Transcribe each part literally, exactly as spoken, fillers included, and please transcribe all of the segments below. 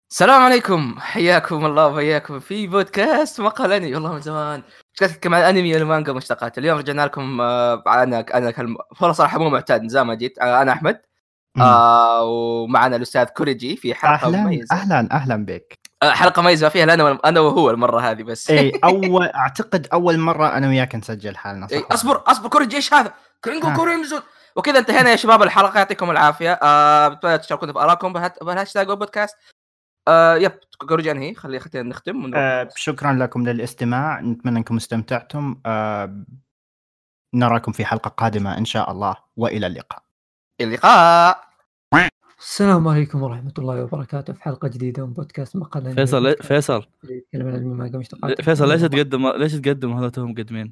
السلام عليكم، حياكم الله وبياكم في بودكاست مقال أنمي. والله من زمان نتكلم عن الأنمي والمانجا ومشتقات. اليوم رجعنا لكم آه، أنا أنا كلم... والله صراحة مو معتاد زي ما جيت. آه، أنا أحمد، إمم. آه ومعنا الأستاذ كوريجي في حلقة أهلًا، مميزة. أهلًا، أهلًا بك. آه، حلقة مميزة فيها أنا أنا وهو المرة هذه بس. إي أول أعتقد أول مرة أنا وياك نسجل حالنا إيه، صح والّا أصبر لا؟ أصبر كوريجي، إيش هذا؟ كرينجو ها. كوريمزو. وكذا انتهينا يا شباب الحلقة، يعطيكم العافية. آه بتمنى تشاركونا في آراءكم بهات- بهاشتاج بودكاست. آه يب كوريجي انهي خلي خلينا نختم ونروح. آآ شكرًا لكم للاستماع، نتمنى أنكم استمتعتم. آآ نراكم في حلقة قادمة إن شاء الله، وإلى اللقاء. اللقاء. السلام عليكم ورحمة الله وبركاته في حلقة جديدة من بودكاست مقال أنمي. فيصل بودكاست فيصل يتكلم عن الأنمي مانجا مشتقات. فيصل ليش تقدم ليش تقدم هذا توهم مقدمين؟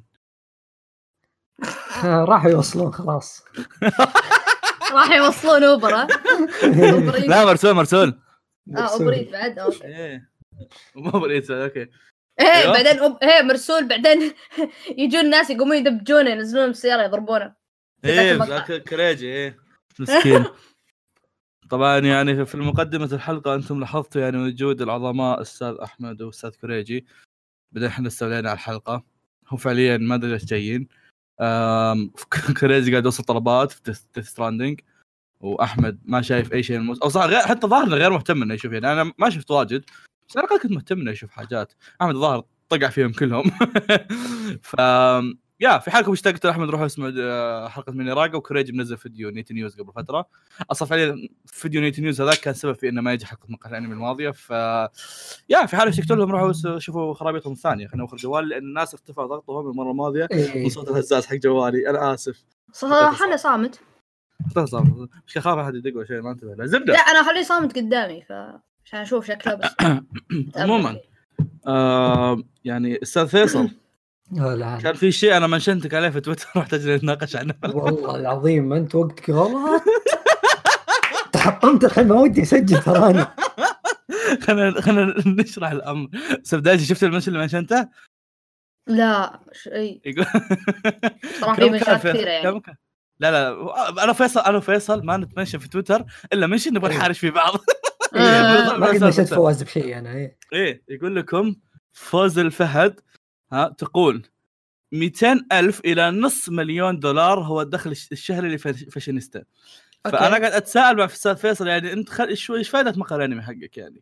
آه، راحوا يوصلون خلاص. راح يوصلون اوبر. ها لا مرسول مرسول اه اوبريت بعد. اوكي ايه مو بريت اوكي ايه أيوة. بعدين أوب... ايه مرسول بعدين يجون الناس يقومون يدبجونه ينزلون من السيارة يضربونه. ايه ذاك كريجي ايه مسكين. طبعا يعني في المقدمة الحلقة انتم لاحظتوا يعني وجود العظماء استاذ احمد واستاذ كريجي. بعدين احنا استولينا على الحلقة. هو فعليا ما ادري ليش جايين. آم، كريجي قاعد يوصل طلبات في تيست ستراندنج، واحمد ما شايف اي شيء الموز... او صح غير حتى ظاهر غير مهتم انه يشوف. يعني انا ما شفت واجد بس انا كنت مهتم انه يشوف حاجات. احمد الظاهر طقع فيهم كلهم. ف يا في حالكم اشتقتوا احمد روحوا اسمعوا حلقه ميني راجا، وكريج منزل فيديو نيتي نيوز قبل فتره. اصلا فعليا فيديو نيتي نيوز هذاك كان سبب في انه ما يجي حلقه مقال الانمي الماضيه. ف يا في حال اشتقتوا لهم روحوا شوفوا خرابيطهم الثانيه. خلينا ناخذ جوال لان الناس ارتفع ضغطهم المره الماضيه من صوت الهزاز حق جوالي. انا اسف صراحة انا صامت. صار مش خاف احد يدق ولا شيء ما انتبه له لا زبده. انا اخليه صامت قدامي ف عشان اشوف شكله بس. عموما آه يعني استاذ فيصل لا كان في شيء انا منشنتك عليه في تويتر رحت اجي نتناقش عنه. والله العظيم انت وقتك غلط. تحطمت الحين ما ودي اسجل تراني. خلينا خلينا نشرح الامر. سبداجي شفت المنشن اللي منشنته؟ لا شيء يقول صراحة في مشاكل كثيرة يعني. لا لا انا فيصل انا فيصل ما نتمنشن في تويتر الا منشن نبغى نحارش في بعض. ما قد مشيت فواز بشيء انا. ايه ايه يقول لكم فوز الفهد ها تقول مئتين ألف إلى نص مليون دولار هو الدخل الشهري لفاشينيستا. فأنا قاعد أتساءل مع أستاذ فيصل يعني أنت خل... شو إيش فائدة مقال الأنمي حقك يعني؟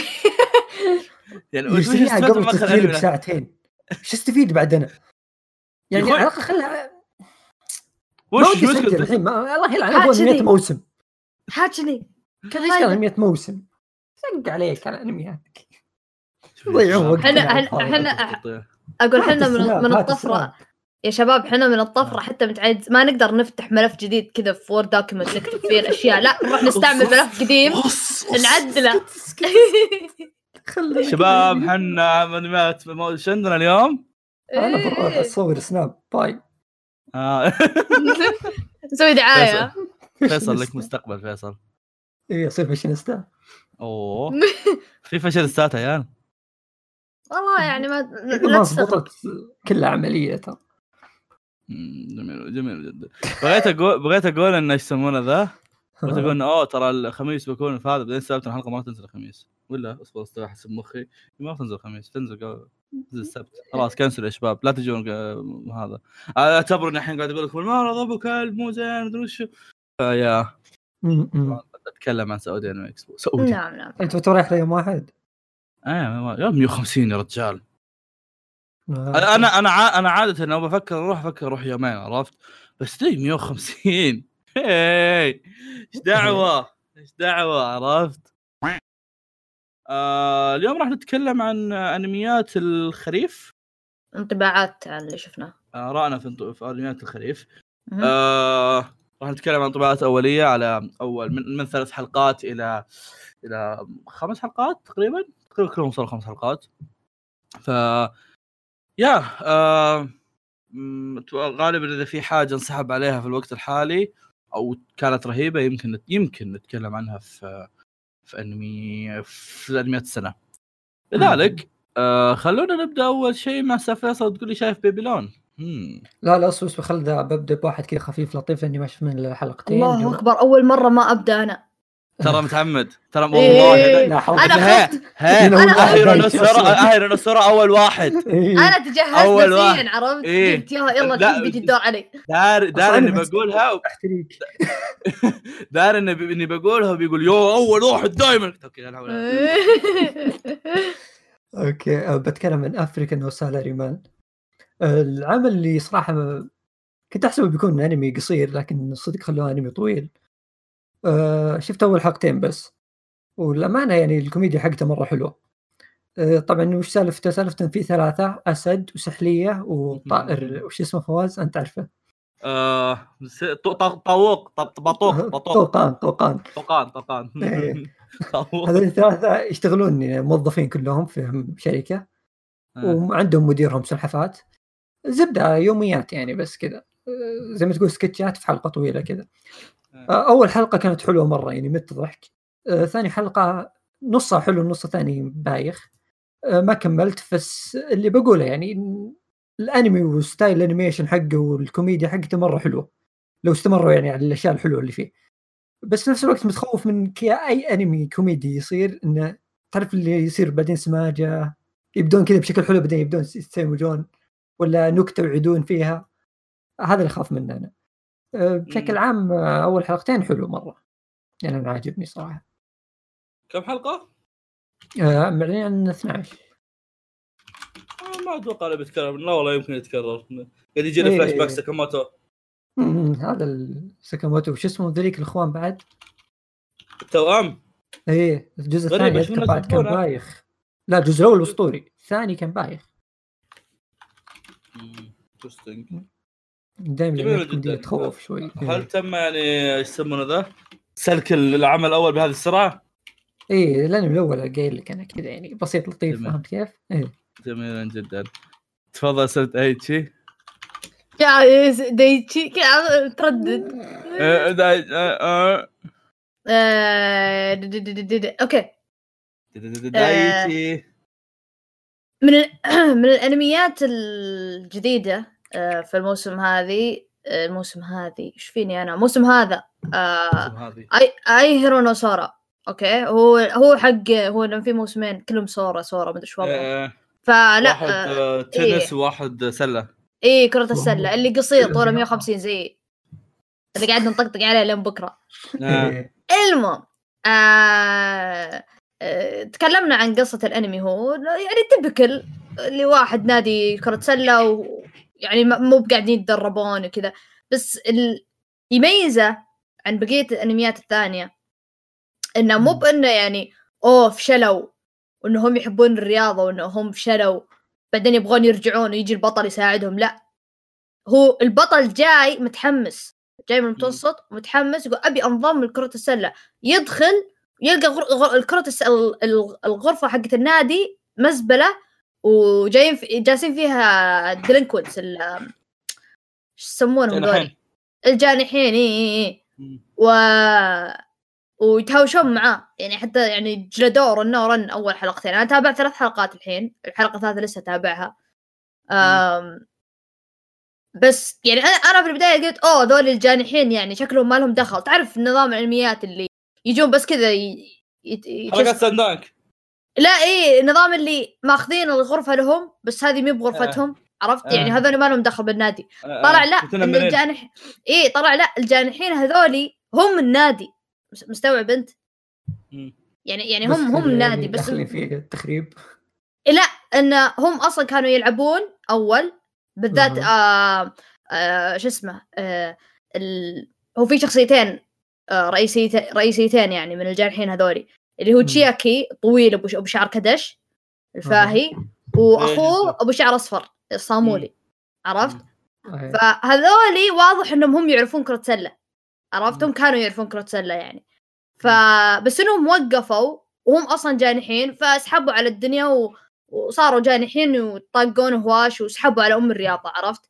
يعني وش استفيد قبل التسجيل بساعتين؟ إيش استفيد بعدنا؟ يعني على الأقل خلها وش وش الحين ما الله يلعن أبوه مئة موسم. حاجني كذا إيش كان مئة موسم؟ سنق عليك على أنمياتك. ضيعوا احنا احنا اقول احنا من, من الطفره يا شباب. احنا من الطفره حتى متعد ما نقدر نفتح ملف جديد كذا في وورد دوكيمنت نكتب فيه الاشياء. لا نروح نستعمل ملف قديم نعدله. شباب احنا انميات ايش عندنا اليوم؟ انا بروح اصور سناب باي. اه نسوي دعايه. فيصل لك مستقبل فيصل. ايه يصير فاشينيستا. اوه في فاشينيستات عيال والله يعني ما ما ضبطت كل عمليه ترى. جميل جميل جدا. بغيت اقول بغيت اقول ان ايش يسمونه ذا بغيت اقول انه اوه ترى الخميس بيكون في هذا. بعدين سالت الحلقه ما تنزل الخميس ولا اصبر استراح حسب مخي ما تنزل الخميس تنزل تنزل السبت. خلاص كنسل يا شباب لا تجون هذا. اعتبروا ان الحين قاعد اقول لكم المره ابو كلب مو زين مدري وش. يا اتكلم عن سعودي انمي اكسبو سعودي. نعم نعم انت بتروح يوم واحد. ايه يوم مئة وخمسين يا رجال. انا انا انا عاده لو بفكر اروح افكر اروح يومين عرفت بس دي مئة وخمسين. ايش دعوه ايش دعوه عرفت. آه اليوم راح نتكلم عن انميات الخريف. انطباعات عن اللي شفناه. آه رانا في, في انميات الخريف. آه راح نتكلم عن انطباعات اوليه على اول من, من ثلاث حلقات الى الى خمس حلقات تقريبا تقريبا كلهم وصلوا خمس حلقات. ف يا آه غالبا اذا في حاجه انسحب عليها في الوقت الحالي او كانت رهيبه يمكن يمكن نتكلم عنها في في انمي في انميات السنه. لذلك آه خلونا نبدا اول شيء مع فيصل. تقول لي شايف بيبيلون؟ امم لا لا اصبر خل ببدا بواحد كذا خفيف لطيف لاني ما شفت من الحلقتين. الله اكبر اول مره ما ابدا انا ترى متعمد ترى والله إيه. لا حول انا ها خفت ها أنا اهيرون السرعه اهيرون السرعه اول واحد انا تجهزت أول واحد. نفسيا عرفت إيه. قلت يلا يلا لا، الحين بيجي الدور علي دار دار اني أصلاً بقولها احتريك. دار اني اني بقولها وبيقول يو اول واحد دائما اوكي لا حول ولا قوة. اوكي أه، بتكلم عن افريكان وسالاري مان. العمل اللي صراحه كنت احسبه بيكون انمي قصير لكن صدق خلوه انمي طويل. أه شفت اول حلقتين بس والامانه يعني الكوميديا حقته مره حلوه. أه طبعا وش سالفته؟ سالفته في ثلاثه اسد وسحليه وطائر وش اسمه فواز انت تعرفه؟ آه س- طو- طو- طاووق طب- بطوق بطوق طوقان طوقان طوقان طوقان إيه. طاووق. هذول الثلاثه يشتغلون موظفين كلهم في شركه وعندهم مديرهم سلحفات. زبده يوميات يعني بس كذا أه، زي ما تقول سكتشات في حلقه طويله كذا. أه، اول حلقه كانت حلوه مره يعني مت ضحك. أه، ثاني حلقه نصها حلو النص الثاني بايخ. أه، ما كملت بس اللي بقوله يعني إن الانمي وستايل الانيميشن حقه والكوميديا حقته مره حلوه لو استمروا يعني على الاشياء الحلوه اللي فيه. بس في نفس الوقت متخوف من كي اي انمي كوميدي يصير انه تعرف اللي يصير بعدين سماجه يبدون كذا بشكل حلو بعدين يبدون يستمجون ولا نكته ويعيدون فيها. هذا اللي خاف منه انا. أه، بشكل عام أه، اول حلقتين حلو مره يعني انا عاجبني صراحه. كم حلقة؟ أه، معلن عن اثناشر. آه، ما اتوقع انه بيتكرر لا والله يمكن يتكرر قاعد يجينا إيه. فلاش باك ساكاموتو أمم، هذا الساكاموتو وش اسمه ذلك الاخوان بعد. التوأم. ايه الجزء غريب، الثاني إيش اذكر من بعد كان يسبونه؟ بايخ. لا الجزء الاول اسطوري الثاني كان بايخ. دائما جميل الكوميديا جدا. تخوف شوي. هل تم يعني ايش يسمونه ذا سلك العمل الاول بهذه السرعه؟ ايه الانمي الاول قايل لك انا كذا يعني بسيط لطيف. جميل. فهمت كيف؟ ايه جميلا جدا. تفضل سلت ايتشي. جايز دايتشي كيف تردد آه، دا- آه، آه، د- د- د- د- د- اوكي دايتشي. من ال- من الانميات الجديده آه، في الموسم هذه آه، الموسم هذه ايش فيني انا موسم هذا آه، هذه اي اي هيرونو سورا. اوكي هو هو حق هو لما في موسمين كلهم سورا سورا ما ادري شو وضعه. آه، فلا واحد آه، آه، تنس إيه. وواحد سله. ايه كرة السلة اللي قصير طوله مية وخمسين زي اللي قاعد نطقطق عليه لين بكره. آه. إيه. المهم آه... آه... تكلمنا عن قصة الأنمي. هو يعني تبكل اللي واحد نادي كرة سلة ويعني مو بقاعدين يتدربون وكذا. بس ال... يميزه عن بقية الأنميات الثانية إنه مو بإنه يعني أوه فشلوا وإنهم يحبون الرياضة وإنهم فشلوا بعدين يبغون يرجعون ويجي البطل يساعدهم. لا هو البطل جاي متحمس جاي من المتوسط متحمس يقول أبي أنضم لكرة السلة. يدخل يلقى غر... غر... الكرة الس... الغرفة حقت النادي مزبلة وجايين في... جالسين فيها ديلينكوينتس ال ايش يسمونهم ذولي الجانحين. اي و ويتهاوشون معاه يعني حتى يعني جلدوا رن اول حلقتين. انا تابعت ثلاث حلقات الحين الحلقة الثالثة لسه تابعها. أم... بس يعني انا انا في البدايه قلت اوه ذول الجانحين يعني شكلهم ما لهم دخل. تعرف نظام الانميات اللي يجون بس كذا ي... ي... حلقة سندانك. لا ايه نظام اللي ماخذين الغرفه لهم بس هذه مي بغرفتهم. آه. عرفت آه. يعني هذول ما لهم دخل بالنادي. آه. طلع لا الجانح ايه طلع لا الجانحين هذولي هم النادي. مستوعب انت؟ يعني يعني هم هم النادي بس داخلين فيه التخريب. لا ان هم اصلا كانوا يلعبون اول بالذات. آه آه شو اسمه آه ال... هو في شخصيتين آه رئيسيتين رئيسيتين يعني من الجارحين هذولي اللي هو تشياكي طويل ابو ابو شعر كدش الفاهي واخوه ابو شعر اصفر الصامولي. عرفت؟ فهذولي واضح انهم هم يعرفون كرة سلة. عرفتهم كانوا يعرفون كرة سلة يعني. فبس انهم وقفوا وهم اصلا جانحين فاسحبوا على الدنيا و... وصاروا جانحين وطاقون هواش وسحبوا على ام الرياضة. عرفت؟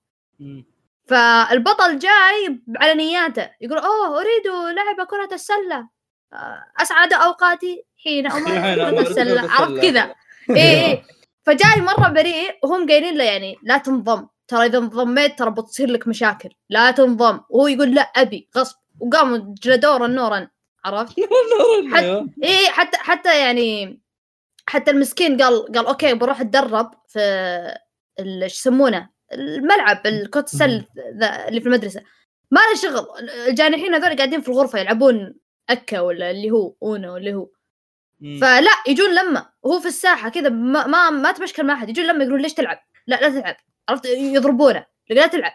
فالبطل جاي على نياته يقول اوه اريد لعب كرة السلة اسعد اوقاتي حين امارس كرة السلة. عرفت كذا؟ ايه فجاي مرة بريء وهم قايلين له يعني لا تنضم ترى اذا انضميت ترى بتصير لك مشاكل لا تنضم. وهو يقول لا ابي غصب وقاموا جلدوا نورا. عرفت حتى ايه حتى حتى يعني حتى المسكين قال قال اوكي بروح اتدرب في ايش يسمونه الملعب الكرة السله اللي في المدرسه، ما له شغل. الجانحين هذول قاعدين في الغرفه يلعبون اكا ولا اللي هو اونو اللي هو مم. فلا يجون لما وهو في الساحه كذا ما ما, ما تمشكل مع احد، يجون لما يقولون ليش تلعب، لا لا تلعب، عرفت يضربونه لا تلعب.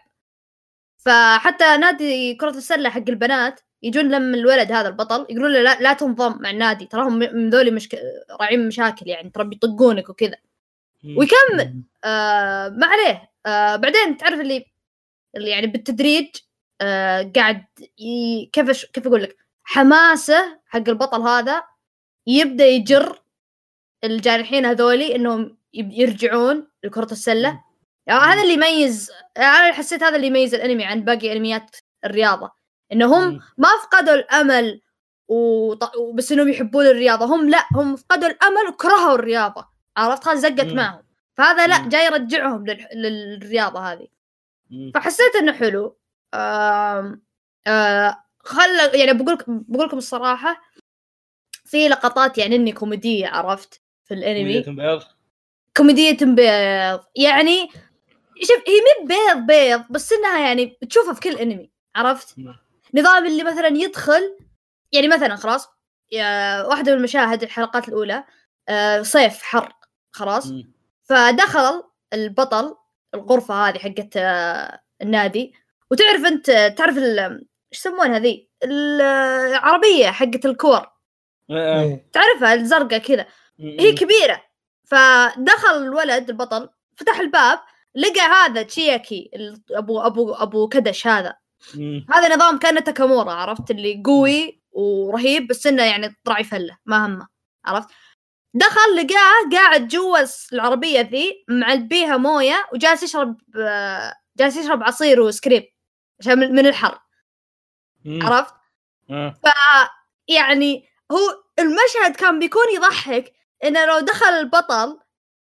فحتى نادي كرة السله حق البنات يجون لما الولد هذا البطل يقولون له لا, لا تنضم مع النادي، تراهم من ذولي مشك... راعين مشاكل يعني، ترى بيطقونك وكذا. ويكمل آه ما عليه. آه بعدين تعرف اللي اللي يعني بالتدريج آه قاعد ي... كيف كيف اقول لك، حماسه حق البطل هذا يبدا يجر الجارحين هذولي انهم يرجعون لكرة السله. يعني هذا اللي يميز، انا حسيت هذا اللي يميز الانمي عن باقي انميات الرياضه، انهم ما فقدوا الامل وط... بس انهم يحبون الرياضه، هم لا هم فقدوا الامل وكرهوا الرياضه، عرفت خلاص زقت معهم. فهذا لا جاي يرجعهم لل... للرياضه هذه. فحسيت انه حلو. آم... آه... خل يعني بقول بقول لكم الصراحه في لقطات يعني اني كوميديه، عرفت في الانمي كوميديه بيض كوميديه بيض يعني شوف هي مي بيض بيض بس انها يعني تشوفها في كل انمي، عرفت نظام اللي مثلا يدخل يعني مثلا خلاص واحدة من المشاهد الحلقات الأولى آه صيف حر خلاص م. فدخل البطل الغرفة هذه حقت آه النادي، وتعرف أنت تعرف إيش يسمون هذه العربية حقت الكور تعرفها الزرقاء كذا هي كبيرة. فدخل الولد البطل فتح الباب لقى هذا تشياكي أبو أبو أبو كدش هذا م. هذا نظام كان تاكامورا، عرفت اللي قوي ورهيب بس انه يعني طلع يفله ما همه، عرفت دخل لقاه قاعد جوا العربيه ذي معلبيها مويه وجالس يشرب جالس يشرب عصير وسكريب عشان من الحر مم. عرفت مم. ف يعني هو المشهد كان بيكون يضحك انه لو دخل البطل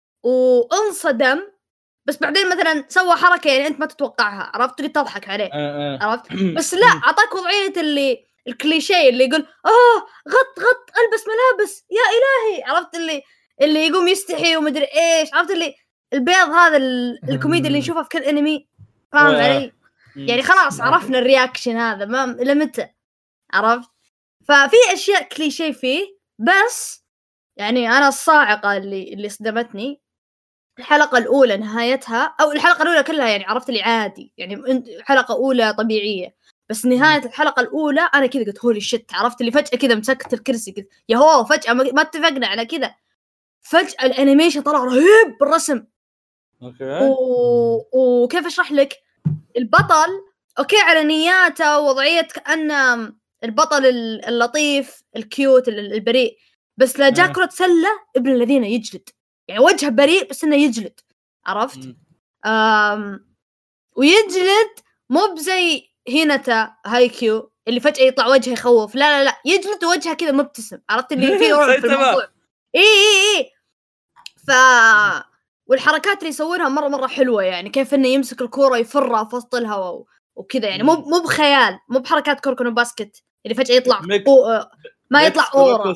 وانصدم بس بعدين مثلا سوى حركه يعني انت ما تتوقعها، عرفت اللي تضحك عليه أه أه. عرفت بس لا عطاك وضعيه اللي الكليشيه اللي يقول اه غط غط البس ملابس يا الهي، عرفت اللي اللي يقوم يستحي ومدري ايش، عرفت اللي البيض هذا الكوميديا اللي نشوفها في كل انمي، فاهم علي يعني خلاص عرفنا الرياكشن هذا ما لمتى، عرفت ففي اشياء كليشيه فيه بس يعني انا الصاعقه اللي اللي صدمتني الحلقة الأولى نهايتها أو الحلقة الأولى كلها يعني عرفت اللي عادي يعني حلقة أولى طبيعية، بس نهاية الحلقة الأولى أنا كذا قلت هولي شت، عرفت اللي فجأة كذا مسكت الكرسي قلت يا هو فجأة ما اتفقنا على كذا، فجأة الأنيميشن طلع رهيب بالرسم. أوكي. و... وكيف أشرح لك البطل أوكي على نياته ووضعية كأن البطل اللطيف الكيوت البريء، بس لا جاء كرة سلة ابن الذين يجلد يعني وجهه بريء بس انه يجلد، عرفت أم ويجلد مو بزي هينتا هايكيو اللي فجأة يطلع وجهه يخوف، لا لا لا يجلد وجهه كذا مبتسم، عرفت اللي فيه رعب في الموضوع. اي اي اي ف والحركات اللي يسوونها مرة مرة حلوة يعني كيف انه يمسك الكورة يفرها في وسط الهواء وكذا يعني مو مو بخيال، مو بحركات كوركونو باسكت اللي فجأة يطلع قو... ما يطلع اورا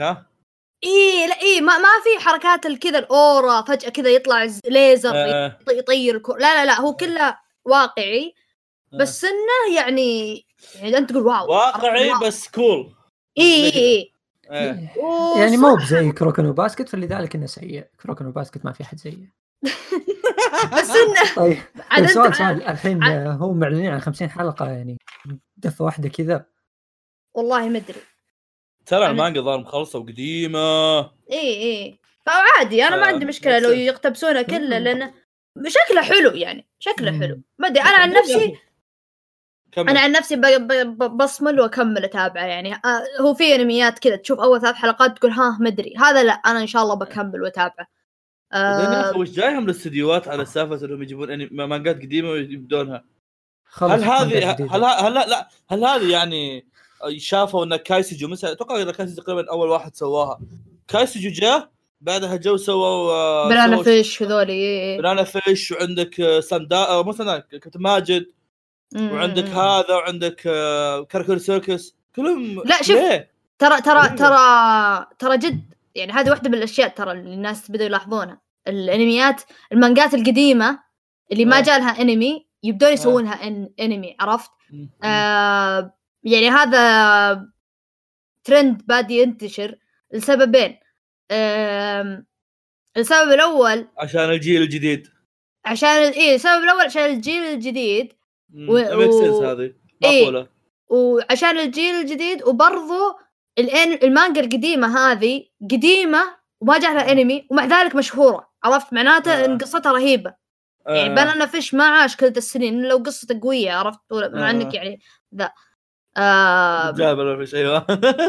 ايه لا ايه ما ما في حركات الكذا الاورا فجأة كذا يطلع ليزر آه. يطير الكورة، لا لا لا هو كله واقعي بس آه. انه يعني يعني انت تقول واو واقعي بس كول ايه ايه إيه. يعني مو بزي كروكونو باسكت فلذلك انه سيء، كروكونو باسكت ما في حد زيه بس انه طيب سؤال سؤال الحين هو معلنين عن خمسين حلقة يعني دفة واحدة كذا والله ما ادري ترى المانجا ظهر مخلصة وقديمة ايه ايه فعادي انا ما عندي مشكلة لو يقتبسونه كله لأنه شكله حلو يعني شكله حلو ما ادري انا عن نفسي كمل. انا عن نفسي بصمل واكمل اتابعه يعني آه هو في انميات كذا تشوف اول ثلاث حلقات تقول ها ما ادري، هذا لا انا ان شاء الله بكمل واتابعه. آه وش جايهم للاستديوهات على سالفه انهم يجيبون انمي مانجات قديمه ويبدونها؟ هل هذه هل هل لا لا هل هذه يعني شافوا ان كايسيجو مثلا اتوقع ان كايسيجو تقريبا اول واحد سواها، كايسيجو جاء بعدها جو سووا بنانا فيش هذولي بنانا فيش وعندك ساندا مثلا كابتن ماجد مم. وعندك هذا وعندك كاركور سيركس كلهم لا شوف ترى ترى ترى ترى جد يعني هذه واحدة من الاشياء ترى اللي الناس بدأوا يلاحظونها. الانميات المانجات القديمة اللي ما جاء لها انمي يبدون يسوونها إن انمي عرفت. آه يعني هذا ترند بادي ينتشر لسببين. آه السبب الاول عشان الجيل الجديد، عشان ايه السبب الاول عشان الجيل الجديد و... و... هذه إيه؟ وعشان الجيل الجديد وبرضو الان المانجا القديمه هذه قديمه وما جاء لها انمي ومع ذلك مشهوره عرفت معناته آه. ان قصتها رهيبه. آه. يعني بنانا فيش ما عاش كل السنين لو قصته قويه عرفت مع انك يعني ذا آه... جاب ولا فيش. ايوه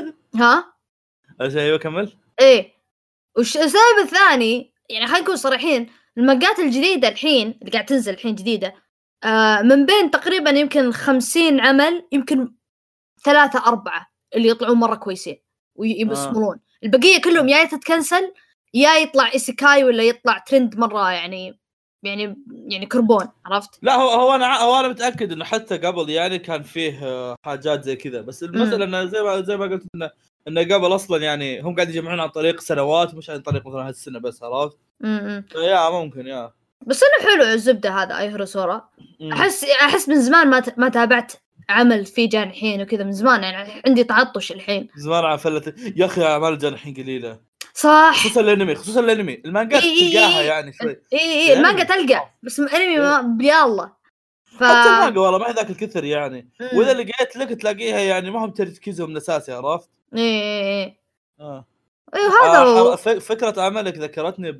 ها ايوه كمل. ايه وش السبب الثاني يعني خلينا نكون صريحين المانجات الجديدة الحين اللي قاعد تنزل الحين جديدة آه من بين تقريبا يمكن خمسين عمل يمكن ثلاثة أربعة اللي يطلعون مرة كويسين ويبصمرون. آه. البقية كلهم يا يتكنسل يا يطلع إيسيكاي ولا يطلع ترند مرة يعني يعني يعني كربون عرفت. لا هو هو أنا هو أنا متأكد إنه حتى قبل يعني كان فيه حاجات زي كذا بس المسألة إنه زي ما زي ما قلت إنه إنه قبل أصلاً يعني هم قاعد يجمعون عن طريق سنوات مش عن طريق مثلاً هالسنة بس عرفت. امم يا ممكن يا بس إنه حلو الزبدة هذا أيهرو سورا. أحس أحس من زمان ما ت... ما تابعت عمل فيه جانحين وكذا من زمان يعني عندي تعطش الحين زمان عفلت يا أخي أعمال جانحين قليلة صح خصوصا الانمي خصوصا الانمي المانجا إيه تلقاها يعني شوي اي اي المانجا تلقى بس الانمي ما بيالله ف... حتى المانجا والله ما هي ذاك الكثر يعني مم. واذا لقيت لك تلاقيها يعني ما هم تركيزهم من اساسي عرفت. اي اي اه اي هذا آه فكره عملك ذكرتني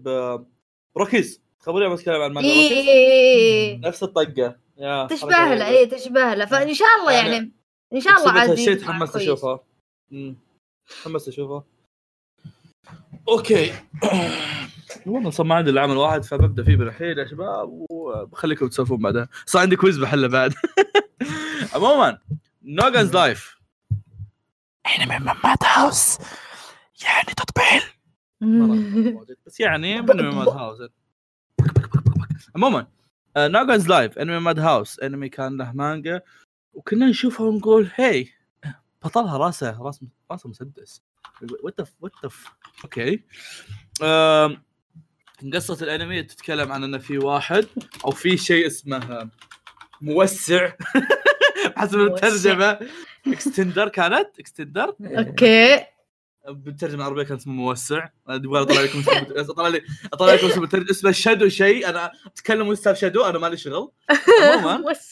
بروكيز خبريه ما اتكلم عن المانجا روكيز إيه نفس الطقه يا تشبه له اي تشبه له فان شاء الله يعني, يعني ان شاء الله عادي شيء تحمست اشوفها امم تحمست اشوفها اوكي. والله صار ما عندي العمل واحد فببدا فيه بالحين يا شباب وبخليكم تسولفون بعدها صار عندي كويز بحله بعد. عموما نوغانز لايف انمي من ماد هاوس يعني تطبيل بس يعني من ماد هاوس. عموما نوغانز لايف انمي ماد هاوس انمي كان له مانجا وكنا نشوفه ونقول هي بطلها راسه راس راسه مسدس وات وات اوكي. أم... قصة الانمي تتكلم عن ان في واحد او في شيء اسمه موسع حسب الترجمة اكستندر كانت اكستندر اوكي بالترجمة العربية كان اسمه موسع. ابغى اطلع لكم اطلع لي اطلع لكم اسم الترجمة اسمه شادو شيء انا اتكلم وستاف شادو انا مالي شغل. عموما موسع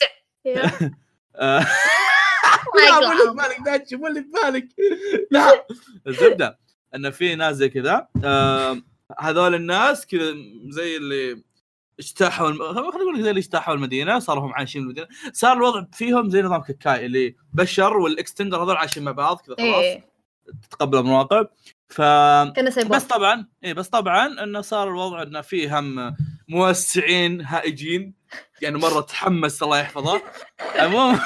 لا مو اللي بالك داتش مو اللي بالك لا الزبدة ان في ناس زي كذا آه هذول الناس كذا زي اللي اجتاحوا الم... خلينا نقول زي اللي اجتاحوا المدينه صاروا هم عايشين المدينه صار الوضع فيهم زي نظام كاكاي اللي بشر والاكستندر هذول عايشين مع بعض كذا خلاص إيه. تتقبل المواقف ف بس طبعا اي بس طبعا انه صار الوضع انه فيه هم موسعين هائجين يعني مره تحمس الله يحفظه. المهم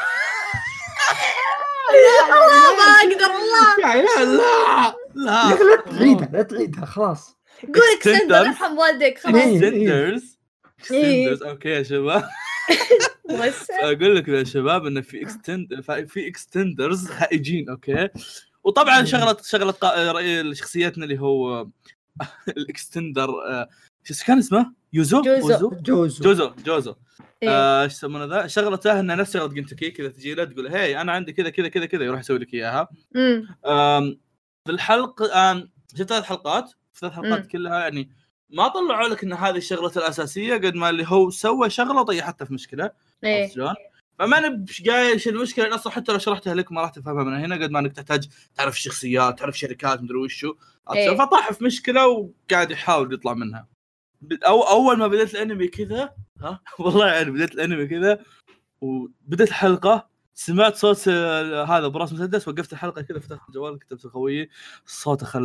الله ما اقدر والله لا لا لا لا تعيدها لا تعيدها خلاص قول اكستندر ارحم والدك خلاص اكستندرز اكستندرز اوكي يا شباب اقول لك يا شباب انه في اكستند في اكستندرز هائجين اوكي. وطبعا شغلت شغلت شخصيتنا اللي هو الاكستندر ايش كان اسمه يوزو جوزو جوزو جوزو جوزو ايش يسمونه ذا شغلته انه نفس شغله جنتكي كذا تجي له تقول هي انا عندي كذا كذا كذا كذا يروح يسوي لك اياها. امم في الحلقه شفت ثلاث حلقات في ثلاث حلقات كلها يعني ما طلعوا لك ان هذه الشغله الاساسيه قد ما اللي هو سوى شغله طيحتها في مشكله إيه. فما نبش قايل ايش المشكله اصلا حتى لو شرحتها لك ما راح تفهمها من هنا قد ما انك تحتاج تعرف الشخصيات تعرف شركات مدري وشو إيه. فطاح في مشكله وقاعد يحاول يطلع منها. أو اول ما بدأت الانمي كذا ها والله يعني بدأت الانمي كذا وبدأت الحلقه سمعت صوت هذا براس مسدس وقفت الحلقه كذا فتحت الجوال كتبت خويي الصوت خلى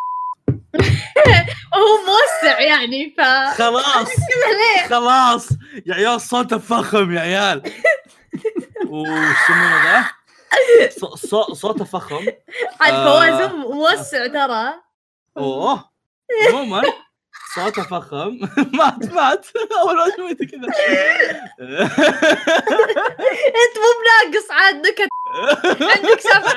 هو موسع يعني ف خلاص خلاص يا عيال صوته فخم يا عيال وسمونه ذا صوته فخم عاد فواز موسع ترى اوه عموما صوته فخم مات مات اول ما سويته كذا انت مو بناقص عاد نكت عندك سبعه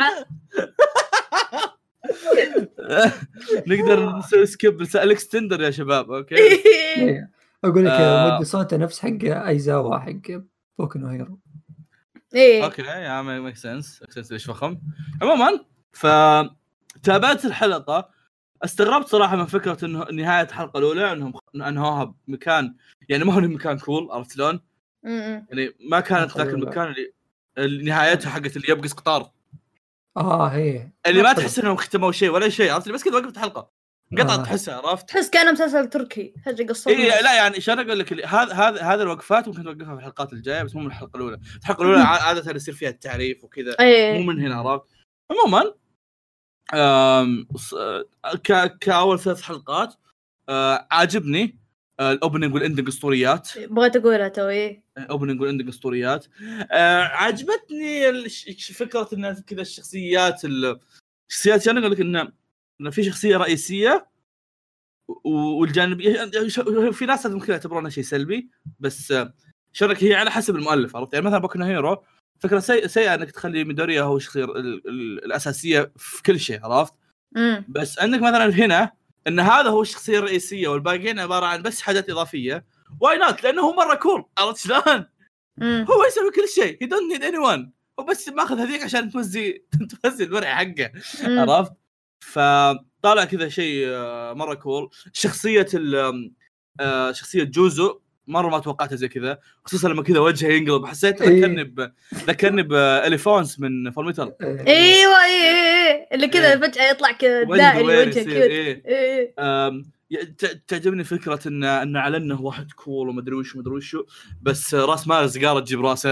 نقدر نسوي سكيب نسال اكستندر يا شباب. اوكي اقول لك آه. مودي صوته نفس حق ايزاوا حق بوكو نو هيرو. ايه اوكي يا ميك سنس اكسنس ليش فخم. عموما ف تابعت الحلقه، استغربت صراحه من فكره انه نهايه الحلقه الاولى انهم انهوها بمكان يعني ما هو مكان كول، عرفت شلون؟ يعني ما كانت ذاك المكان اللي نهايتها حقت اللي يبقى قطار اه هي اللي ما تحس انهم ختموا شيء ولا شيء، عرفت؟ بس كذا وقفت الحلقه انقطعت آه. تحسها، عرفت؟ تحس كانه مسلسل تركي فجاه قصه. إيه لا يعني شلون اقول لك هذا هذا هذا الوقفات ممكن توقفها في الحلقات الجايه بس مو من الحلقه الاولى. الحلقه الاولى عاده يصير فيها التعريف وكذا أيه. مو من هنا، عرفت؟ عموما امم ك كاول ثلاث حلقات آه عاجبني الاوبننج والاندنج اسطوريات. بغيت اقولها توي اوبننج والاندنج اسطوريات. آه عجبتني الش... فكره ان كذا الشخصيات الشخصيات يعني اقول لك ان ان في شخصيه رئيسيه والجانبيه في ناس ممكن يعتبرونها شيء سلبي بس شرك هي على حسب المؤلف، عرفت؟ يعني مثلا بوكو نو هيرو فكره سيئه سي انك تخلي ميدوريا هو الشخصيه الاساسيه في كل شيء، عرفت؟ مم. بس انك مثلا هنا ان هذا هو الشخصيه الرئيسيه والباقيين عباره عن بس حاجات اضافيه. واي نوت؟ لانه هو مره كول، عرفت شلون؟ هو يسوي كل شيء، هي دونت نيد اني ون، هو بس ماخذ هذيك عشان توزي توزي الورع حقه، عرفت؟ فطالع كذا شيء مره كول. شخصيه شخصيه جوزو مره ما توقعتها زي كذا، خصوصا لما كذا وجهه ينقلب، حسيت ذكرني ب ذكرني باليفونس من فورميتال. ايوه ايه اللي كذا فجاه يطلع كذا دائري وجهه كذا. ايه تعجبني فكره ان ان علنه واحد كول وما ادري وش ما ادري وش، بس راس مال سيجاره تجيب راسه.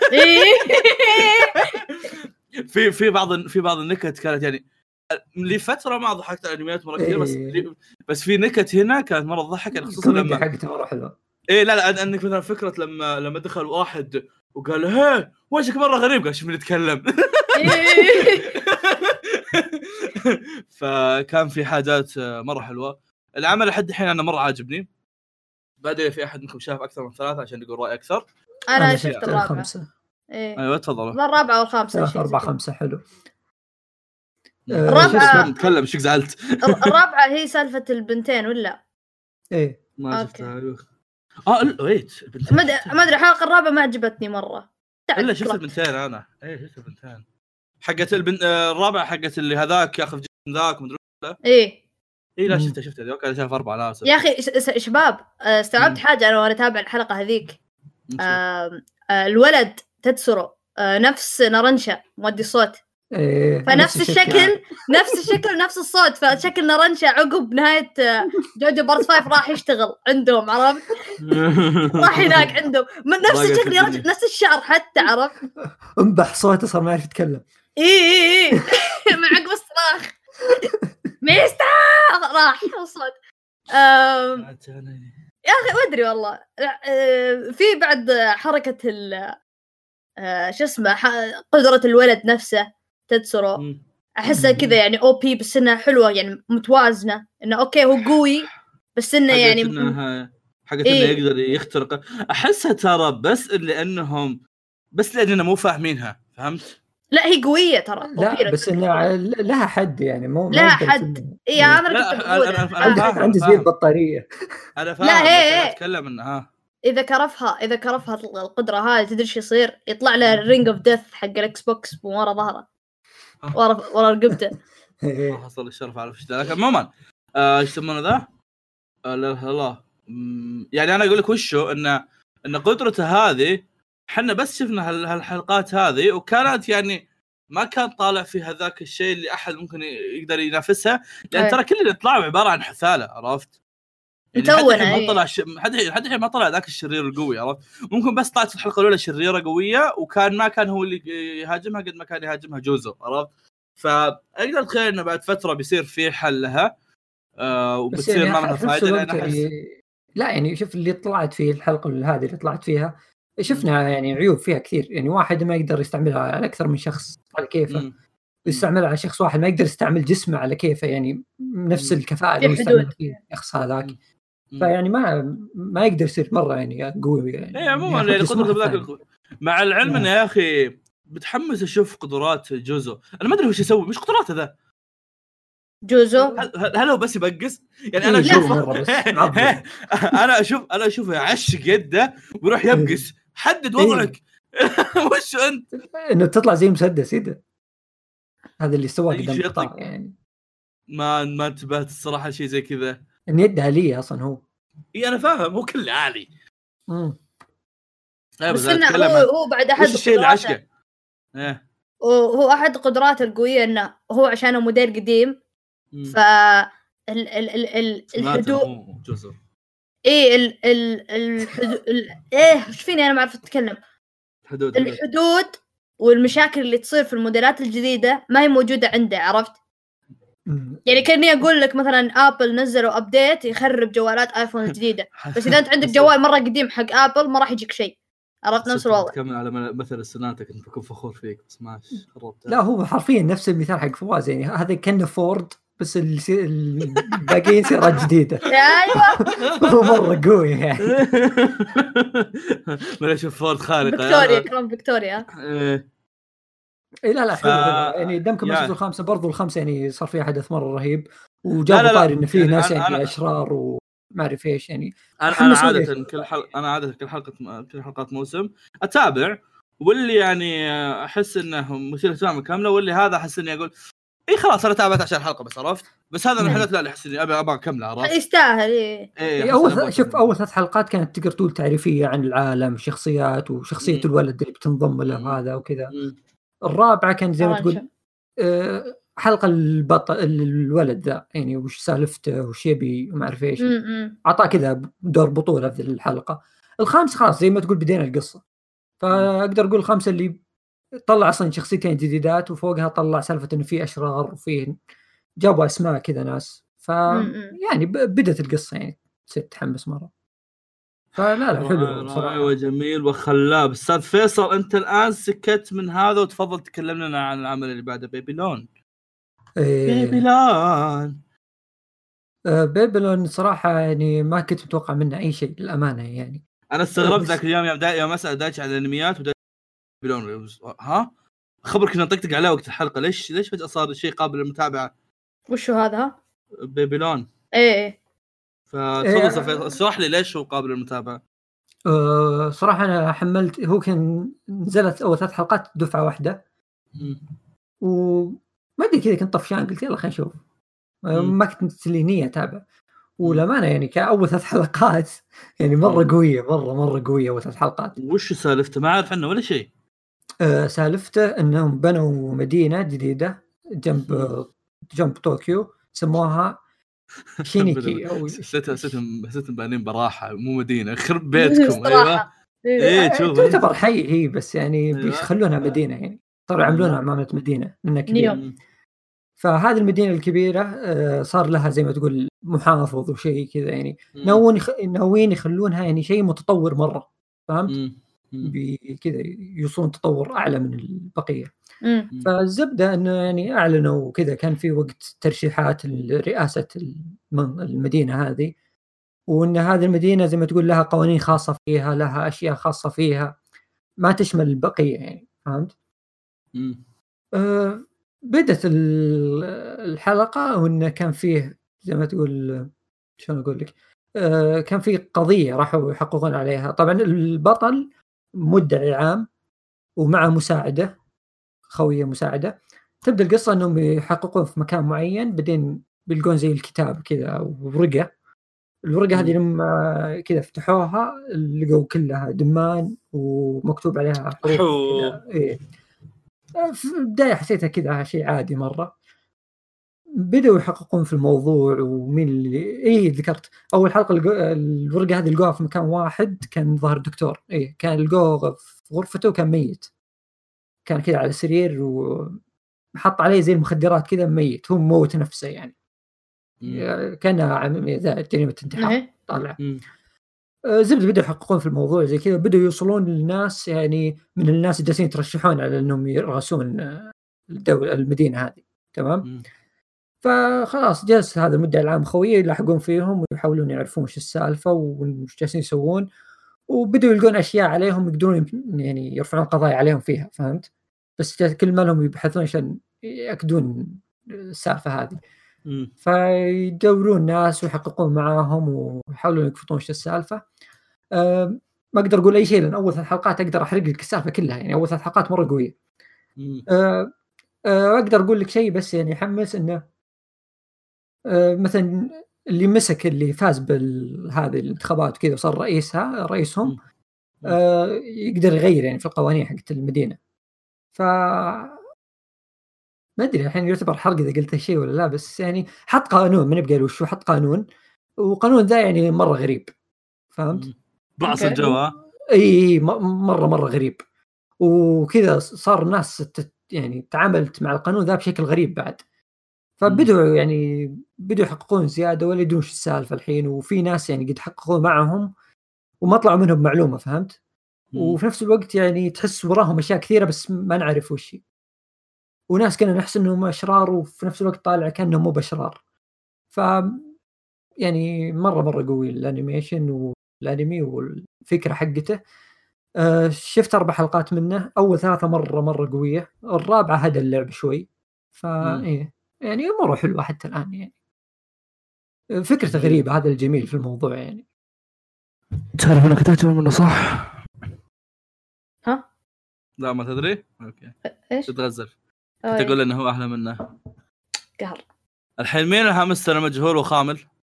في في بعض في بعض النكت كانت يعني لفتره ما ضحكت على الانميات مره كثير، بس بس في نكت هنا كانت مره تضحك، خصوصا لما حقته مره حلوه. ايه لا لا انك مثلا فكره لما لما دخل واحد وقال هي وجهك مره غريب، قال شو من يتكلم. فكان في حاجات مره حلوه. العمل لحد الحين انا مره عاجبني. بعدين في احد منكم شاف اكثر من ثلاثه عشان يقول راي اكثر؟ انا شفت الرابعه. خمسة. ايه ايوه تفضلوا. الرابعه والخامسه شيء أربعة خمسة حلو. الرابعه نتكلم شو زعلت. الرابعه هي سالفه البنتين ولا ايه ما شفتها. اه ويت ما ما ادري الحلقه الرابعه ما عجبتني مره. الا شفت البنتين انا. ايه شفت البنتين حقت البنت الرابعه حقت اللي هذاك ياخذ جسم ذاك مدري لا ايه ايه لا شفت شفت ذوك انا شايف اربعه لا يا اخي شباب استوعبت حاجه انا وانا اتابع الحلقه هذيك. آه الولد تتسرو آه نفس نرنشا مودي الصوت. إيه فنفس نفس الشكل نفس الشكل ونفس الصوت. فشكل نرنشا عقب نهايه جوجو بارت فايف راح يشتغل عندهم، عرفت؟ راح هناك عندهم نفس الشكل يا رجل، نفس الشعر حتى، عرفت؟ انبح صوته صار ما يعرف يتكلم. اي اي اي مع عقب الصراخ ميستا راح الصوت. يا اخي ما ادري والله. في بعد حركه ال شو اسمه قدره الولد نفسه تتسرو، احسها كذا يعني او بي بس انها حلوه يعني متوازنه، انه اوكي هو قوي بس انه يعني إنها حقت إيه؟ انه يقدر يخترق. احسها ترى بس لانهم بس لاننا مو فاهمينها، فهمت؟ لا هي قويه ترى. لا بس انها لها حد يعني مو لها حد. اي انا كنت بقول عندي زي البطاريه. انا فاهم. لا هي اتكلم انها اذا كرفها اذا كرفها القدره هاي تدري ايش يصير؟ يطلع له الرينج اوف ديث حق الاكس بوكس ورا ظهره ورا ورا رقبته. حصل الشرف على فشل. لكن عموما ايش يسمونه ذا؟ لا لا يعني انا اقول لك وشو ان ان قدرته هذه احنا بس شفنا هالحلقات هذه وكانت يعني ما كان طالع في هذاك الشيء اللي احد ممكن يقدر ينافسها، لان ترى كل اللي طلعوا عباره عن حثاله، عرفت؟ يعني حد ما طلع ش... حد حد الحين ما طلع ذاك الشرير القوي، عرفت؟ ممكن بس طلعت في الحلقه الاولى شريره قويه وكان ما كان هو اللي يهاجمها قد ما كان يهاجمها جوزو، عرفت؟ فاقدر اتخيل انه بعد فتره بيصير في حل لها آه وبتصير يعني ما لها فائده. لأن أحس... لا يعني شوف اللي طلعت في الحلقه هذه اللي طلعت فيها شفنا يعني عيوب فيها كثير، يعني واحد ما يقدر يستعملها على اكثر من شخص على كيفه، يستعملها على شخص واحد ما يقدر يستعمل جسمه على كيفه يعني نفس الكفاءه اللي يستعمل فيه الشخص هذاك. فيعني ما ما يقدر يصير مره يعني قوي يعني. اي عموما يعني قدرته بذاك مع العلم انه يا اخي بتحمس اشوف قدرات جوزو. انا ما ادري وش يسوي، مش قدراته ذا جوزو. هل, هل هو بس يبقس يعني؟ انا اشوف انا اشوف انا اشوفه يعشق يده ويروح يبقس. حدد وضعك. وش انت انه تطلع زي مسدس يده، هذا اللي سواه قدام القطار يعني. ما ما انتبهت الصراحه شيء زي كذا، ان يده آلية اصلا هو. اي انا فاهم هو كله آلي. امم بس انه هو هو بعد احد الشيء اللي عشقه ايه هو احد قدراته القويه انه هو عشانه مدير قديم. ف ال ال ال ال الحدود جزر ايه ال ال الحدود ايه ايش فيني انا ما اعرف اتكلم. الحدود الحدود والمشاكل اللي تصير في الموديلات الجديده ما هي موجوده عنده، عرفت؟ يعني كأني أقول لك مثلا آبل نزلوا أبديت يخرب جوالات آيفون الجديدة، بس إذا أنت عندك جوال مرة قديم حق آبل ما راح يجيك شيء، عرفت؟ نفس الوضع. تكمل على مثل السناتك كنت بكون فخور فيك بس ماشي قربت. لا هو حرفيا نفس المثال حق فواز يعني، هذا كأنه فورد بس الباقيين سيارات جديدة. أيوة هو مرة قوي يعني. ما أشوف فورد خارقة. فيكتوريا كرام فيكتوريا. إيه لا لا حلو ف... يعني دمكم يعني... مسلسل الخامسة برضو الخامسة يعني صار فيها حدث مرة رهيب وجابوا طاري إن فيه يعني ناس يعني أنا... أشرار وما أعرف إيش يعني. أنا, أنا عادة كل حلقة أنا عادة كل حلقة كل حلقات موسم أتابع، واللي يعني أحس إنه مثير اهتمام كاملة، واللي هذا أحس إني أقول إيه خلاص أنا تابعت عشان الحلقة بس، عرفت؟ بس هذا من الحلقات لا اللي أحس إني أبغى أبغى أكملها، عرفت؟ يستاهل. إيه, إيه أول شوف أول ثلاث حلقات كانت تقدر تقول تعريفية عن العالم، شخصيات وشخصية م. الولد اللي بتنضم له هذا وكذا. الرابعة كان زي ما تقول حلقة البطل الولد ذا يعني وش سالفته وش يبي وما أعرف إيش، عطاه كذا دور بطولة في الحلقة. الخامس خلاص زي ما تقول بدينا القصة، فأقدر أقول الخامسة اللي طلع أصلا شخصيتين جديدات وفوقها طلع سالفة إنه في أشرار وفيه جابوا أسماء كذا ناس، ف يعني بدت القصة يعني تصير تحمس مرة. فلا لا حلو صراحة وجميل وخلاب. أستاذ فيصل أنت الآن سكت من هذا وتفضل تكلم لنا عن العمل اللي بعده بيبيلون. إيه بيبيلون آه بيبيلون صراحة يعني ما كنت متوقع منه أي شيء للأمانة يعني. أنا استغربت ذاك اليوم يوم دا... يوم أسأل دايتش على الأنميات ودا بيبيلون ها خبرك إنه طقطق عليه وقت الحلقة، ليش ليش فجأة صار شيء قابل للمتابعة؟ وشو هذا؟ بيبيلون. إيه فتفضل إيه. اشرح لي ليش هو قابل للمتابعة. أه صراحة أنا حملت، هو كان نزلت أول ثلاث حلقات دفعة واحدة وما أدري كذا كنت طفشان قلت يلا خلينا نشوف، ما كنت لي نية أتابع. ولمانة يعني كأول ثلاث حلقات يعني مرة قوية مرة مرة قوية أول ثلاث حلقات. وش سالفته؟ ما أعرف عنه ولا شيء. أه سالفته أنهم بنوا مدينة جديدة جنب جنب طوكيو سموها شينيكي او ستة ستة ستة بانين براحه مو مدينه خرب بيتكم. ايوه ايه شوف تعتبر حي هي بس يعني بيخلونها مدينه يعني صاروا يعملونها عمامة مدينه لانها كبيره. فهذه المدينه الكبيره صار لها زي ما تقول محافظ وشيء كذا يعني ناويين يخ... ناويين يخلونها يعني شيء متطور مره، فهمت؟ بكذا يوصلون تطور اعلى من البقيه. فالزبده انه يعني اعلنوا كذا كان في وقت ترشيحات لرئاسه المدينه هذه، وان هذه المدينه زي ما تقول لها قوانين خاصه فيها، لها اشياء خاصه فيها ما تشمل البقيه يعني، فهمت؟ أه بدت الحلقه وانه كان فيه زي ما تقول شلون اقول لك أه كان في قضيه راحوا يحققون عليها. طبعا البطل مدعي عام ومع مساعده خويه مساعده. تبدا القصه انهم يحققون في مكان معين بعدين بيلقون زي الكتاب كذا ورقه. الورقه هذه لما كذا فتحوها لقوا كلها دمان ومكتوب عليها حروف كذا. ايه في البدايه حسيتها كذا شيء عادي مره. بدأوا يحققون في الموضوع ومين اللي ايه ذكرت اول حلقه الورقه هذه لقوها في مكان واحد كان ظهر دكتور. ايه كان لقوه في غرفته وكان ميت، كان كذا على سرير وحط عليه زي المخدرات كذا ميت، هو موت نفسه يعني كان جريمة انتحار طالع. زبده بدأوا يحققون في الموضوع زي كذا، بدأوا يوصلون للناس يعني من الناس اللي جالسين يترشحون على انهم يرأسون الدولة المدينة هذه، تمام؟ فخلاص جلس هذا المدعي العام خويه يلاحقون فيهم ويحاولون يعرفون وش السالفة وش جالسين يسوون، وبدأوا يلقون أشياء عليهم يقدرون يعني يرفعون قضايا عليهم فيها، فهمت؟ بس كل ما لهم يبحثون عشان يأكدون السالفة هذه. مم. فيدورون ناس ويحققون معاهم ويحاولون يكفتون ايش السالفة. أه ما أقدر أقول أي شيء لأن أول ثلاث حلقات أقدر أحرق لك السالفة كلها، يعني أول ثلاث حلقات مرة قوية. أه أه أقدر أقول لك شيء بس يعني يحمس إنه أه مثلا اللي مسك اللي فاز بهذه الانتخابات كذا وصار رئيسها رئيسهم أه يقدر يغير يعني في القوانين حقت المدينة. ف ما أدري الحين يعتبر حرق إذا قلت شيء ولا لا، بس يعني حط قانون من يبقى وشو حط قانون، وقانون ذا يعني مرة غريب فهمت؟ بعص الجو. اي مرة مرة غريب، وكذا صار الناس تت يعني تعاملت مع القانون ذا بشكل غريب بعد، فبدوا يعني بدوا يحققون زيادة ولا يدون شو السالفة الحين، وفي ناس يعني قد حققوا معهم وما طلعوا منهم معلومة فهمت؟ وفي نفس الوقت يعني تحس وراهم أشياء كثيرة بس ما نعرف وش هي، وناس كنا نحس انهم اشرار وفي نفس الوقت طالع كانهم مو باشرار. ف يعني مره مره قوي الانيميشن والانمي والفكره حقته. أه شفت اربع حلقات منه، اول ثلاثه مره مره قويه، الرابعه هدى اللعب شوي. فا ايه يعني مره حلوه حتى الان، يعني فكرته غريبه، هذا الجميل في الموضوع. يعني تعرف انا كتبت منه صح؟ ها لا ما تدري. اوكي ايش تتغزل كنت اقول انه هو احلى منه. قهر. الحين مين الهامستر مجهول وخامل؟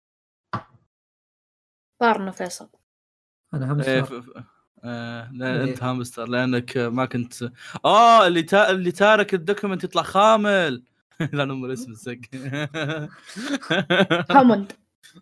بارنا فيصل. انا همستر. إيه ف... ف... آه... لا إيه. انت هامستر لانك ما كنت اه اللي تا... اللي تارك الدوكيمنت يطلع خامل. لا نمر الاسم السق. هاموند.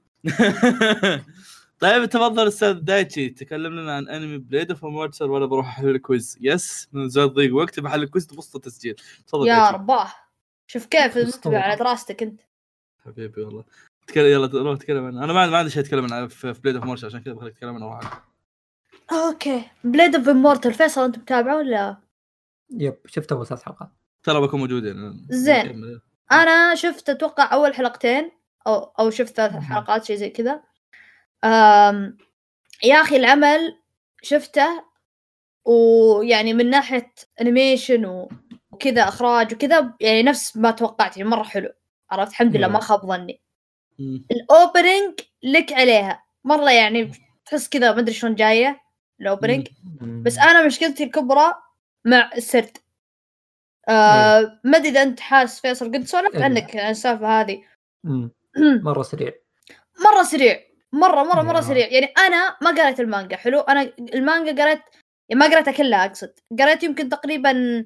طيب تفضل استاذ دايتشي، تكلم لنا عن انمي بليد اوف مورتر وانا بروح احل الكويز. يس من زاد ضيق وقت بحل الكويز تبسط التسجيل. تفضل يا رباه شوف كيف المتبع على دراستك انت حبيبي والله. تكلم يلا روح تكلم عنه. انا ما عندي شيء اتكلم عنه في بليد اوف مورتر عشان كذا بخليك تتكلم عنه واحد. اوكي بليد اوف مورتر فيصل انت متابعه ولا؟ يب شفت اول ثلاث حلقات ترى بكون موجود يعني. زين انا شفت اتوقع اول حلقتين او او شفت ثلاث حلقات شيء زي كذا. أم... يا أخي العمل شفته ويعني من ناحية أنيميشن وكذا أخراج وكذا يعني نفس ما توقعت، يعني مرة حلو عرفت. الحمد لله ما خاب ظني. الأوبننج لك عليها مرة يعني تحس كذا ما أدري شلون جاية الأوبننج، بس أنا مشكلتي الكبرى مع السرد. آه ما أدري إذا أنت حاس فيصل قد سولفت عنك عن السالفة هذه. مرة سريع مرة سريع مرة مرة مرة سريع. يعني أنا ما قرأت المانجا حلو، أنا المانجا قرأت يعني ما قرأتها كلها، أقصد قرأت يمكن تقريبا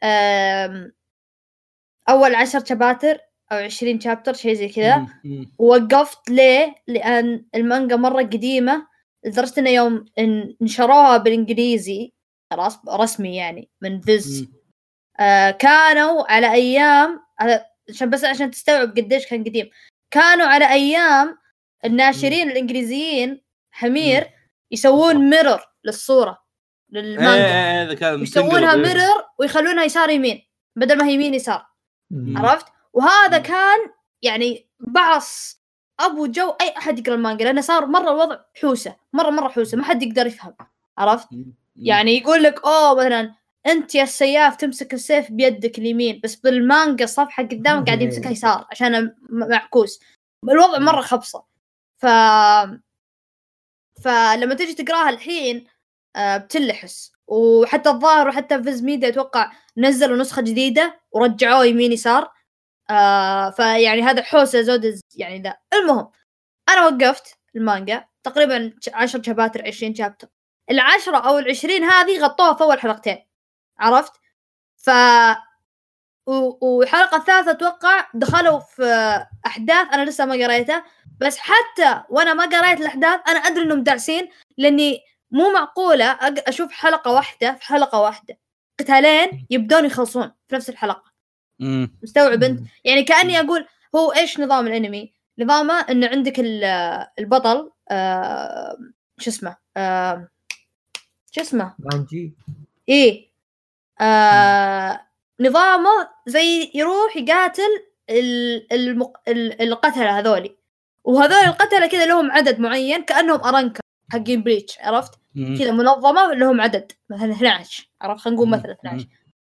أول عشر شابتر أو عشرين شابتر شيء زي كذا، ووقفت ليه؟ لأن المانجا مرة قديمة لدرجة إنه يوم نشروها بالإنجليزي خلاص رسمي يعني من فيز آه كانوا على أيام عشان بس عشان تستوعب قديش كان قديم، كانوا على أيام الناشرين الإنجليزيين حمير يسوون ميرور للصورة للمانجا، يسوونها ميرور ويخلونها يسار يمين بدل ما هي يمين يسار. عرفت؟ وهذا كان يعني بعص أبو جو أي أحد يقرأ المانجا، لأنه صار مرة الوضع حوسة مرة مرة حوسة ما حد يقدر يفهم. عرفت؟ يعني يقول لك أوه مثلا أنت يا السياف تمسك السيف بيدك اليمين، بس بالمانجا الصفحة قدامك قاعد يمسكها يسار عشان معكوس. الوضع مرة خبصة. ف فلما تيجي تقراها الحين بتلحس. وحتى الظاهر وحتى فيز ميديا أتوقع نزلوا نسخة جديدة ورجعوه يمين يسار. آه فيعني هذا حوسة زود يعني ذا. المهم أنا وقفت المانجا تقريبا عشر شابتر عشرين شابتر، العشرة أو العشرين هذه غطوها في أول حلقتين. عرفت؟ ف وحلقة الثالثة أتوقع دخلوا في أحداث أنا لسه ما قريتها، بس حتى وأنا ما قريت الأحداث أنا أدري إنهم دارسين، لأني مو معقولة أشوف حلقة واحدة في حلقة واحدة قتالين يبدون يخلصون في نفس الحلقة. مستوعب أنت؟ يعني كأني أقول هو إيش نظام الأنمي؟ نظامه إنه عندك البطل آه شو اسمه آه شو اسمه مانجي إيه آه نظامه زي يروح يقاتل المق... القتلة هذولي، وهذول القتلة كذا لهم عدد معين كأنهم أرانكا حقين بريتش. عرفت؟ كذا منظمة لهم عدد مثلا اثنا عشر. عرفت؟ خلينا نقول مثلا اثنا عشر.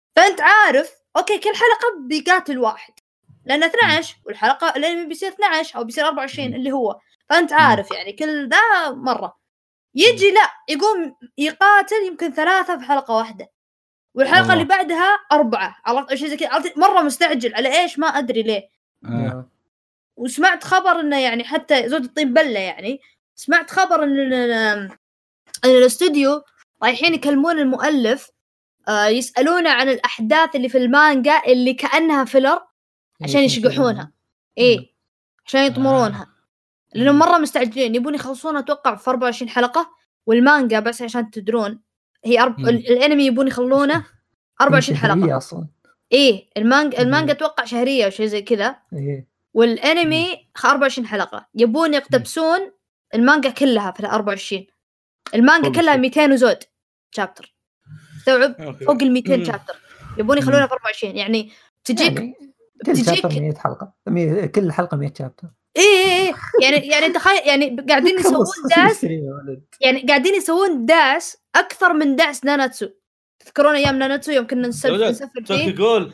فانت عارف اوكي كل حلقه بيقاتل واحد لان اثنا عشر والحلقه الانمي بيصير اثنا عشر او بيصير أربعة وعشرين اللي هو فانت عارف يعني كل ذا مره يجي لا يقوم يقاتل يمكن ثلاثه في حلقه واحده والحلقه الله. اللي بعدها اربعه عرفت شيء زي كذا مره مستعجل على ايش ما ادري ليه آه. وسمعت خبر انه يعني حتى زود الطين بله يعني سمعت خبر ان ان الاستوديو رايحين يكلمون المؤلف آه يسالونه عن الاحداث اللي في المانجا اللي كانها فيلر عشان يشقحونها ايه عشان يطمرونها لانهم مره مستعجلين يبون يخلصونها اتوقع في أربعة وعشرين حلقه والمانجا بس عشان تدرون هي أرب... الانمي يبون يخلونه أربعة وعشرين حلقه اصلا ايه المانجا المانجا اتوقع شهريه او شيء زي كذا ايه والانمي أربعة وعشرين حلقه يبون يقتبسون المانجا كلها في أربعة وعشرين المانجا كلها مئتين وزود شابتر استوعب فوق ال مئتين شابتر يبون يخلونها في أربعة وعشرين يعني تجيك يعني كل شابتر مئة حلقه كل حلقه مئة شابتر ايه ايه يعني يعني تخيل يعني قاعدين يسوون داس يعني قاعدين يسوون داس اكثر من داس ناناتسو تذكرون ايام ناناتسو يوم كنا نسافر نسافر فيه تقول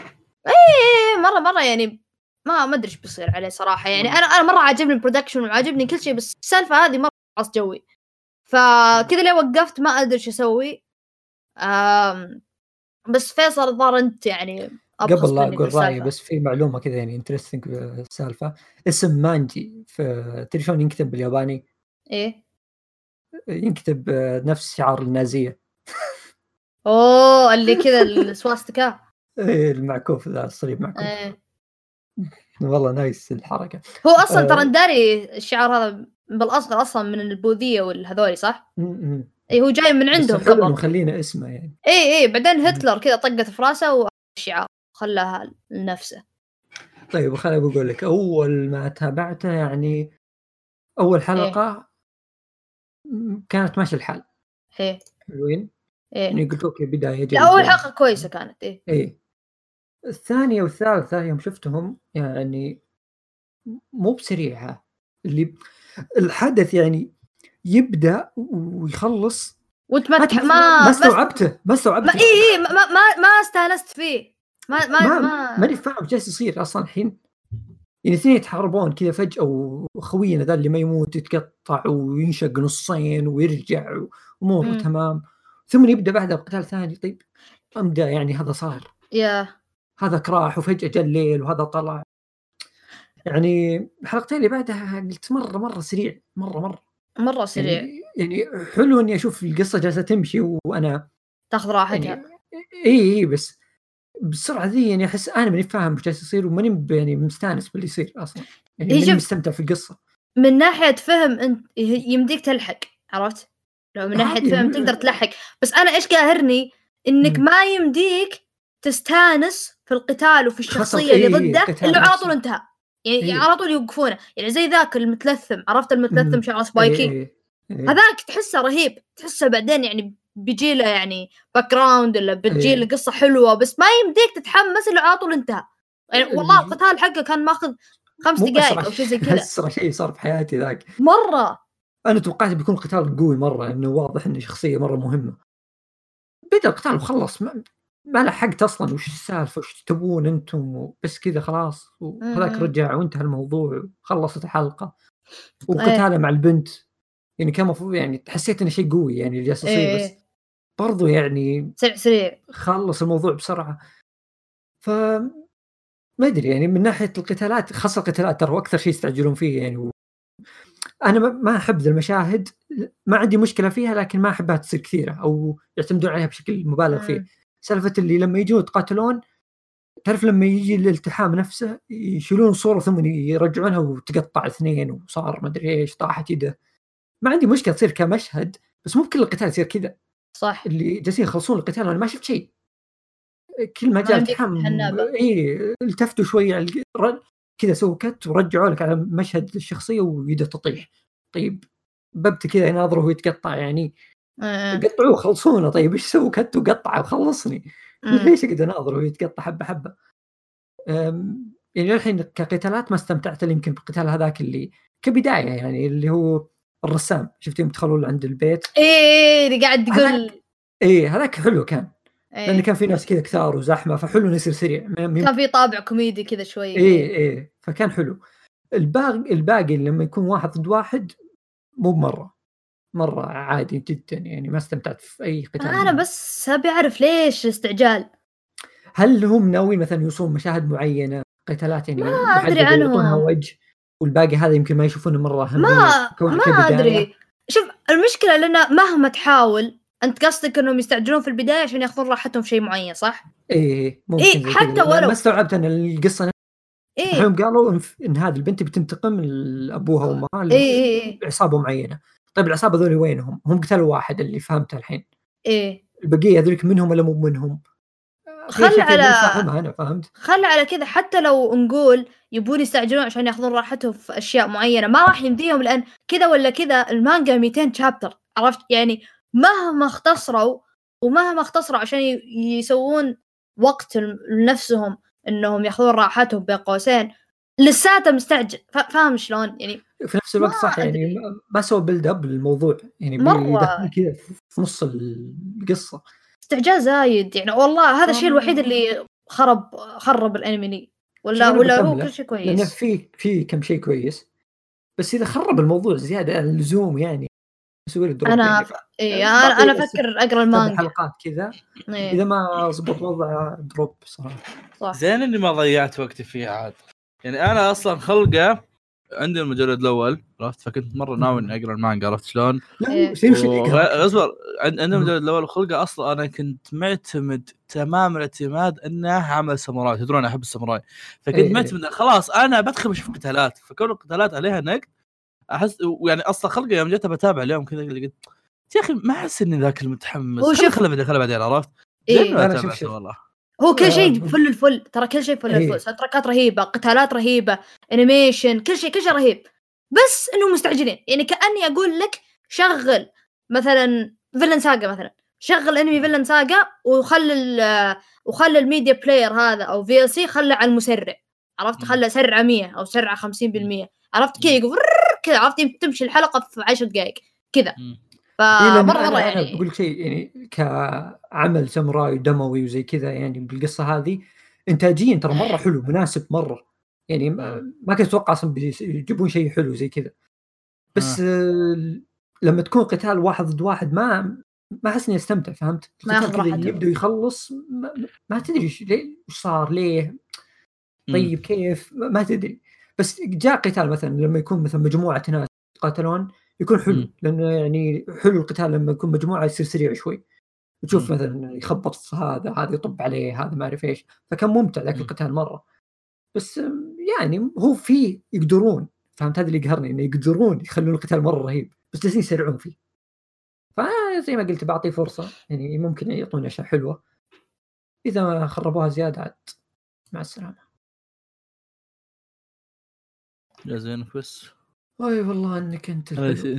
ايه مره مره يعني ما ما ادري ايش بيصير عليه صراحه يعني انا انا مره عاجبني البرودكشن وعاجبني كل شيء بس السالفه هذه مره عص جوي فكذا ليه وقفت ما ادري ايش اسوي آم بس فيصل الظاهر انت يعني قبل لا اقول رايي بس في معلومه كذا يعني انترستنج السالفه اسم مانجي في تليفون ينكتب بالياباني ايه ينكتب نفس شعار النازيه اوه اللي كذا السواستيكا ايه المعكوف ذا الصليب معكوف ايه. والله نايس الحركه هو اصلا ترى نداري الشعار هذا بالاصغر اصلا من البوذيه والهذولي صح امم اي هو جاي من عندهم قبل مخلينا اسمه يعني اي اي بعدين هتلر كذا طقت في راسه والشعار خلاها لنفسه. طيب خليني بقول لك اول ما تابعته يعني اول حلقه إيه؟ كانت ماشي الحال ايه حلوين إيه؟ يعني قلت اوكي بدايه لا اول حلقه كويسه كانت ايه ايه الثانيه والثالثه يوم شفتهم يعني مو بسريعه اللي الحدث يعني يبدا ويخلص وانت ما ما ما ما استوعبته ما استوعبته اي اي ما ما ما استانست فيه ما ما ما ما ماني فاهم ايش جالس يصير اصلا الحين يعني اثنين يتحاربون كذا فجاه وخوينا ذا اللي ما يموت يتقطع وينشق نصين ويرجع واموره تمام ثم يبدا بعدها بقتال ثاني. طيب امدا يعني هذا صار يا yeah. هذا راح وفجاه جاء الليل وهذا طلع يعني الحلقتين اللي بعدها قلت مره مره سريع مره مره مره سريع يعني, يعني حلو اني اشوف القصه جالسه تمشي وانا تاخذ راحتها يعني اي اي بس بالسرعه ذي يعني احس انا ماني فاهم ايش جالس يصير وماني يعني مستانس باللي يصير اصلا يعني ماني مستمتع في القصه من ناحيه فهم انت يمديك تلحق عرفت لو من ناحيه فهم تقدر تلحق بس انا ايش قاهرني انك م. ما يمديك تستانس في القتال وفي الشخصيه اللي ضده إيه الا على طول انتهى يعني إيه. على طول يوقفونه يعني زي ذاك المتلثم عرفت المتلثم شعره سبايكي إيه إيه. هذاك تحسه رهيب تحسه بعدين يعني بيجي له يعني باك جراوند ولا بتجي له قصه حلوه بس ما يمديك تتحمس الا على طول انتهى يعني والله القتال حقه كان ماخذ خمس دقائق او شيء زي كذا اسرع شيء صار في حياتي ذاك مره انا توقعت بيكون قتال قوي مره انه واضح انه شخصيه مره مهمه بدا القتال وخلص ما, ما لحقت اصلا وش السالفه وش تبون انتم بس كذا خلاص وهذاك رجع وانتهى الموضوع خلصت الحلقه وقتاله ايه. مع البنت يعني كان مفروض يعني حسيت انه شيء قوي يعني اللي جالس يصير ايه. بس برضو يعني سريع سريع خلص الموضوع بسرعه ف ما ادري يعني من ناحيه القتالات خاصه القتالات ترى اكثر شيء يستعجلون فيه يعني و... انا ما احب المشاهد ما عندي مشكله فيها لكن ما احبها تصير كثيره او يعتمدون عليها بشكل مبالغ فيه. سالفه اللي لما يجون يتقاتلون تعرف لما يجي الالتحام نفسه يشيلون صوره ثم يرجعونها وتقطع اثنين وصار ما ادري ايش طاحت يده. ما عندي مشكله تصير كمشهد بس مو بكل القتال يصير كذا صح اللي جالسين يخلصون القتال انا ما شفت شيء كل ما جاء التحام اي التفتوا شوي على كذا سووا كت ورجعوا لك على مشهد الشخصيه ويده تطيح. طيب ببت كذا يناظره ويتقطع يعني أه. قطعوه خلصونا. طيب ايش سووا كت وقطع وخلصني ليش اقدر اناظره ويتقطع حبه حبه. يعني الحين كقتالات ما استمتعت يمكن بالقتال هذاك اللي كبدايه يعني اللي هو الرسام شفتهم يدخلون عند البيت ايه اللي قاعد يقول ايه هذاك حلو كان لأن كان في ناس كذا كثار وزحمة فحلو يصير سريع كان في طابع كوميدي كذا شوي إيه إيه فكان حلو. الباقي الباقي لما يكون واحد ضد واحد مو مرة مرة عادي جدا يعني ما استمتعت في أي قتال. أنا بس أبي أعرف ليش الاستعجال. هل هم ناويين مثلا يوصلون مشاهد معينة قتالات يعني ما أدري عنهم وجه والباقي هذا يمكن ما يشوفونه مرة ما ما أدري. شوف المشكلة لأن مهما تحاول أنت قصدك إنهم يستعجلون في البداية عشان يأخذون راحتهم في شيء معين صح؟ إيه ممكن إيه حتى ولو ما استوعبت أن القصة إيه هم قالوا إن هذه البنت بتنتقم من أبوها وأمها إيه عصابة معينة. طيب العصابة ذولي وينهم؟ هم قتلوا واحد اللي فهمته الحين. إيه البقية ذولك منهم ولا مو منهم؟ خل على أنا فهمت. خل على كذا حتى لو نقول يبون يستعجلون عشان ياخذون راحتهم في أشياء معينة ما راح يمديهم لأن كذا ولا كذا المانجا مئتين شابتر عرفت يعني مهما اختصروا ومهما اختصروا عشان يسوون وقت لنفسهم إنهم ياخذون راحتهم بين قوسين لساته مستعجل. فاهم شلون يعني في نفس الوقت صح يعني ما سوى بيلد اب للموضوع يعني يدخل كذا في نص القصة استعجال زايد يعني والله هذا الشيء الوحيد اللي خرب خرب الانمي ولا ولا هو كل شيء كويس لأن في في كم شيء كويس بس إذا خرب الموضوع زيادة عن اللزوم يعني أسوي دروب أنا يعني ف... إيه أنا أنا أفكر أقرأ المانجا حلقات كذا إيه. إذا ما زبط وضع دروب صراحة زين إني ما ضيعت وقتي فيها عاد يعني أنا أصلا خلقة عندي المجلد الأول عرفت فكنت مرة ناوي إني أقرأ المانجا عرفت شلون؟ لا شيء أصبر عندي المجلد الأول وخلقة أصلا أنا كنت معتمد تمام الاعتماد إنه عمل ساموراي تدرون أحب الساموراي فكنت أيه. معتمد خلاص أنا بدخل أشوف قتالات فكون القتالات عليها نقد أحس ويعني أصلا خلقة يوم جيت بتابع اليوم كذا قلت يا أخي ما أحس إني ذاك المتحمس خل خله بدي خله بعدين عرفت؟ إيه. أنا شوف شوف والله هو كل شيء فل الفل ترى كل شيء فل الفل ساتركات رهيبة قتالات رهيبة انيميشن كل شيء كل شيء رهيب بس انه مستعجلين يعني كأني اقول لك شغل مثلا فيلن ساغا مثلا شغل انمي فيلن ساغا وخلي وخلي الميديا بلاير هذا او في ال سي خله على المسرع عرفت خله سرعة مية او سرعة خمسين بالمية عرفت كذا يقول كذا عرفت تمشي الحلقة في عشر دقائق كذا فمرة مرة يعني أنا بقول شيء يعني كعمل ساموراي دموي وزي كذا يعني بالقصة هذه إنتاجيا ترى مرة حلو مناسب مرة يعني ما كنت أتوقع أصلا بيجيبون شيء حلو زي كذا بش آه. لما تكون قتال واحد ضد واحد ما ما أحس إني أستمتع فهمت القتال كذا يبدأ يخلص ما, ما تدري إيش إيش صار ليه طيب كيف ما تدري بس جاء قتال مثلا لما يكون مثلا مجموعة ناس يقاتلون يكون حلو م. لأنه يعني حلو القتال لما يكون مجموعة يصير سريع شوي تشوف مثلا يخبط في هذا هذا يطب عليه هذا ما أعرف إيش فكان ممتع ذاك القتال مرة بس يعني هو فيه يقدرون فهمت هذا اللي يقهرني إنه يقدرون يخلون القتال مرة رهيب بس جالسين يسرعون فيه فزي ما قلت بعطيه فرصة يعني ممكن يعطون أشياء حلوة إذا ما خربوها زيادة عاد مع السلامة. يا زين بس أي والله إنك أنت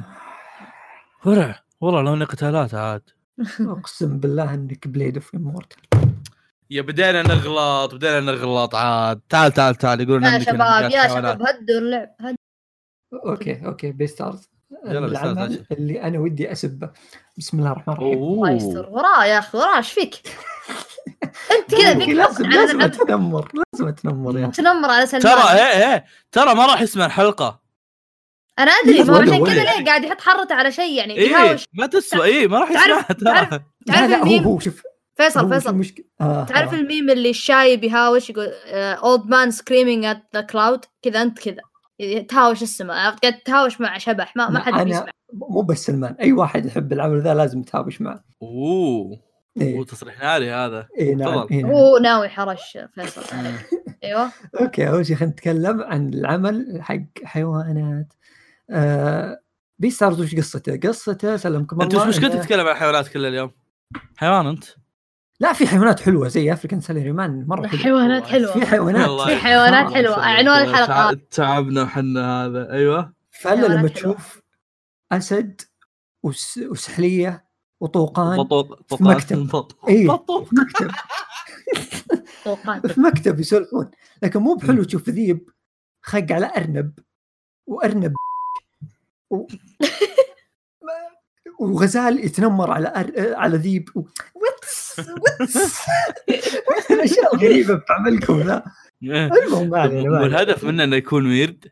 ورع والله لو قتالات عاد أقسم بالله إنك بليد أوف إمورتال يا بدينا نغلط بدينا نغلط عاد تعال تعال تعال يقولون يا شباب يا شباب هدوا اللعب هد أوكي أوكي بيستارز العمل اللي أنا ودي أسبه بسم الله الرحمن الرحيم الله يستر وراه يا أخي وراه إيش فيك أنت كذا فيك لازم لازم تنمر لازم تنمر يا تنمر على سلمان ترى إيه إيه ترى ما راح يسمع الحلقة أنا أدري ما عشان كذا ليه قاعد يحط حرته على شيء يعني يهاوش ما تسوى إيه ما راح يسمع تعرف تعرف الميم هو شوف فيصل فيصل آه تعرف آه. الميم اللي الشايب يهاوش يقول old man screaming at the cloud كذا أنت كذا تهاوش السماء قاعد تهاوش مع شبح ما ما حد يسمع مو بس سلمان أي واحد يحب العمل ذا لازم تهاوش معه. أوه إيه. وتصريح ناري هذا إيه نعم. إيه نعم. هو ناوي حرش فيصل أيوة أوكي أول شيء خلينا نتكلم عن العمل حق حيوانات آه بيستارز وش قصته قصته سلمكم الله. أنت وش كنت تتكلم عن الحيوانات كل اليوم حيوان أنت لا في حيوانات حلوة زي أفريكان ساليريمان مرة حلوة حيوانات حلوة في حيوانات في حيوانات حلوة عنوان الحلقة تعبنا حنا هذا أيوة فعلا لما تشوف أسد وس... وسحلية وطوقان بطوق في مكتب إيه في مكتب في مكتب يسولفون لكن مو بحلو تشوف ذيب خق على أرنب وأرنب و... وغزال يتنمر على أر... على ذيب و... وش الاشياء الغريبه بتعملكم ذا؟ المهم ما علينا. والهدف منه انه يكون ويرد.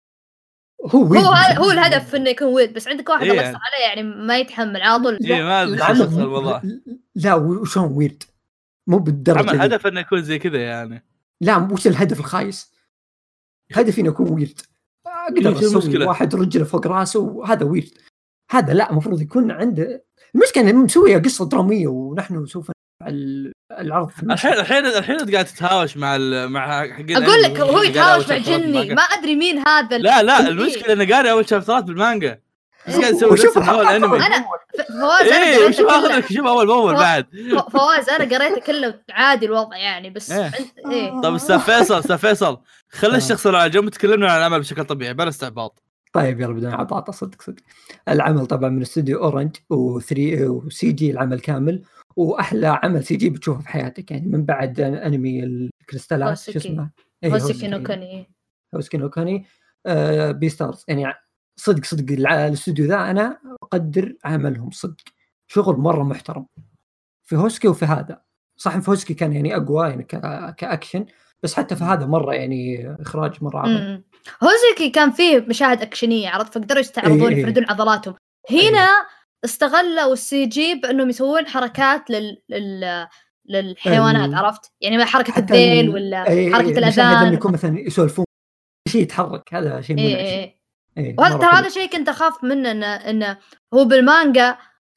هو هو هو الهدف انه يكون ويرد، بس عندك واحد الله يستر عليه يعني ما يتحمل على طول. اي ما ادري شو يصير والله. لا وشون ويرد مو بالدرجه. الهدف انه يكون زي كذا يعني. لا وش الهدف الخايس؟ هدفي انه يكون ويرد. اقدر اسوي واحد رجله فوق راسه وهذا ويرد. هذا لا المفروض يكون عنده المشكله انه مسويه قصه دراميه ونحن سوف العرض. الحين الحين الحين قاعد تتهاوش مع مع حقين. اقول لك هو يتهاوش مع جني ما ادري مين هذا. لا لا المشكله انه قاري اول شابترات بالمانجا بس قاعد يسوي نفس اول انمي. انا فواز انا قريته شوف اخذك شوف اول باول بعد فواز انا قريته كله عادي الوضع يعني بس ايه, إيه. طب استاذ فيصل استاذ فيصل خلي الشخص اللي على جنب تكلمنا عن العمل بشكل طبيعي بلا استعباط. طيب يلا بدنا عطاطا صدق صدق. العمل طبعا من استوديو اورنج و3 وسي جي العمل كامل واحلى عمل سي جي بتشوفه في حياتك يعني من بعد انمي الكريستالات شو اسمه هوسكي نو كوني هوسكي نو كوني آه بي ستارز يعني صدق صدق الاستوديو ذا انا اقدر عملهم صدق شغل مره محترم في هوسكي وفي هذا. صح في هوسكي كان يعني اقوى يعني كاكشن بس حتى في هذا مره يعني اخراج مره عظيم. هوسكي كان فيه مشاهد اكشنيه عرفت فقدروا يستعرضون يفردون إيه عضلاتهم. هنا إيه استغلوا السي جي بانهم يسوون حركات لل, لل... للحيوانات. أيه عرفت يعني حركه الذيل ولا أيه حركه الاذان لما يكون مثلا يسولفون شيء يتحرك هذا شيء منعش. أيه أيه وهذا هذا شيء كنت اخاف منه انه انه هو بالمانجا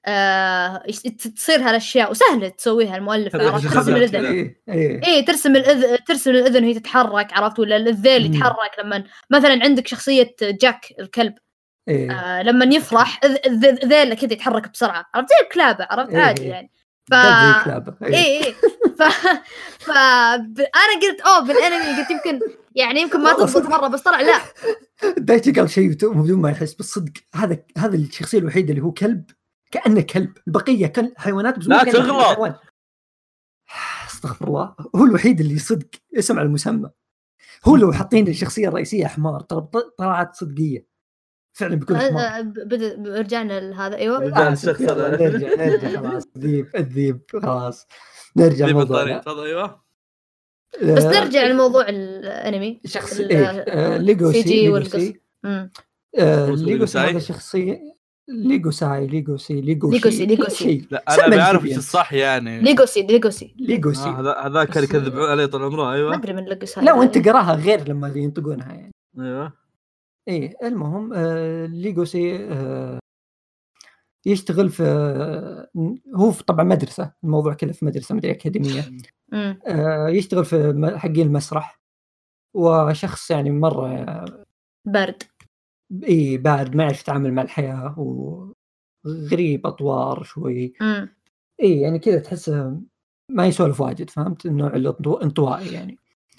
آه تصير هالاشياء وسهله تسويها المؤلف عرفت ترسم الاذن اي إيه. إيه ترسم الاذن ترسم الاذن وهي تتحرك عرفت ولا الذيل يتحرك لما مثلا عندك شخصيه جاك الكلب إيه. آه لما يفرح ذيل كذا يتحرك بسرعه عرفت زي الكلابه عرفت إيه. عادي يعني ف اي اي ف ف انا قلت اوه بالانمي قلت يمكن يعني يمكن ما تضبط مره بس طلع لا دايتي قال شيء بدون ما يحس بالصدق. هذا هذا الشخصيه الوحيده اللي هو كلب كأنه كلب البقيه كل حيوانات بس لا تغلط استغفر الله. هو الوحيد اللي صدق اسم على المسمى. هو لو حاطين الشخصيه الرئيسيه حمار ترى طلعت صدقيه فعلا بيكون حمار. بدا رجعنا لهذا ايوه نرجع نرجع خلاص ذيب الذيب خلاص نرجع الموضوع تفضل ايوه بس نرجع لموضوع الانمي شخص ايه ليجوسي ليجوسي ليجوسي هذا شخصيه ليجوساي ليجوسي ليجوسي ليجوسي لا انا بعرف ايش الصح يعني ليجوسي ليجوسي ليجوسي هذا هذاك اللي يكذبون عليه طول عمره. ايوه ما ادري من ليجوسي لا وانت قراها غير لما ينطقونها يعني. ايوه ايه المهم آه ليجوسي آه يشتغل في آه هو في طبعا مدرسه الموضوع كله في مدرسه مدرسه اكاديميه آه يشتغل في حقين المسرح وشخص يعني مره آه برد ايه بارد ما يعرف يتعامل مع الحياه وغريب اطوار شوي ايه يعني كذا تحسه ما يسولف واجد فهمت النوع الانطوائي يعني.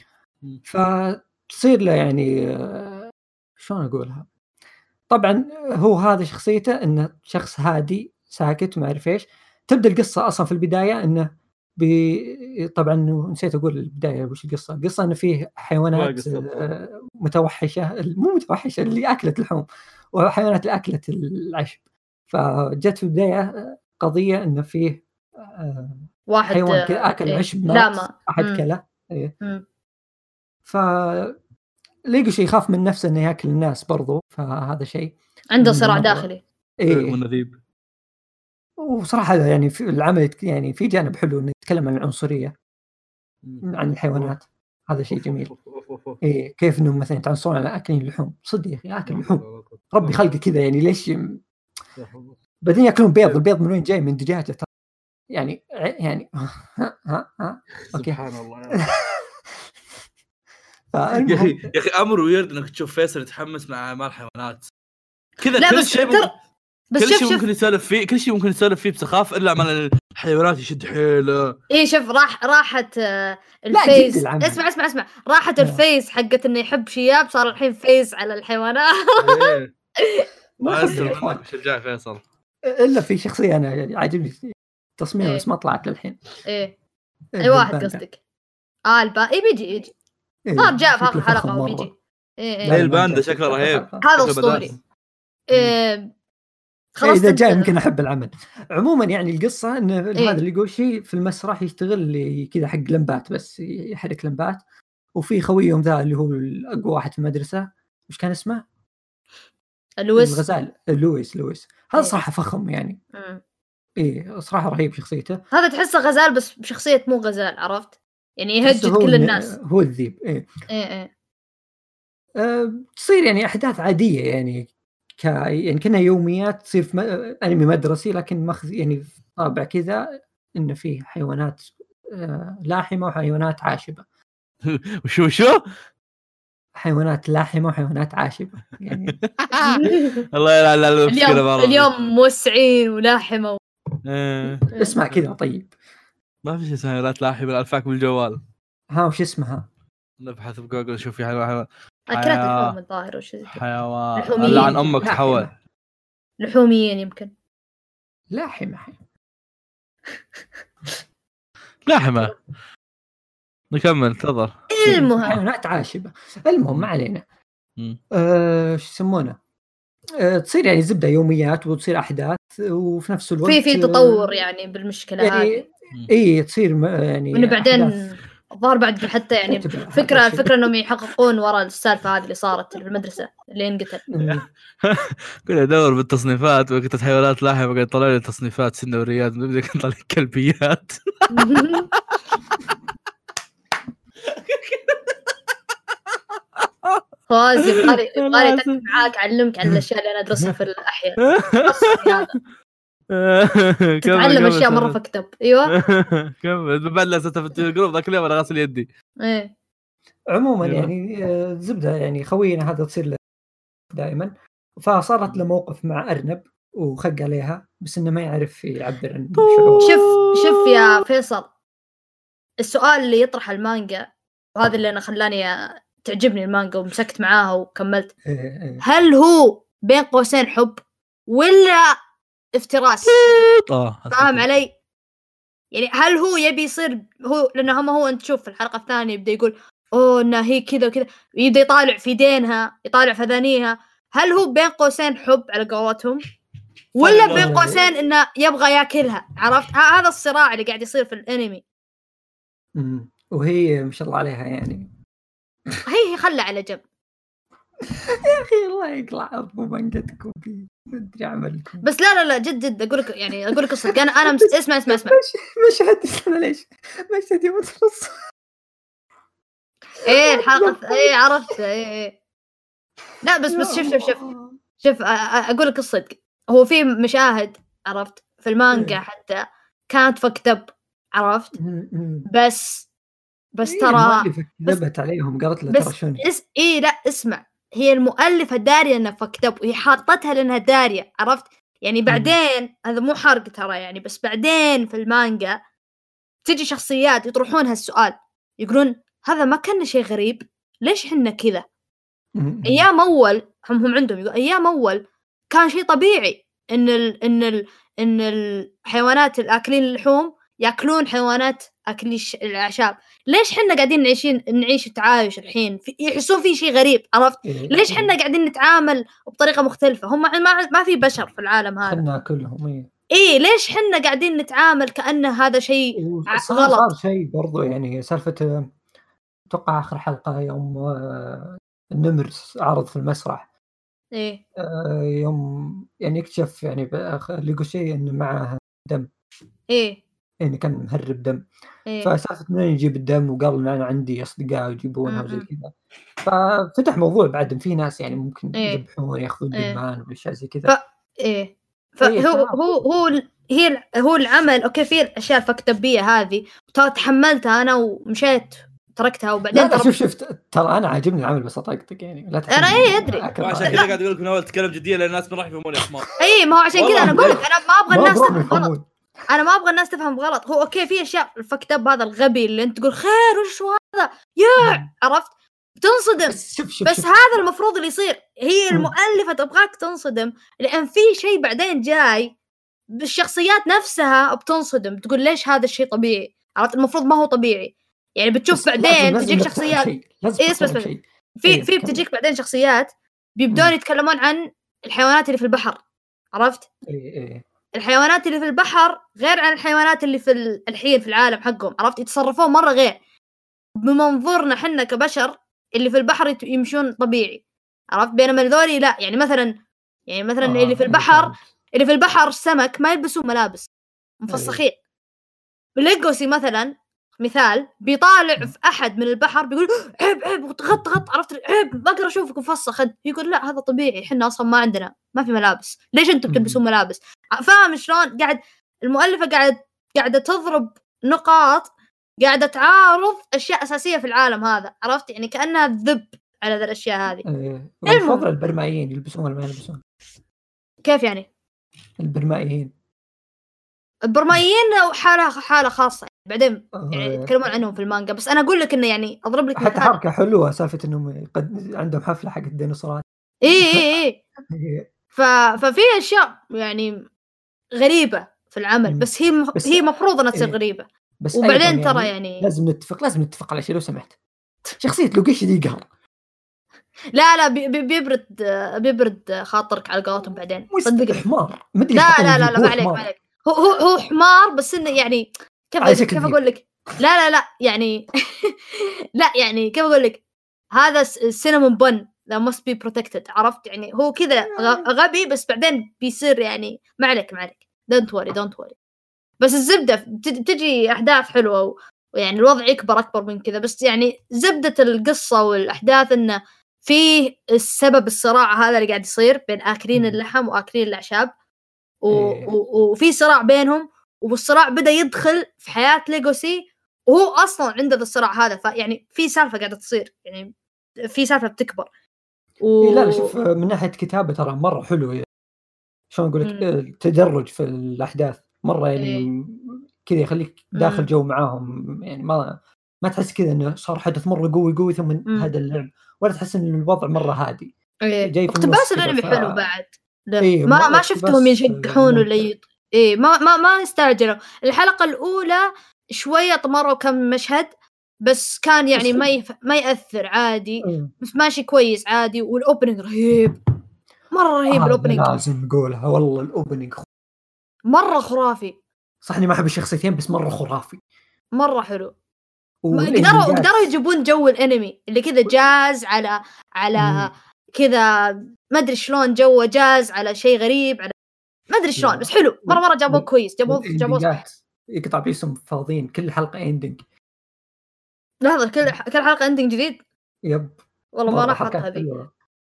فتصير له يعني آه شلون اقولها طبعا هو هذا شخصيته انه شخص هادي ساكت ما اعرف ايش. تبدا القصه اصلا في البدايه انه بي... طبعا نسيت اقول البدايه وش القصه. القصه انه فيه حيوانات آه متوحشه مو متوحشه اللي اكلت اللحوم وحيوانات اللي اكلت العشب. فجت في البدايه قضيه انه فيه آه واحد حيوان كذا اكل إيه عشب مات احد كله ايه ف ليجو شيء يخاف من نفسه انه ياكل الناس برضو فهذا شيء عنده صراع داخلي ايه منذيب. وصراحه يعني في العمل يعني في جانب حلو انه يتكلم عن العنصريه عن الحيوانات هذا شيء جميل. ايه كيف انهم مثلا يتعنصرون على اكل اللحوم صدق يا اخي اكل لحوم ربي خلقه كذا يعني ليش بعدين ياكلون بيض البيض من وين جاي من دجاجه يعني يعني ها ها ها اوكي سبحان الله يا اخي يا اخي امر ويرد انك تشوف فيصل يتحمس مع اعمال حيوانات كذا كل شيء ممكن... بس كل شوف شيء شوف ممكن يسولف فيه كل شيء ممكن يسولف فيه بسخاف الا اعمال الحيوانات يشد حيله. ايه شوف راح راحت الفيس اسمع اسمع اسمع راحت الفيس حقت انه يحب شياب صار الحين فيس على الحيوانات. ما اسمع شجاع فيصل الا في شخصيه انا عاجبني تصميمه إيه؟ بس ما طلعت للحين. ايه اي واحد قصدك اه البا اي بيجي يجي صار إيه؟ جاء في اخر حلقه وبيجي ايه ايه الباندا شكله رهيب هذا اسطوري. إيه خلاص اذا جاي تنتظر. يمكن احب العمل. عموما يعني القصه ان إيه. هذا اللي يقول شيء في المسرح يشتغل كذا حق لمبات، بس يحرك لمبات. وفي خويهم ذا اللي هو الاقوى واحد في المدرسه، وش كان اسمه؟ لويس. الغزال لويس لويس هذا إيه. صراحه فخم يعني. مم. ايه صراحه رهيب شخصيته. هذا تحسه غزال بس بشخصية مو غزال، عرفت يعني تحسه يهجد هو كل الن- الناس. هو الذيب. ايه ايه ايه أه تصير يعني احداث عاديه يعني ك يعني كأنها يوميات تصير في م... انمي مدرسي، لكن ماخذ يعني في طابع كذا انه فيه حيوانات أه لاحمه وحيوانات عاشبه. وشو شو حيوانات لاحمه وحيوانات عاشبه يعني. الله يلعن المشكله اليوم بعرفي. اليوم موسعين ولاحمه و... إيه. اسمع كذا طيب. ما في شيء اسمه لا تلاحي بالالفاك بالجوال. ها وش اسمها؟ نبحث بجوجل شوف في حيوان. اكلات حيا- لحوم الظاهر وش زي كذا. حيوان لحوميين. لعن امك لاحمة. تحول. لحوميين يمكن. لاحمه. لاحمه. نكمل تفضل. المهم حيوانات عاشبه. المهم ما علينا. مم. أه شو يسمونه؟ أه تصير يعني زبده يوميات وتصير احداث، وفي نفس الوقت في في تطور يعني بالمشكلة يعني هذه. اي تصير م- يعني وانه بعدين أحداث. الظاهر بعد حتى يعني تعتبر فكرة هذا الشيء. الفكرة انهم يحققون وراء السالفة هذه اللي صارت في المدرسة اللي انقتل. مم. كنت ادور بالتصنيفات وقلت حيوانات لاحمه قاعد طلع لي تصنيفات سن وريات بدي يطلع لي كلبيات. فواز يبغالي يبغالي اتكلم معاك اعلمك عن الاشياء اللي انا ادرسها في الاحياء. هذا تتعلم اشياء مره في كتاب. ايوه كمل ببلش في الجروب ذاك اليوم انا غاسل يدي. ايه عموما أيوة. يعني آه، زبده يعني خوينا هذا تصير له دائما، فصارت له موقف مع ارنب وخق عليها، بس انه ما يعرف يعبر عن شعوره. شوف شوف يا فيصل، السؤال اللي يطرح المانجا وهذا اللي انا خلاني تعجبني المانجا ومسكت معاها وكملت، إيه إيه. هل هو بين قوسين حب ولا افتراس؟ اه فاهم علي؟ يعني هل هو يبي يصير هو، لانه هم هو انت تشوف في الحلقه الثانيه يبدا يقول اوه انها هي كذا وكذا، يبدا يطالع في دينها يطالع في اذانيها، هل هو بين قوسين حب على قولتهم ولا بين قوسين انه يبغى ياكلها؟ عرفت هذا الصراع اللي قاعد يصير في الانمي. امم وهي ما شاء الله عليها يعني هي هي خلى على جنب يا اخي الله يقلع ابو مانجتكم في ادري عملكم. بس لا لا لا جد جد اقول لك يعني اقول لك الصدق انا انا مس... اسمع اسمع اسمع مش مشهد انا ليش مشهد يموت في النص. ايه الحلقه ايه عرفت ايه ايه لا بس بس شوف شوف شوف شوف اقول لك الصدق، هو في مشاهد عرفت في المانجا حتى كانت فكتب عرفت، بس بس ترى كذبت عليهم قالت له بس ترى شنو اس... ايه لا اسمع، هي المؤلفه داريه انها فكتب وهي حاطتها لانها داريه عرفت يعني. بعدين هذا مو حرق ترى يعني، بس بعدين في المانجا تجي شخصيات يطرحون هالسؤال يقولون هذا ما كان شيء غريب، ليش حنا كذا؟ ايام اول هم هم عندهم يقول ايام اول كان شيء طبيعي ان ال ان ال ان الحيوانات الاكلين اللحوم ياكلون حيوانات اكلين الاعشاب، ليش حنا قاعدين نعيشين نعيش التعايش الحين في يحسون في شيء غريب عرفت؟ ليش حنا قاعدين نتعامل بطريقه مختلفه؟ هم ما ما في بشر في العالم هذا خلنا كلهم ايه ايه ليش حنا قاعدين نتعامل كأنه هذا شيء غلط؟ غلط. صار شيء برضو يعني سالفه اتوقع اخر حلقه يوم النمر عرض في المسرح ايه يوم يعني اكتشف يعني اللي يقول شيء انه معه دم ايه يعني كان مهرب دم إيه. فسالفه منين يجيب الدم وقال انا عندي اصدقاء يجيبونها وزي كذا، ففتح موضوع بعد في ناس يعني ممكن إيه. يذبحون ياخذون إيه. دمان والاشياء زي كذا. ف... ايه فهو هو هو هي هو العمل اوكي في الاشياء الفكتبيه هذه تحملتها انا ومشيت تركتها وبعدين لا لا شوف شوف ترى انا عاجبني العمل بس اطقطق يعني لا انا ايه ادري عشان كذا قاعد اقول لك من اول تتكلم جديه لان الناس ما راح يفهمون يا حمار. اي ما هو عشان كذا انا اقول لك انا ما ابغى الناس تفهم غلط، انا ما ابغى الناس تفهم غلط. هو اوكي في اشياء الفكتب هذا الغبي اللي انت تقول خير وش هذا يا عرفت بتنصدم بس, شوف شوف بس شوف هذا المفروض اللي يصير، هي المؤلفه تبغاك تنصدم لان في شيء بعدين جاي بالشخصيات نفسها بتنصدم تقول ليش هذا الشيء طبيعي عرفت، المفروض ما هو طبيعي يعني. بتشوف بعدين تجيك شخصيات ايه بس بس في في بتجيك بعدين شخصيات بيبدون يتكلمون عن الحيوانات اللي في البحر عرفت؟ اي اي الحيوانات اللي في البحر غير عن الحيوانات اللي في الحين في العالم حقهم، عرفت؟ يتصرفون مرة غير بمنظورنا حنا كبشر. اللي في البحر يمشون طبيعي، عرفت؟ بينما الذولي لا. يعني مثلا يعني مثلا آه اللي في البحر اللي في البحر السمك ما يلبسون ملابس، مفسخين. بليجوسي مثلا مثال بيطالع في احد من البحر بيقول عيب عيب غط غط، عرفت؟ عيب ما اقدر اشوفك مفسخ. يقول لا هذا طبيعي، احنا اصلا ما عندنا ما في ملابس، ليش انتم بتلبسون ملابس؟ فاهم شلون؟ قاعد المؤلفه قاعد قاعده تضرب نقاط، قاعده تعارض اشياء اساسيه في العالم هذا، عرفت؟ يعني كانها ذب على ذا الاشياء هذه. المفروض البرمائيين يلبسون ولا ما يلبسون؟ كيف يعني البرمائيين؟ البرمائيين حاله حاله خاصه بعدين يعني يتكلمون عنهم في المانجا، بس انا اقول لك انه يعني اضرب لك حتى حركه حلوه سالفه انهم قد عندهم حفله حق الديناصورات. اي اي اي ف... ففي اشياء يعني غريبه في العمل، بس هي م... بس هي مفروض انها تصير غريبه. بس وبعدين ترى يعني... يعني لازم نتفق لازم نتفق على شيء لو سمحت. شخصيه لوكيشي دي قهر. لا لا بي... بيبرد بيبرد خاطرك على قولتهم بعدين. صدق حمار. لا لا لا لا ما عليك ما عليك. هو هو هو حمار بس انه يعني كيف كيف اقول لك؟ لا لا لا يعني لا يعني كيف اقول لك؟ هذا السينمون بن لا must be protected، عرفت؟ يعني هو كذا غبي بس بعدين بيصير يعني ما عليك ما عليك don't worry don't worry. بس الزبدة تجي أحداث حلوة ويعني الوضع يكبر أكبر من كذا. بس يعني زبدة القصة والأحداث إنه فيه السبب الصراع هذا اللي قاعد يصير بين آكلين اللحم وآكلين الأعشاب و... و... وفي صراع بينهم، والصراع بدأ يدخل في حياة ليجوسي وهو أصلاً عنده الصراع هذا. فيعني في سالفة قاعدة تصير، يعني في سالفة بتكبر و... لا لا شوف من ناحية كتابة ترى مرة حلو، شلون أقول لك التدرج في الأحداث مرة يعني إيه. كذا يخليك داخل مم. جو معاهم، يعني ما ما تحس كذا إنه صار حدث مرة قوي قوي ثم مم. هذا اللعب، ولا تحس إن الوضع مرة هادي. إيه. جاي في اقتباس الأنمي ف... حلو بعد. إيه ما ما شفتهم يشجحون ولا ي... إيه ما ما ما استعجلوا. الحلقة الأولى شوية طمروا كم مشهد بس كان يعني ما يف... ما يأثر عادي. إيه. بس ماشي كويس عادي. والأوبننج رهيب مرة رهيب. آه الأوبننج لازم نقولها والله الأوبننج مرة خرافي. صح إني ما أحب الشخصيتين بس مرة خرافي مرة حلو. قدروا قدروا يجيبون جو الانمي اللي كذا جاز على على كذا ما ادري شلون جو جاز على شيء غريب على ما ادري شلون بس حلو مره مره جابوه كويس. جابوه جابوه صح. يقطع بيسهم فاضيين كل حلقه اندنج. لحظه كل كل حلقه اندنج جديد. يب والله ما لاحظت هذه.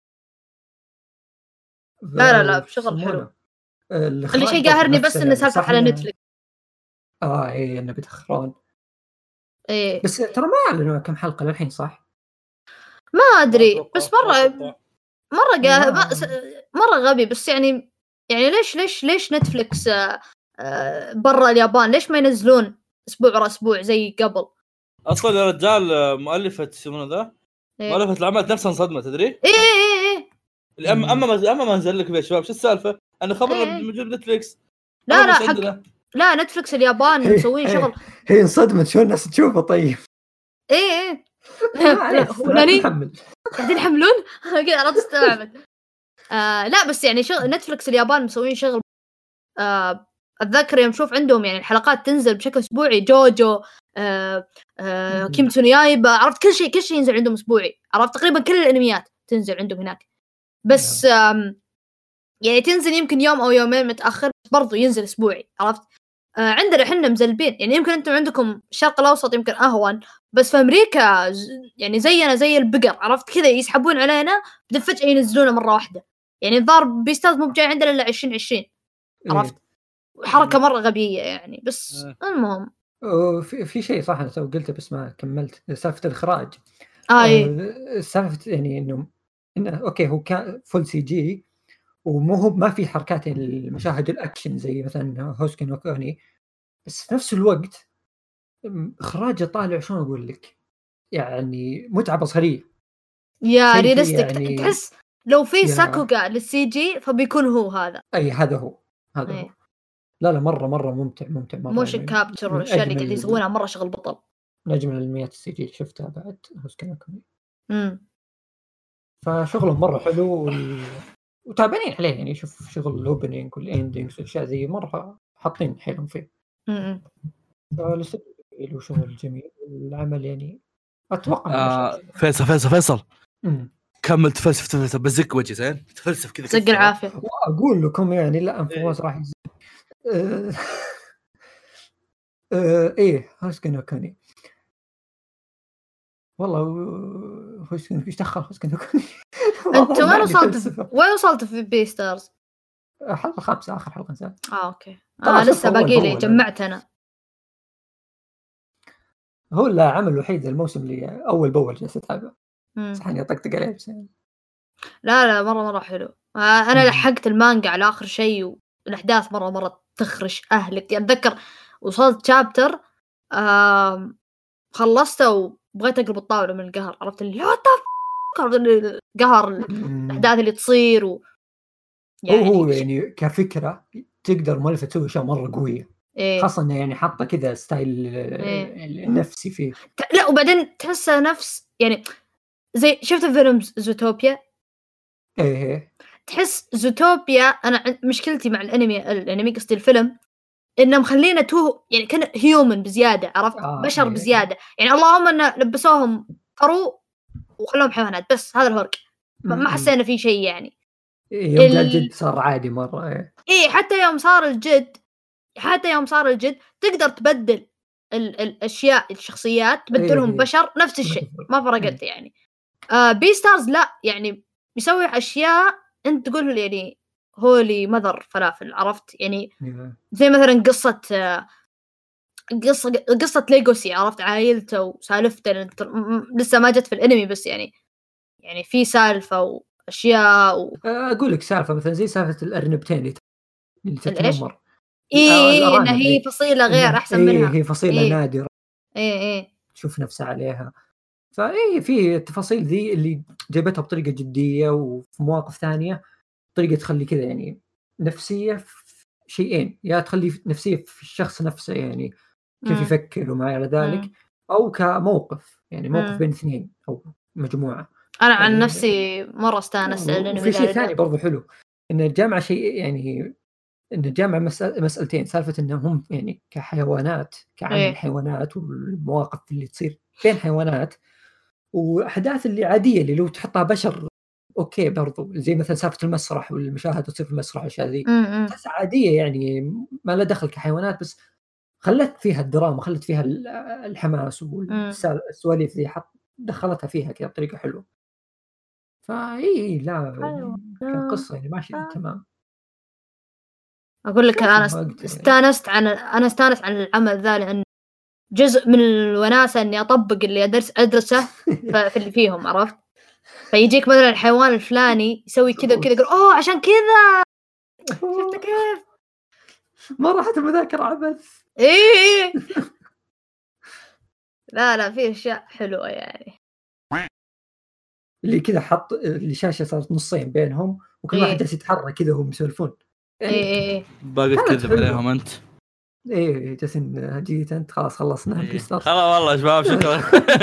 لا لا لا بشغل حلو. اللي شيء قاهرني بس انه سالفه على نتفلكس. اه ايه انه بيتاخرون. إيه. بس ترى ما أعلنوا كم حلقة للحين صح؟ ما أدري بس مرة مرة جا... مرة غبي. بس يعني يعني ليش ليش ليش نتفليكس برا اليابان ليش ما ينزلون أسبوع ورا أسبوع زي قبل؟ أصلا يا رجال مؤلفة سيمون ذا إيه؟ مؤلفة العمل نفسها انصدمة تدري؟ إيه إيه إيه إيه أما أما أما ما نزل لك يا شباب شو السالفة؟ أنا خبرنا إيه؟ موجود نتفليكس. لا لا حق... لا نتفليكس اليابان مسوين شغل. هي انصدمت شو الناس تشوفه طيب. ايه ايه لا نحمل قاعدين يحملون كذا انا استوعبت. آه لا بس يعني شغل نتفليكس اليابان مسوين شغل. آه اتذكر يوم شوف عندهم يعني الحلقات تنزل بشكل اسبوعي. جوجو آه آه كيميتسو نو يايبا عرفت كل شيء كل شيء ينزل عندهم اسبوعي. عرفت تقريبا كل الانميات تنزل عندهم هناك. بس آه يعني تنزل يمكن يوم او يومين متاخر بس برضو ينزل اسبوعي. عرفت آه عندنا احنا مزلبين يعني يمكن انتم عندكم الشرق الاوسط يمكن اهون بس في امريكا يعني زينا زي البقر. عرفت كذا يسحبون علينا بدل فجأة ينزلونه مره واحده. يعني الظاهر بيستاذ مو جاي عندنا الا عشرين عشرين. عرفت حركه مره غبيه يعني. بس المهم في في شيء صح انا تو قلته بس ما كملت سالفه الاخراج. اي آه سالفه يعني انه انه اوكي هو كان فول سي جي ومو هو ما في حركات المشاهد الاكشن زي مثلا هوسكن وكوني بس في نفس الوقت اخراجه طالع شلون اقول لك يعني متعه بصريه يا ريالستيك يعني تحس لو في ساكوغا للسي جي فبيكون هو هذا. اي هذا هو هذا هو. لا لا مره مره ممتع ممتع مره. موشن يعني كابتشر والاشياء اللي قاعد يسوونها مره شغل بطل. نجم الانميات السي جي شفتها بعد هوسكن وكوني. امم فشغله مره حلو وتابعين عليه يعني شوف شغل الاوبننج والاندنجز والاشياء زي مره حاطين حيلهم فيه. امم فالاستوديو وشغل جميل العمل يعني اتوقع آه فيصل فيصل فيصل امم كمل تفلسف تفلسف بزك وجهي زين تفلسف كذا زق العافيه. واقول لكم يعني لا انفواز راح يزيد آه... آه... ايه هاسكن وكاني والله هاسكن ايش دخل هاسكن وكاني. انت وين وصلت وين وصلت في بي ستارز؟ حلقه خامسه اخر حلقه نزل. اه اوكي انا لسه باقي لي جمعت انا. هو العمل الوحيد الموسم اللي اول باول جالس اتابع صحني اطقطق عليه بس يعني. لا لا مره مره حلو. آه انا لحقت المانجا على اخر شيء والاحداث مره مره تخرش اهلك. اتذكر وصلت شابتر آه خلصته وبغيت اقلب الطاوله من القهر. عرفت اللي لا قهر الاحداث اللي تصير و... يعني هو يعني كفكره تقدر مؤلفه تسوي اشياء مره قويه. إيه؟ خاصه انه يعني حاطه كذا ستايل إيه؟ نفسي فيه. لا وبعدين تحسه نفس يعني زي شفت فيلمز زوتوبيا. ايه تحس زوتوبيا انا مشكلتي مع الانمي الانمي قصدي الفيلم انه مخلينا تو يعني كان هيومن بزياده. عرفت آه بشر إيه. بزياده يعني اللهم انه لبسوهم فرو وخلوهم حيوانات بس هذا الفرق. ما حسينا فيه شيء يعني. إيه يوم ال... الجد صار عادي مره. ايه ايه حتى يوم صار الجد حتى يوم صار الجد تقدر تبدل ال... الاشياء الشخصيات تبدلهم إيه. بشر نفس الشيء ما فرقت إيه. يعني آه بي ستارز لا يعني بيسوي اشياء انت تقول يعني هولي مذر فلافل. عرفت يعني زي مثلا قصه آه قصه قصه ليجوسي. عرفت عائلته وسالفته لسه ما جت في الانمي بس يعني يعني في سالفه واشياء و... اقول لك سالفه مثلا زي سالفه الارنبتين اللي تتنمر. ايه إن هي فصيله غير احسن إيه منها. هي فصيله إيه. نادره. ايه ايه تشوف نفسها عليها. فايه في التفاصيل ذي اللي جابتها بطريقه جديه وفي مواقف ثانيه طريقه تخلي كذا يعني نفسيه في شيئين. يا تخلي نفسيه في الشخص نفسه يعني كيف يفكر وما الى ذلك او كموقف يعني موقف مم. بين اثنين او مجموعه. انا عن يعني نفسي مره استانست لانه في شيء ثاني برضو حلو ان الجامعه شيء يعني ان الجامعه مسألة مسالتين. سالفه انهم يعني كحيوانات كعمل إيه؟ حيوانات والمواقف اللي تصير بين حيوانات واحداث اللي عاديه اللي لو تحطها بشر اوكي برضو زي مثلا سالفه المسرح والمشاهد تصير في المسرح والاشياء ذي تحس عاديه يعني ما لها دخل كحيوانات بس خلت فيها الدراما خلت فيها الحماس والسواليف ذي حط دخلتها فيها كذا بطريقه حلوه. فاي لا كان قصه يعني ماشي تمام. اقول لك انا استانست عن انا استانست عن العمل ذا لان جزء من الوناسه اني اطبق اللي ادرس ادرسه في اللي فيهم. عرفت فيجيك مثلا الحيوان الفلاني يسوي كذا وكذا يقول اوه عشان كذا شفت كيف ما راحت المذاكره عبث. ايه لا لا في اشياء حلوه يعني اللي كذا حط الشاشه صارت نصين بينهم وكل واحد جالس يتحرك كذا وهم يسولفون يعني ايه باقي تكذب عليهم انت. ايه جالسين جيت انت خلاص خلصنا إيه. خلاص والله شباب شكرا.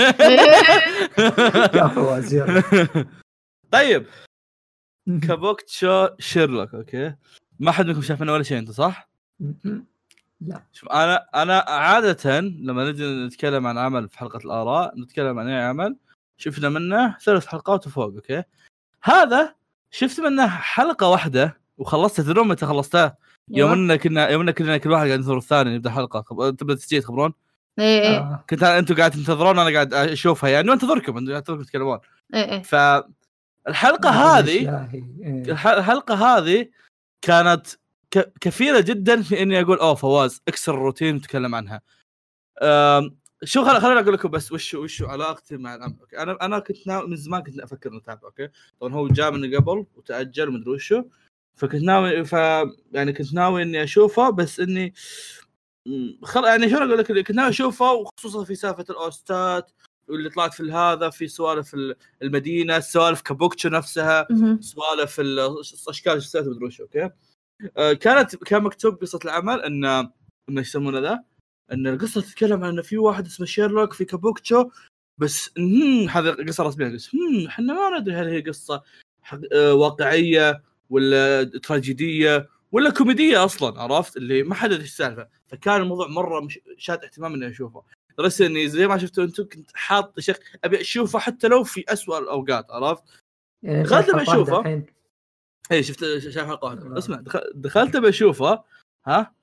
يا فواز يلا. طيب كابوكتشو شيرلوك اوكي ما حد منكم شاف منه ولا شيء انت صح؟ لا شوف انا انا عاده لما نجي نتكلم عن عمل في حلقه الاراء نتكلم عن اي عمل شفنا منه ثلاث حلقات وفوق. اوكي هذا شفت منه حلقه واحده وخلصت تدرون متى خلصتها؟ يوم ان كنا يوم ان كنا كل واحد قاعد ينتظر الثاني يبدا حلقه تبدا تسجيل تخبرون. ايه ايه كنت انتم قاعد تنتظرون انا قاعد اشوفها يعني وانتظركم انتم تتكلمون. ايه ايه فالحلقه هذه الحلقه هذه كانت كثيره جدا في اني اقول اوه فواز اكسر الروتين وتكلم عنها. شو خل خليني اقول لكم بس وش وش علاقتي مع الامر. اوكي انا انا كنت ناوي من زمان كنت افكر نتابع. اوكي طبعا هو جاء من قبل وتاجل ومدري وشو فكنت ناوي ف يعني كنت ناوي اني اشوفه بس اني خل يعني شو اقول لك كنت ناوي اشوفه وخصوصا في سالفه الاوستات واللي طلعت في هذا في سوالف المدينه سوالف كابوكتشو نفسها سوالف الاشكال الشخصيات مدري وشو. اوكي آه كانت كان مكتوب قصه العمل ان انه يسمونه ذا ان القصه تتكلم عن انه في واحد اسمه شيرلوك في كابوكتشو بس هذه قصه رسميه بس احنا ما ندري هل هي قصه آه واقعيه ولا تراجيديه ولا كوميديه اصلا، عرفت اللي ما حدد ايش السالفه. فكان الموضوع مره مش شاد اهتمام اني اشوفه، درست اني زي ما شفتوا انتم كنت حاط شيخ ابي اشوفه حتى لو في أسوأ الاوقات، عرفت يعني دخلت حلقة واحدة بشوفه. الحين. اي شفت شايف حلقه واحده. آه. اسمع دخ- دخلت بشوفه ها،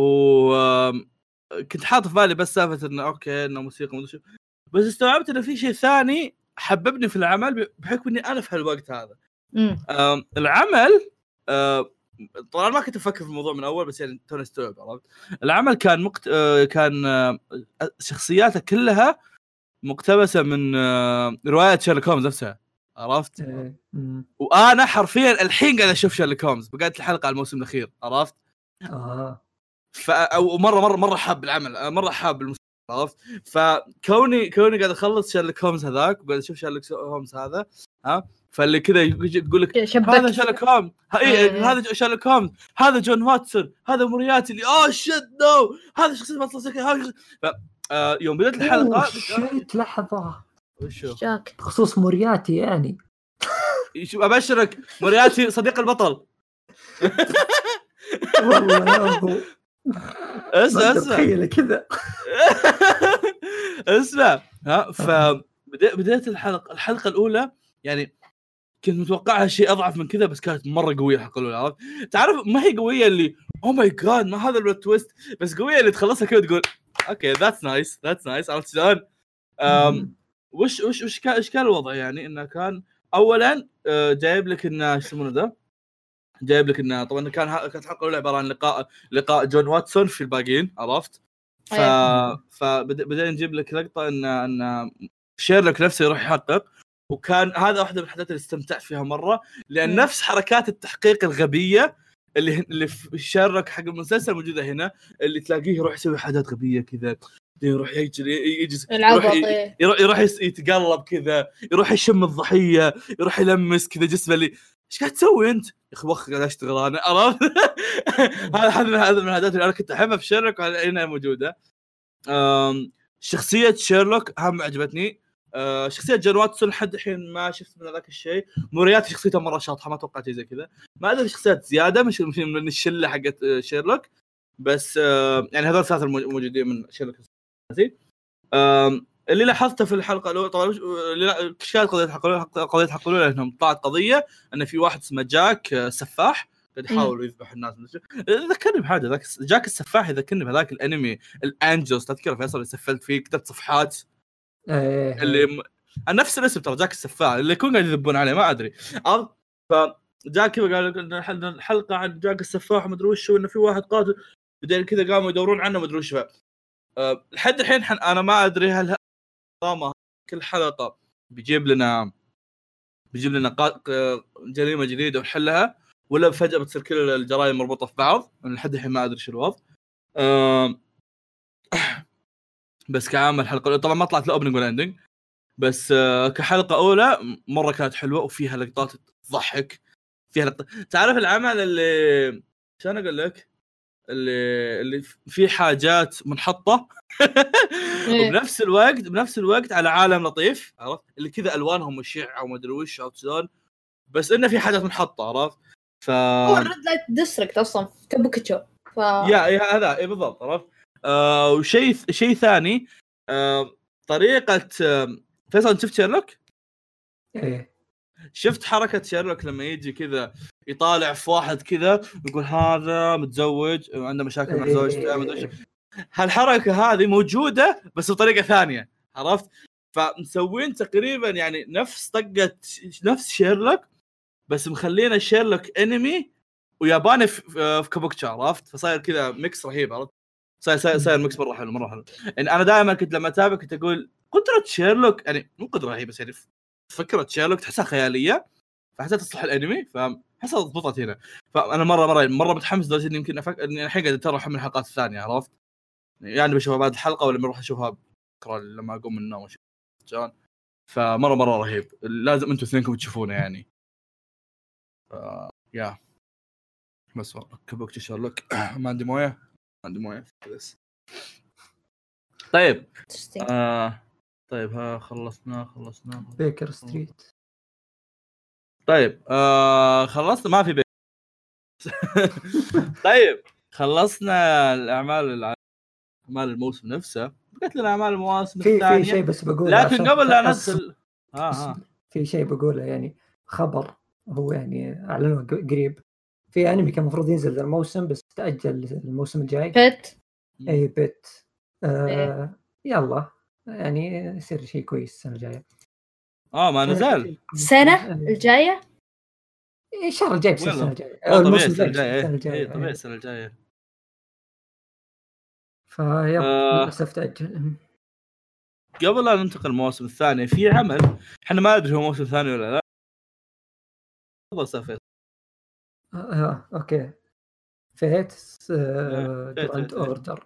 وكنت حاطط في بالي بس سالفه انه اوكي انه موسيقى مدري شو، بس استوعبت انه في شيء ثاني حببني في العمل بحكم اني انا في هالوقت هذا. امم أم، العمل أم، طبعا ما كنت افكر في الموضوع من اول، بس يعني توني استوعب، عرفت العمل كان مقت... أه، كان أه، شخصياته كلها مقتبسه من أه، روايه شيرلوك هولمز نفسها، عرفت إيه. مم. وانا حرفيا الحين قاعد اشوف شيرلوك هولمز، بقيت الحلقه على الموسم الاخير، عرفت اه ف او مره مره مره حاب العمل، مره حاب المسلسل، عرفت فكوني كوني قاعد اخلص شيرلوك هولمز هذاك وقاعد اشوف شيرلوك هولمز هذا ها، فاللي كذا يجي يقول لك شبكت. هذا شيرلوك هولمز، إيه. هذا شيرلوك هولمز، هذا جون واتسون، هذا مورياتي اللي اوه شت نو، هذا شخصيه بطل هذا ف... آه يوم بدأت الحلقه أوه، شيت لحظة وشو شاك بخصوص مورياتي يعني شوف ابشرك مورياتي صديق البطل. والله يا ابو اسمع اسمع تخيل كذا. اسمع ها، فبدأت الحلقه الحلقه الاولى يعني كنت متوقعها شيء اضعف من كذا، بس كانت مره قويه الحلقه الاولى، عرفت تعرف ما هي قويه اللي او ماي جاد ما هذا التويست، بس قويه اللي تخلصها كذا تقول اوكي ذاتس نايس ذاتس نايس، عرفت شلون؟ وش وش وش كان ايش كان الوضع يعني انه كان اولا آه، جايب لك انه ايش يسمونه ذا، جايب لك انه طبعا كان ها... كانت الحلقه الاولى عباره عن لقاء لقاء جون واتسون في الباقيين، عرفت ف فبدأ نجيب لك لقطه ان ان شيرلوك نفسه يروح يحقق، وكان هذا واحده من الحاجات اللي استمتعت فيها مره، لان مم. نفس حركات التحقيق الغبيه اللي اللي في شيرلوك حق المسلسل موجوده هنا، اللي تلاقيه يروح يسوي حاجات غبيه كذا، يروح يجري يجلس يروح ي- يروح, يروح يس- يتقلب كذا، يروح يشم الضحيه، يروح يلمس كذا جسمه اللي ايش قاعد تسوي انت يا اخي وخ قاعد اشتغل انا، عرفت هذا هذا هذا من الحاجات اللي انا كنت احبها في شيرلوك هنا موجوده. أم، شخصيه شيرلوك هم عجبتني، أه، شخصيه جون واتسون لحد الحين ما شفت من ذاك الشيء، مورياتي شخصيته مره شاطحه ما توقعت شيء زي كذا، ما ادري شخصيات زياده مش من الشله حقت شيرلوك، بس أه، يعني هذول الثلاثه الموجودين من شيرلوك. اللي لاحظته في الحلقه الاولى طبعا اللي كانت قضيه الحلقه قضيه الحلقه الاولى انهم طلعت قضيه ان في واحد اسمه جاك سفاح قاعد يحاول يذبح الناس. ذكرني بحاجه ذاك جاك السفاح، يذكرني بهذاك الانمي الانجلز، تذكر فيصل اللي سفلت فيه كتبت صفحات اللي م... نفس الاسم ترى جاك السفاح اللي يكون قاعد يذبون عليه ما ادري. فجاك قال ان الحلقه عن جاك السفاح ما ادري وش، انه في واحد قاتل بعدين كذا قاموا يدورون عنه ما ادري وش. أه لحد الحين انا ما ادري هل طامه كل حلقه بيجيب لنا بيجيب لنا قا... جريمه جديده ونحلها، ولا فجاه بتصير كل الجرائم مربوطه في بعض. انا لحد الحين ما ادري شو الوضع. أه... بس كعامل الحلقه طبعا ما طلعت الاوبننج ولا اندنج، بس أه... كحلقه اولى مره كانت حلوه وفيها لقطات تضحك، فيها لقطات تعرف العمل اللي شلون اقول لك اللي اللي في حاجات منحطه وبنفس الوقت بنفس الوقت على عالم لطيف، عرفت اللي كذا الوانهم مشعه وما ادري وش او شلون، بس انه في حاجات منحطه، عرفت ف هو الريد لايت ديستريكت اصلا في كابوكيتشو ف يا يا هذا اي بالضبط، عرفت آه وشيء شيء ثاني آه طريقه آه فيصل شفت شيرلوك؟ ايه شفت حركه شيرلوك لما يجي كذا يطالع في واحد كذا يقول هذا متزوج وعنده مشاكل مع زوجته ما ادري هالحركه هذه موجوده بس بطريقه ثانيه، عرفت فمسوين تقريبا يعني نفس طقه نفس شيرلوك بس مخلينا شيرلوك انمي وياباني في, في كابوكتشا، عرفت فصاير كذا ميكس رهيب، عرفت صاير صاير, صاير ميكس مره حلو مره حلو. يعني انا دائما كنت لما اتابع كنت اقول قدره شيرلوك يعني مو قدره رهيبه بس يعني فكره شيرلوك تحسها خياليه فحسيت تصلح الانمي فحسها ضبطت هنا. فانا مره مره مره متحمس لدرجه اني يمكن افكر اني الحين قاعد اتابع من الحلقات الثانيه، عرفت يعني بشوفها بعد الحلقه ولا بروح اشوفها بكره لما اقوم من النوم جان. فمره مره رهيب لازم انتم اثنينكم تشوفونه يعني ف... يا بس والله كبوكتي شارلوك ما عندي مويه ما عندي مويه بس طيب آه... طيب ها خلصنا خلصنا بيكر ستريت طيب آه... خلصنا ما في بيكر طيب خلصنا الاعمال الع... اعمال الموسم نفسه، بقيت لنا اعمال المواسم في الثانيه في شيء بس بقوله، لكن عشان قبل لا أس- ندخل اه اه في شيء بقوله يعني خبر هو يعني اعلنوه ق- قريب. في انمي كان المفروض ينزل ذا الموسم بس تاجل الموسم الجاي. بيت اي بيت آه إيه. يلا يعني يصير شيء كويس السنه الجايه. اه ما نزال السنة الجاية إيه، الشهر الجاي بس ولا السنه الجايه ما طبيعي الموسم السنه الجاي الجايه السنه اي الجايه طبيعي إيه. السنه الجايه. فيب آه. للاسف تاجل. قبل لا ننتقل المواسم الثانيه في عمل احنا ما ادري هو موسم ثاني ولا لا. تفضل سافر. آه آه، اوكي فيت فيت، آه فيت، جراند فيت. اوردر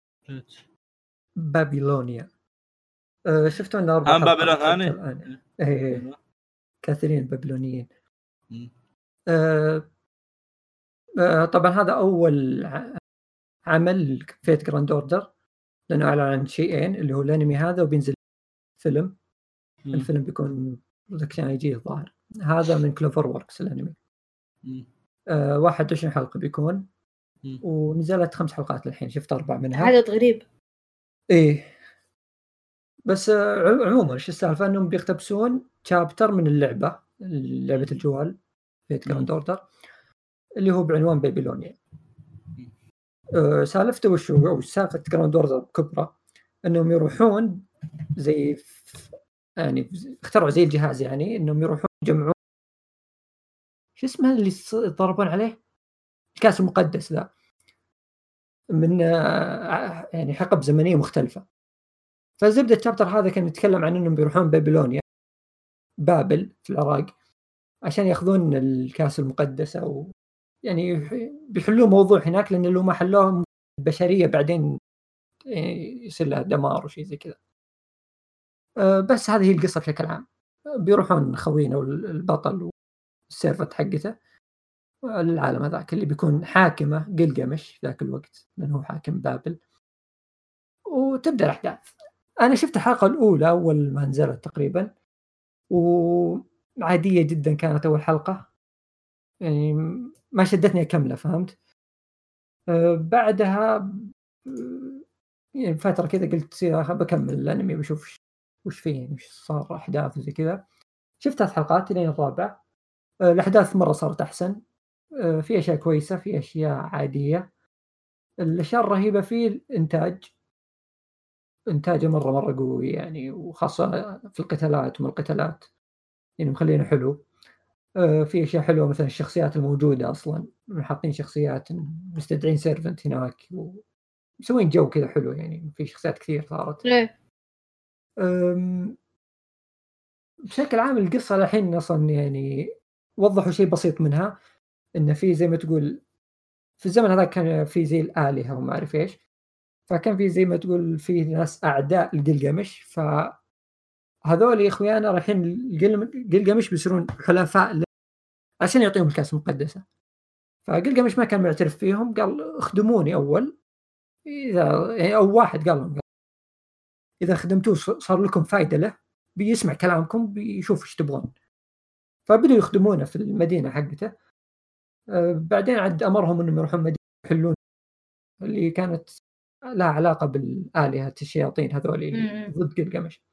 بابيلونيا. آه شفتوا انه اربع هم بابلون حلقات حتى ثاني؟ الان. ايه كثيرين بابلونيين. مم. آه آه طبعا هذا اول ع- عمل فيت جراند اوردر، لانه اعلن عن شيئين اللي هو الانمي هذا وبينزل فيلم. مم. الفيلم بيكون ذاك كان يجي الظاهر. هذا من كلوفر ووركس الانمي. مم. آه واحد وعشرين حلقه بيكون، مم. ونزلت خمس حلقات للحين، شفت اربع منها. عدد غريب. ايه بس آه، عم- عموما ايش السالفه؟ انهم بيقتبسون شابتر من اللعبه لعبه الجوال فيت جراند اوردر اللي هو بعنوان بابيلونيا. أه سالفته وش هو او سالفه جراند اوردر كبرى، انهم يروحون زي ف- يعني اخترعوا زي الجهاز، يعني انهم يروحون يجمعون شو اسمه اللي ص- يضربون عليه الكاس المقدس ذا من آه، يعني حقب زمنيه مختلفه. فزبده الشابتر هذا كان يتكلم عن انهم بيروحون بابلونيا بابل في العراق عشان ياخذون الكاس المقدسه، و يعني بيحلوا موضوع هناك، لان لو ما حلوه البشريه بعدين يصير لها دمار وشيء زي كذا. أه بس هذه هي القصه بشكل عام. بيروحون خوينا البطل والسيرفت حقته العالم هذاك اللي بيكون حاكمه قلقمش ذاك الوقت لانه هو حاكم بابل، وتبدا الاحداث. انا شفت الحلقه الاولى اول ما نزلت تقريبا، وعاديه جدا كانت اول حلقه، يعني ما شدتني اكمله، فهمت؟ أه بعدها ب- يعني فتره كذا قلت يا اخي بكمل الانمي بشوف وش فيه وش صار احداث وزي كذا. شفت ثلاث حلقات لين الرابعه. أه الاحداث مره صارت احسن. أه في اشياء كويسه في اشياء عاديه. الاشياء الرهيبه فيه الانتاج، انتاجه مره مره قوي يعني، وخاصه في القتالات ومن القتالات يعني مخلينه حلو. أه في اشياء حلوه مثلا الشخصيات الموجوده اصلا حاطين شخصيات مستدعين سيرفنت هناك ومسوين جو كذا حلو، يعني في شخصيات كثير صارت. ليه؟ أم، بشكل عام القصه الحين اصلا يعني وضحوا شيء بسيط منها، انه في زي ما تقول في الزمن هذا كان في زي الالهه وما اعرف ايش، فكان في زي ما تقول في ناس اعداء لقلقمش، فهذول اخويانا رايحين قلقمش بيصيرون حلفاء ل- عشان يعطيهم الكاس المقدسه. فقلقمش ما كان معترف فيهم، قال اخدموني اول، اذا يعني او واحد قال لهم اذا خدمتوه صار لكم فائده له بيسمع كلامكم بيشوف ايش تبغون. فبدوا يخدمونه في المدينه حقته. أه بعدين عد امرهم انهم يروحون مدينه يحلون اللي كانت لها علاقه بالالهه الشياطين هذول اللي ضد قلقمش.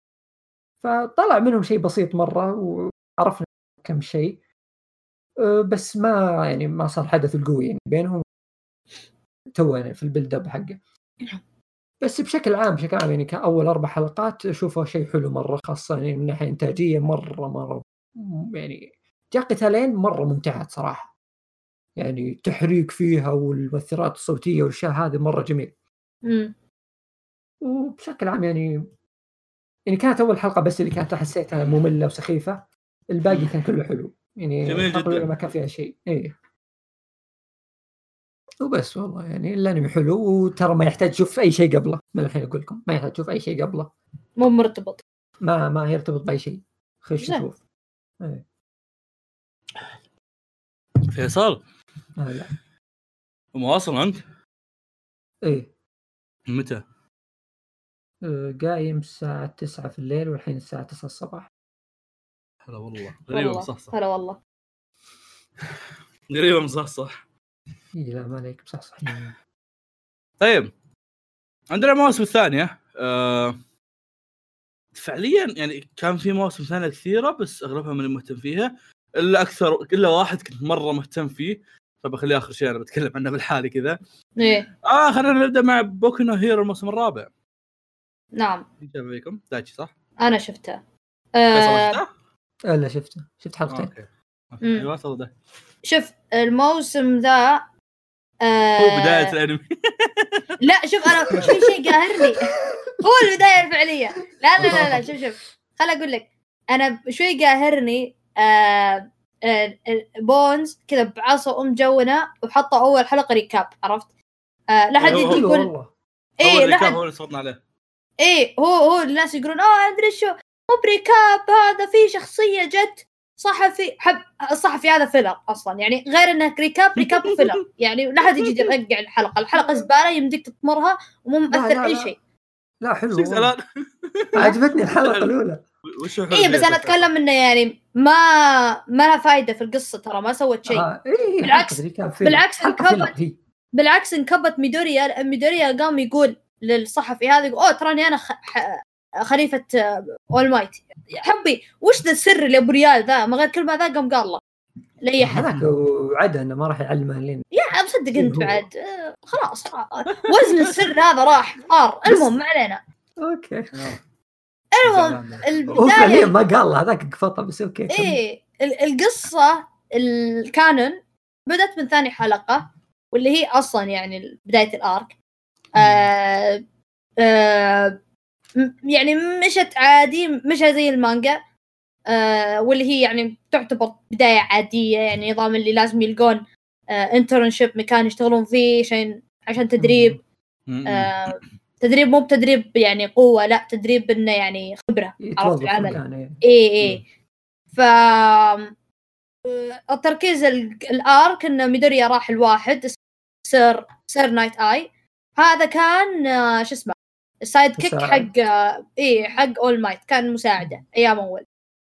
فطلع منهم شيء بسيط مره وعرفنا كم شيء. أه بس ما يعني ما صار حدث القوي يعني بينهم تو يعني في البيلد اب حقه. بس بشكل عام بشكل عام يعني كأول أربع حلقات أشوفه شيء حلو مرة، خاصة يعني من ناحية إنتاجية مرة مرة يعني جاء قتالين مرة ممتعات صراحة، يعني التحريك فيها والمؤثرات الصوتية والأشياء هذه مرة جميل. امم وبشكل عام يعني يعني كانت أول حلقة بس اللي كانت حسيتها مملة وسخيفة، الباقي كان كله حلو يعني. جميل الحلقة الأولى جدا. ما كان فيها شيء إيه وبس. والله يعني الانمي حلو، وترى ما يحتاج تشوف اي شيء قبله، من الحين اقول لكم ما يحتاج تشوف اي شيء قبله، مو مرتبط. ما ما يرتبط باي شيء، خش زين. شوف. ايه فيصل آه لا مواصل انت ايه متى؟ آه قايم الساعة تسعة في الليل والحين الساعة تسعة الصباح. هلا والله غريبة والله مصحصح. هلا والله. قريبه صح صح. اي لا ما عليك صح صح. طيب عندنا المواسم الثانيه آه... فعليا يعني كان في مواسم ثانيه كثيره بس اغلبها من المهتم فيها الا اكثر الا واحد كنت مره مهتم فيه فبخليه اخر شيء انا بتكلم عنه بالحالي كذا. ايه اه خلينا نبدا مع بوكو نو هيرو الموسم الرابع. نعم ايش فيكم دايتشي صح؟ انا شفته. فيصل آه شفته؟ الا شفته شفت حلقتين. اوكي مم. ايوه صدق شوف الموسم ذا آه هو بدايه الانمي. لا شوف انا شيء شيء قاهرني هو البدايه الفعليه. لا لا لا لا شوف شوف خل اقول لك انا شوي قاهرني. آه آه بونز كذا بعصا ام جونه وحطوا اول حلقه ريكاب عرفت. آه لا حد أيوة، يجي يقول والله ايه لا حد هو اللي صوتنا عليه. ايه هو هو الناس يقولون اه ادري شو مو بريكاب هذا في شخصيه جت صحفي حب الصحفي هذا فيلر اصلا يعني غير انه ريكاب ريكاب فيلر يعني لا حد يجي يرجع الحلقه الحلقه زباله يمديك تطمرها ومو مؤثر اي شيء. لا حلو شو زعلان؟ عجبتني الحلقه الاولى. وش هو ايه بس انا اتكلم انه يعني ما ما لها فايده في القصه ترى ما سوت شيء. آه إيه بالعكس بالعكس انكبت هي. بالعكس انكبت ميدوريا. ميدوريا قام يقول للصحفي هذا يقول اوه تراني انا خ... خليفه اول مايت حبي وش ذا السر اللي ابو ريال ذا ما غير كلمه ذا قام قال له لي حد هذاك وعد انه ما راح يعلمه لين يا مصدق انت بعد آه خلاص وزن السر هذا راح طار. المهم ما علينا. اوكي المهم هو فعليا البدايه ما قال له هذاك قفطه بس اوكي. ايه القصه الكانون بدت من ثاني حلقه واللي هي اصلا يعني بدايه الارك. آه آه يعني مشت عادي مشت زي المانجا. آه واللي هي يعني تعتبر بدايه عاديه يعني نظام اللي لازم يلقون آه انترنشيب مكان يشتغلون فيه عشان عشان تدريب. آه تدريب مو بتدريب يعني قوه لا تدريب انه يعني خبره عرفت العمل. ايه ايه ف التركيز الارك انه ميدوريا راح الواحد سير سير نايت اي هذا كان آه شو اسمه السايد كيك حق آه ايه حق اول مايت كان مساعده ايام اول.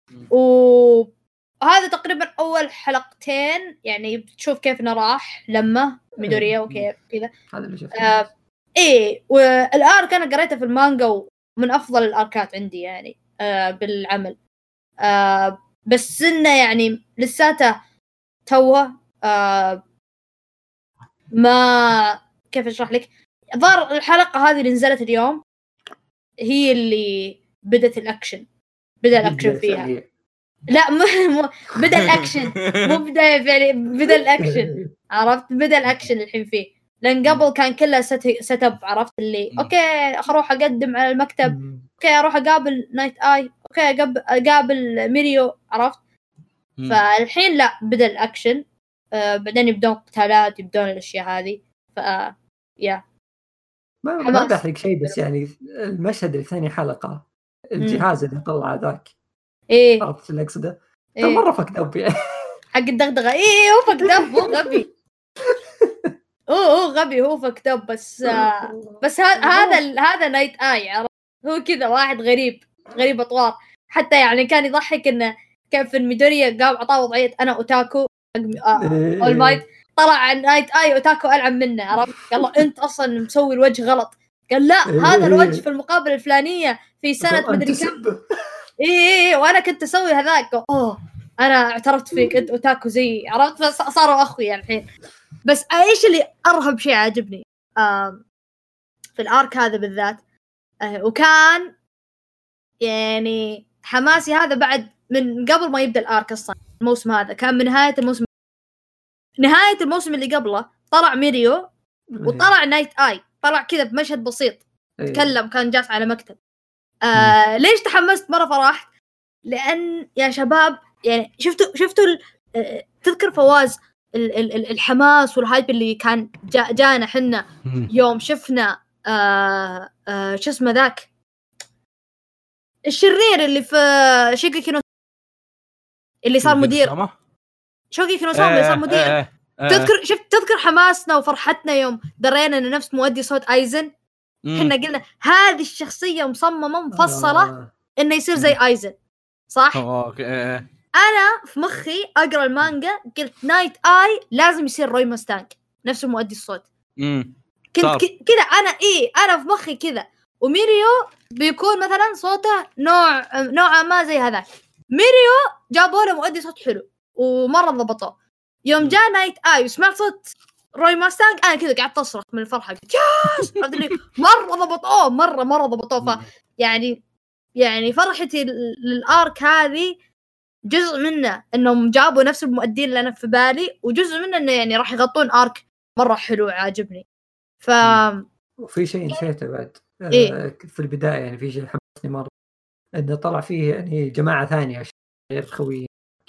وهذا تقريبا اول حلقتين يعني بتشوف كيف انه راح لما ميدوريا وكيف كذا. هذا اللي شفته. آه ايه والارك انا قريته في المانجا ومن افضل الاركات عندي يعني آه بالعمل. آه بس انه يعني لساته توه آه ما كيف اشرح لك. ظهر الحلقه هذه اللي نزلت اليوم هي اللي بدت الاكشن بدا الاكشن فيها. لا مو بدا الاكشن مو بدايه فعليا بدا الاكشن عرفت. بدا الاكشن الحين فيه لان قبل كان كله سيت اب عرفت اللي اوكي اروح اقدم على المكتب اوكي اروح اقابل نايت اي اوكي اقابل ميريو عرفت. فالحين لا بدا الاكشن آه بعدين يبدون قتالات يبدون الاشياء هذه. ف يا ما ما بحرق شيء بس يعني المشهد الثاني حلقه الجهاز اللي طلع ذاك ايه عرفت اللي اقصده. إيه؟ مره فكت اب يعني حق الدغدغه ايه هو فكت اب هو غبي هو هو غبي هو فكت اب بس آه بس هذا هذا نايت اي عرفت. هو كذا واحد غريب غريب اطوار حتى يعني كان يضحك انه كان في الميدوريا قام عطاه وضعيه انا اوتاكو اول مايت طلع عن نايت اي اوتاكو العب منه عرفت. قال انت اصلا مسوي الوجه غلط قال لا هذا الوجه في المقابله الفلانيه في سنه مدري كم. ايه وانا كنت اسوي هذاك اوه انا اعترفت فيك انت اوتاكو زي عرفت. صاروا اخويا الحين. بس ايش اللي ارهب شيء عجبني آه في الارك هذا بالذات آه وكان يعني حماسي هذا بعد من قبل ما يبدا الارك اصلا الموسم هذا كان من نهايه الموسم نهايه الموسم اللي قبله طلع ميريو وطلع نايت اي طلع كذا بمشهد بسيط تكلم كان جالس على مكتب. آه ليش تحمست مره فرحت لان يا شباب يعني شفتوا شفتوا تذكر فواز ال ال الحماس والهايب اللي كان جا جانا حنا يوم شفنا آه آه شو اسمه ذاك الشرير اللي في شيكيكي نو اللي صار مدير شيكيكي نو اللي صار مدير. تذكر شفت تذكر حماسنا وفرحتنا يوم درينا ان نفس مؤدي صوت ايزن. احنا قلنا هذه الشخصيه مصممه مفصله انه يصير زي ايزن صح. اوكي انا في مخي اقرا المانجا قلت نايت اي لازم يصير روي ماستانج نفس مؤدي الصوت. امم كنت كذا انا ايه انا في مخي كذا. وميريو بيكون مثلا صوته نوع نوعا ما زي هذا. ميريو جابوا له مؤدي صوت حلو ومره ضبطوه. يوم جاء نايت اي وسمعت صوت روي ماستانج انا كذا قعدت اصرخ من الفرحه قلت ياس مره ضبطوه مره مره ضبطوه. ف يعني يعني فرحتي للارك هذه جزء منه انهم جابوا نفس المؤدين اللي انا في بالي وجزء منه انه يعني راح يغطون ارك مره حلو عاجبني. ف وفي شيء نسيته بعد إيه؟ في البدايه يعني في شيء حمسني مره انه طلع فيه يعني جماعه ثانيه غير خويه.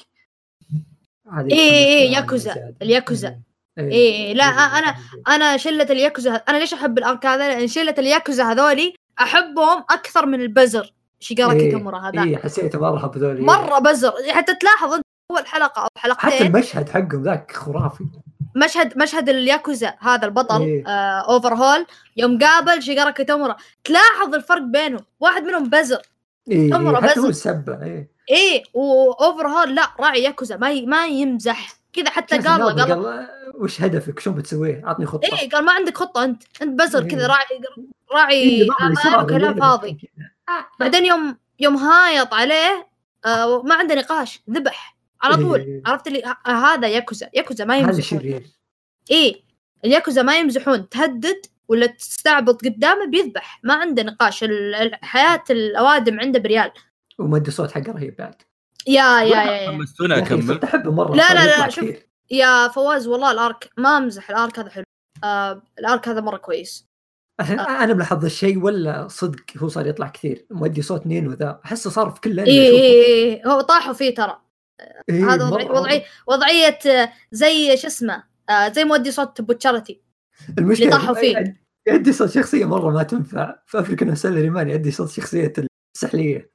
ايه ايه ياكوزا الياكوزا ايه, إيه. لا انا انا شله الياكوزا انا ليش احب الارك هذا لان شله الياكوزا هذولي احبهم اكثر من البزر شيغاراكي إيه تامورا هذا. ايه حسيته مره بذولي مره بزر حتى تلاحظ انت اول حلقه او حلقتين حتى المشهد حقهم ذاك خرافي. مشهد مشهد الياكوزا هذا البطل إيه. آه اوفر هول يوم قابل شيغاراكي تامورا تلاحظ الفرق بينهم. واحد منهم بزر إيه إيه حتى هو السبه ايه ايه واوفر هول لا راعي ياكوزا ما ي... ما يمزح كذا حتى قال له قال له وش هدفك شلون بتسويه اعطني خطه. ايه قال ما عندك خطه انت انت بزر كذا راعي راعي إيه آه كلام فاضي. بعدين يوم يوم هايط عليه آه ما عنده نقاش ذبح على طول. إيه. عرفت اللي آه هذا ياكوزا ياكوزا ما يمزحون. ايه الياكوزا ما يمزحون تهدد ولا تستعبط قدامه بيذبح ما عنده نقاش. الحياه الاوادم عنده بريال ومدي صوت حقه رهيب بعد. يا يا يا حمستونا اكمل تحبه مره. لا لا لا شوف يا فواز والله الارك ما امزح الارك هذا حلو. آه الارك هذا مره كويس. آه. انا ملاحظ الشيء ولا صدق هو صار يطلع كثير مودي صوت نينو ذا احسه صار في كل انمي إيه إيه هو طاحوا فيه ترى. إيه هذا وضعي وضعي وضعيه زي شو اسمه آه زي مودي صوت بوتشارتي المشكله اللي طاحوا فيه. يدي صوت شخصيه مره ما تنفع في افريكان سيلري مان يدي صوت شخصيه السحليه.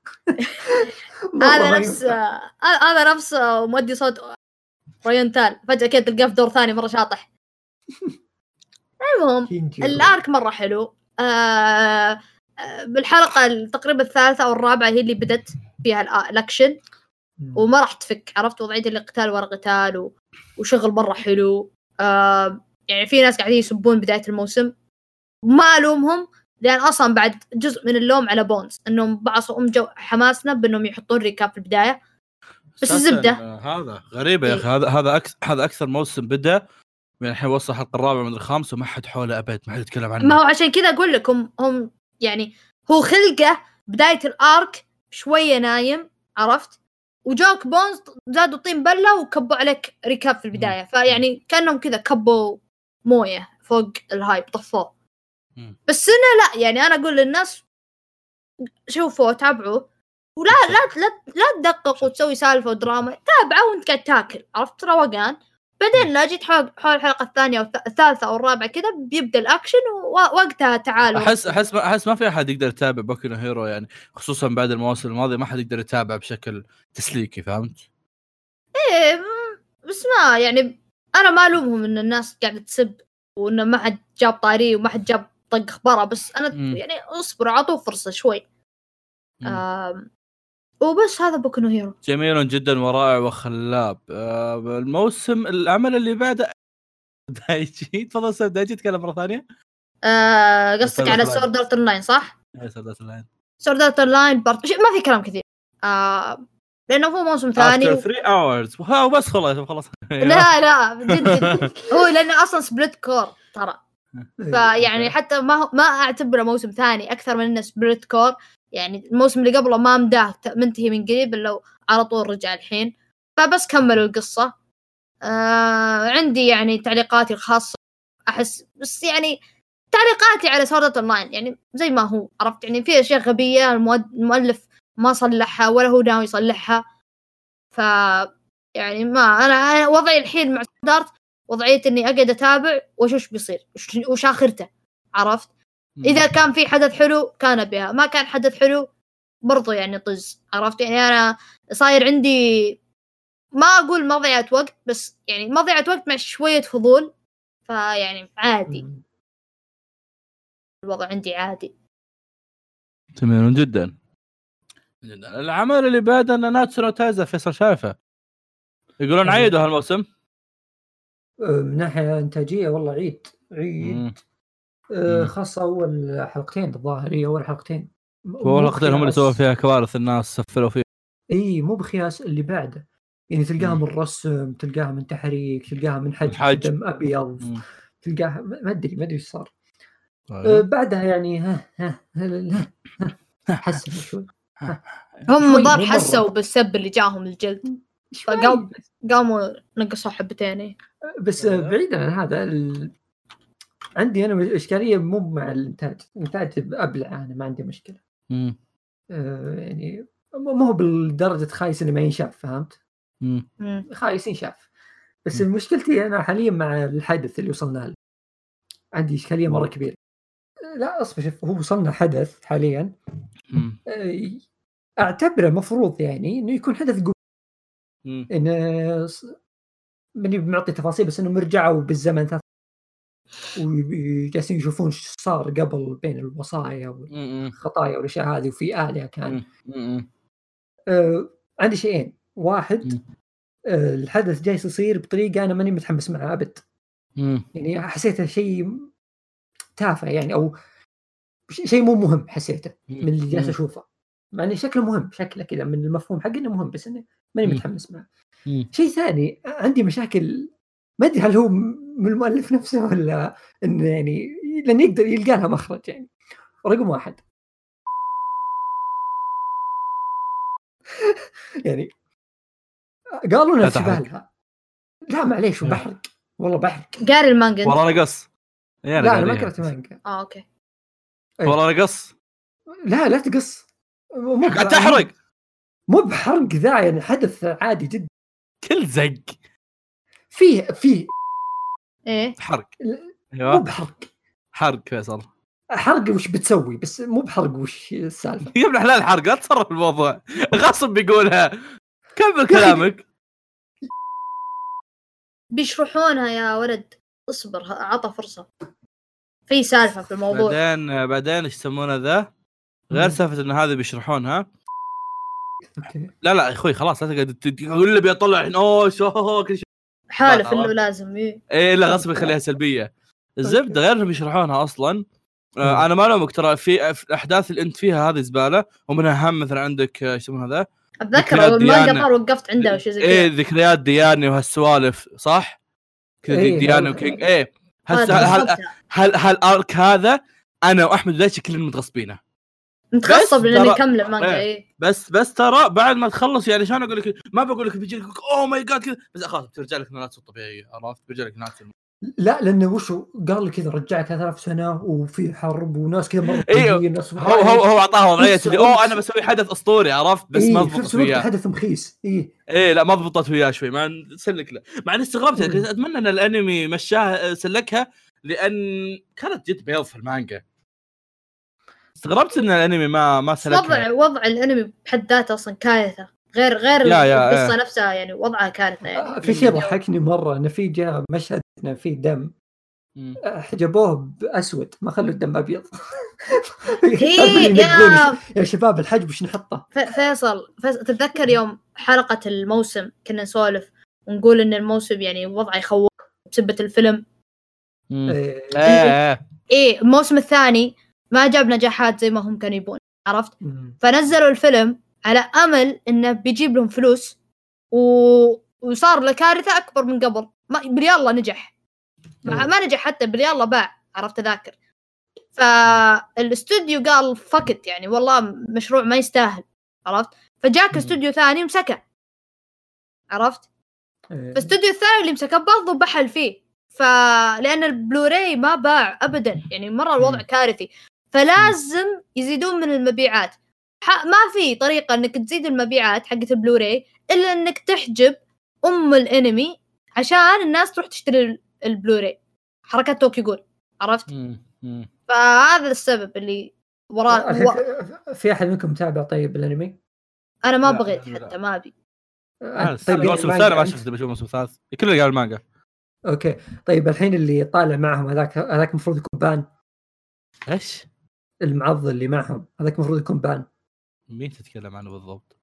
هذا نفس هذا نفس مودي صوت ريونتال فجأة كده تلقاه في دور ثاني مرة شاطح. المهم الارك مرة حلو. آه بالحلقة تقريبا الثالثة أو الرابعة هي اللي بدت فيها الأكشن وما راح تفك. عرفت وضعية اللي قتال ورا قتال و... وشغل مرة حلو. آه يعني في ناس قاعدين يسبون بداية الموسم ما ألومهم لأن أصلا بعد جزء من اللوم على بونز إنهم بعصوا أم جو حماسنا بأنهم يحطون ريكاب في البداية. بس الزبدة هذا غريبة يا أخي. هذا هذا أكثر هذا أكثر موسم بدأ من الحين وصل الحلقة الرابعة من الخامس وما حد حوله أبد ما حد يتكلم عنه. ما هو عشان كذا أقول لكم هم يعني هو خلقه بداية الأرك شوية نايم عرفت وجوك بونز زادوا طين بلة وكبوا عليك ريكاب في البداية. فيعني كأنهم كذا كبوا موية فوق الهايب طفوه. بس أنا لا يعني أنا أقول للناس شوفوا تابعوا ولا لا لا لا تدقق وتسوي سالفة ودراما. تابعوا وانت قاعد تاكل عرفت روقان. بعدين لا جيت حول الحلقة الثانية أو الثالثة أو الرابعة كذا بيبدأ الأكشن ووقتها تعالوا. أحس أحس ما أحس ما في أحد يقدر يتابع بوكو نو هيرو يعني خصوصا بعد المواسم الماضية ما حد يقدر يتابع بشكل تسليكي فهمت؟ إيه بس ما يعني أنا ما ألومهم إن الناس قاعدة تسب وإنه ما حد جاب طاري وما حد جاب طق خبره. بس أنا م. يعني أصبر عطوا فرصة شوي. وبس هذا بوكو نو هيرو جميل جدا ورائع وخلاب. آه الموسم العمل اللي بعده دايجي تفضل سيد دايجي تكلم مرة ثانية. آه قصدك على سورد آرت أونلاين صح؟ اي سورد آرت أونلاين. سورد آرت أونلاين بارت ما في كلام كثير آه لأنه هو موسم ثاني و... ثلاثة hours وها بس خلاص خلاص. لا لا جد جد هو لأنه أصلا سبليت كور ترى فيعني حتى ما ما أعتبره موسم ثاني أكثر من إنه سبليت كور. يعني الموسم اللي قبله ما مداه منتهي من قريب لو على طول رجع الحين. فبس كملوا القصة. آه عندي يعني تعليقاتي الخاصة أحس بس يعني تعليقاتي على سورد آرت أونلاين يعني زي ما هو عرفت يعني في أشياء غبية المؤلف ما صلحها ولا هو ناوي يصلحها. ف يعني ما أنا وضعي الحين مع سورد آرت وضعية إني أقعد أتابع وشوش بيصير وش آخرته عرفت. إذا كان في حدث حلو كان بها ما كان حدث حلو برضو يعني طز عرفت. يعني أنا صاير عندي ما أقول مضيعة وقت بس يعني مضيعة وقت مع شوية فضول. فيعني عادي الوضع عندي عادي تمام جدا. العمل اللي بعد ناتسو نو تايزا فيصل شايفه يقولون عيدوا هالموسم من ناحيه انتاجيه والله عيد عيد آه خاصه اول حلقتين الظاهر هي اول حلقتين اول حلقتين هم اللي سووا فيها كوارث الناس سفلوا فيها اي مو بخياس اللي بعده يعني تلقاها من رسم تلقاها من تحريك تلقاها من حجم دم ابيض مم. تلقاها ما ادري ما ادري ايش صار آه بعدها يعني ها ها, ها, ها حسن شوي هم ضار حسوا بالسب اللي جاهم الجلد فقام قاموا نقصوا حبتين بس بعيدا عن هذا ال... عندي انا اشكاليه مو مع الانتاج الانتاج ابلع انا ما عندي مشكله امم آه يعني مو هو بالدرجه خايس انه ما ينشاف فهمت امم خايس ينشاف بس مم. مشكلتي انا حاليا مع الحدث اللي وصلنا له عندي اشكاليه مره كبيره لا اصبر شوف هو وصلنا حدث حاليا امم اعتبره مفروض يعني انه يكون حدث قوي انه ماني معطي تفاصيل بس انه مرجعوا بالزمن ثلاث وجالسين يشوفون ايش صار قبل بين الوصايا والخطايا والاشياء هذه وفي آلهة كان آه عندي شيئين واحد آه الحدث جاي يصير بطريقه انا ماني متحمس معها ابد يعني حسيته شيء تافه يعني او شيء مو مهم حسيته من اللي جالس اشوفه مع انه شكله مهم شكله كذا من المفهوم حقه انه مهم بس انه ماني متحمس معه شيء ثاني عندي مشاكل ما ادري هل هو من المؤلف نفسه ولا انه يعني لن يقدر يلقى لها مخرج يعني رقم واحد يعني قالوا لنا شبالها لا معليش وبحرق والله بحرق قاري المانجا والله انا قص لا انا ما قرأت مانجا اه اوكي والله انا قص لا لا تقص مو قاعد تحرق مو بحرق ذا يعني حدث عادي جدا كل زق فيه فيه ايه حرق مو بحرق حرق فيصل حرق وش بتسوي بس مو بحرق وش السالفه يا ابن حلال حرق لا تصرف الموضوع غصب بيقولها كمل كلامك بيشرحونها يا ولد اصبر عطى فرصه في سالفه في الموضوع بعدين بعدين ايش يسمونه ذا غير سالفه ان هذه بيشرحونها اوكي لا لا يا اخوي خلاص لا تقعد تقول لي بيطلع الحين اوه شو كل شيء حالف انه لازم ايه ايه لا غصب يخليها سلبيه الزبده غير انهم يشرحونها اصلا آه انا ما لومك ترى في الاحداث اللي انت فيها هذه زباله ومنها هم مثلا عندك ايش يسمونه هذا اتذكر ما قطر وقفت عنده وشي زي كذا ايه ذكريات دياني وهالسوالف صح كذا إيه دياني وكينج ايه هل هل هل هالارك هذا انا واحمد بدايش كلنا متغصبينه متغصب لاني اكمل المانجا ايه بس بس ترى بعد ما تخلص يعني شلون اقول لك ما بقول لك بيجي لك اوه ماي جاد كذا بس خلاص بترجع لك ناتسو الطبيعيه عرفت بيرجع لك ناتسو لا لانه وشو قال لي كذا رجعك ثلاث سنه وفي حرب وناس كذا مره ايوه هو هو هو اعطاه وضعيه اللي اوه انا بسوي حدث اسطوري عرفت بس إيه ما ضبطت وياه حدث مخيس ايه ايه لا ما ضبطت وياه شوي ما نسلك له مع اني استغربت اتمنى ان الانمي مشاه سلكها لان كانت جد بيض في المانجا استغربت ان الانمي ما ما سلكها وضع وضع الانمي بحد ذاته اصلا كارثه غير غير القصه ايه. نفسها يعني وضعها كارثه يعني في شيء ضحكني مره انه في جاء مشهد انه في دم حجبوه باسود ما خلوا الدم ابيض يا يا شباب الحجب وش نحطه فيصل فيصل تتذكر يوم حلقه الموسم كنا نسولف ونقول ان الموسم يعني وضعه يخوف بسبه الفيلم ايه ايه الموسم الثاني ما جاب نجاحات زي ما هم كانوا يبون عرفت فنزلوا الفيلم على امل انه بيجيب لهم فلوس و... وصار له كارثه اكبر من قبل ما بريالله نجح ما, ما نجح حتى بريالله باع عرفت ذاكر فالاستوديو قال فكت يعني والله مشروع ما يستاهل عرفت فجاك استوديو ثاني ومسكه عرفت فالاستوديو الثاني اللي مسكه برضه بحل فيه فلأن البلوراي ما باع أبدا يعني مرة الوضع كارثي فلازم يزيدون من المبيعات ما في طريقة أنك تزيد المبيعات حقة البلوراي إلا أنك تحجب أم الأنمي عشان الناس تروح تشتري البلوراي حركة توكي جول عرفت فهذا السبب اللي وراء و... في أحد منكم متابع طيب الأنمي أنا ما بغيت حتى ما أبي طيب الموسم الثاني ما شفته بشوف الموسم الثالث كله قال المانجا اوكي طيب الحين اللي طالع معهم هذاك هذاك المفروض يكون بان ايش المعضل اللي معهم هذاك المفروض يكون بان مين تتكلم عنه بالضبط؟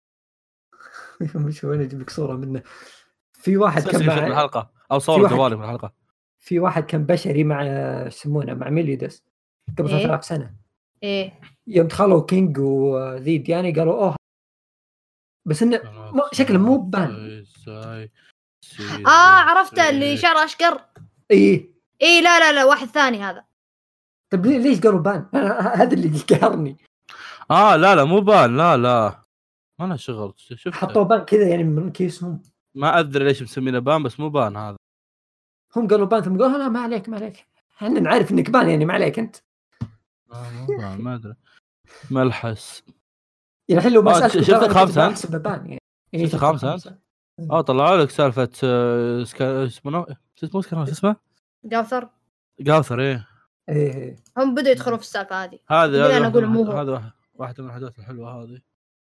مش وين اجيب لك صوره منه. في واحد كان كان مع الحلقه او صور جوالي من الحلقه. في واحد كان بشري مع يسمونه مع ميليدس قبل ثلاثة آلاف سنه. ايه يوم دخلوا كينج وذي دياني قالوا اوه بس انه شكله مو بان. اه عرفته اللي شعر اشقر. ايه ايه لا لا لا واحد ثاني هذا. طيب ليش قالوا بان؟ هذا اللي قهرني. اه لا لا مو بان لا لا ما انا شغل شفت حطوا بان كذا يعني من كيسهم. ما ادري ليش مسمينه بان بس مو بان هذا. هم قالوا بان ثم قالوا لا ما عليك ما عليك احنا نعرف انك بان يعني ما عليك انت. آه مو بان ما ادري ملحس يعني الحين لو ما سالت شفت خامسة احسب بان يعني شفت خامسة اه طلعوا لك سالفه سكا... اسمه اسمه اسمه اسمه جاوثر جاوثر ايه ايه هم بدوا يدخلوا في السالفه هذه. هذا انا اقول مو هذا واحده من الاحداث الحلوه هذه.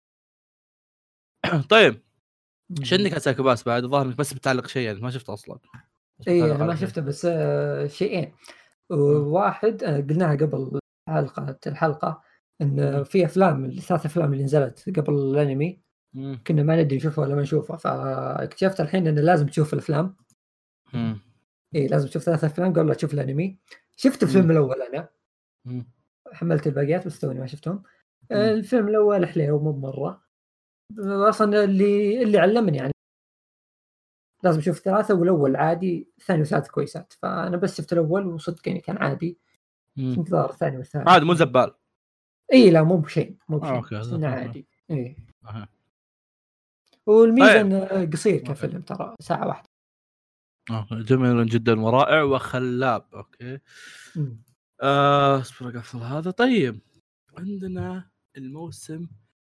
طيب شنك اساكوباس بعد الظاهر انك بس بتعلق شيء يعني ما شفته اصلا. ايه انا ما شفته بس آه شيئين. واحد آه قلناها قبل حلقه الحلقه ان في افلام الثلاث افلام اللي نزلت قبل الانمي مم. كنا ما ندري نشوفها ولا ما نشوفها فاكتشفت الحين انه لازم تشوف الافلام. امم ايه لازم تشوف ثلاث افلام قبل لا تشوف الانمي. شفت الفيلم الاول انا مم. حملت الباقيات بس توني ما شفتهم. مم. الفيلم الاول حليو مو مره اصلا اللي اللي علمني يعني لازم اشوف ثلاثه والاول عادي الثاني والثالث كويسات فانا بس شفت الاول وصدق يعني كان عادي. في انتظار الثاني والثالث عادي مو زبال. اي لا مو بشيء مو بشيء آه، عادي اي أه. والميزه انه قصير كفيلم ترى ساعه واحده. اه جميل جدا ورائع وخلاب. اوكي آه اصبر اقفل هذا. طيب عندنا الموسم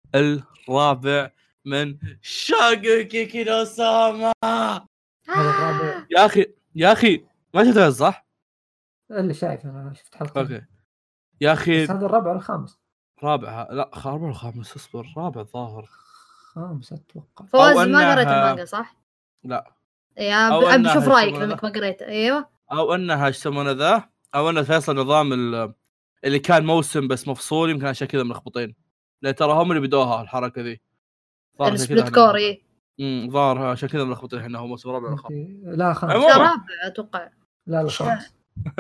الرابع من شاغوكي نو ساما. هذا الرابع يا اخي يا اخي ما شفته صح؟ اللي شايف انا شفت حلقه. اوكي يا اخي هذا الرابع ولا الخامس؟ رابع لا رابع ولا خامس اصبر رابع ظاهر خامس اتوقع. فوز ما قريت المانجا صح؟ لا يا ابي اشوف رايك لانك ما قريت. ايوه او انها ايش يسمونه ذا او ان فيصل نظام اللي كان موسم بس مفصول يمكن عشان كذا ملخبطين. لا ترى هم اللي بدوها الحركه ذي السبليت كوري. امم ظاهر عشان كذا ملخبطين احنا هو موسم رابع ولا خامس. لا خامس رابع اتوقع. لا لا خامس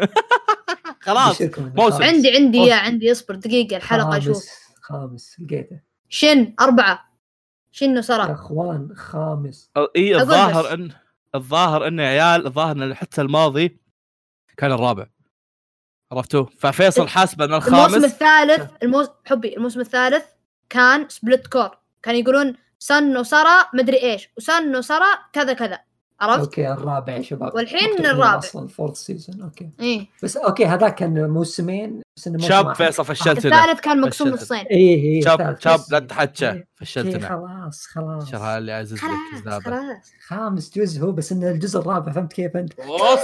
خلاص موسم. عندي عندي يا عندي اصبر دقيقه الحلقه اشوف. خامس لقيته شن أربعة شنو صار يا اخوان خامس. اي الظاهر ان الظاهر ان عيال الظاهر ان حتى الماضي كان الرابع عرفتوا ففيصل حاسب ان الخامس. الموسم الثالث الموسم حبي الموسم الثالث كان سبليت كور كان يقولون سن وسرى مدري ايش وسن وسرى كذا كذا عرفت. اوكي الرابع يا شباب والحين الرابع اصلا فورث سيزون. اوكي إيه؟ بس اوكي هذا كان موسمين بس انه شاب فيصل فشلتنا. الثالث كان مقسوم نصين. ايه ايه شاب شاب لا تحكي فشلتنا. خلاص خلاص شرها اللي عزيز لك كذابه. خامس جزء هو بس انه الجزء الرابع فهمت كيف انت.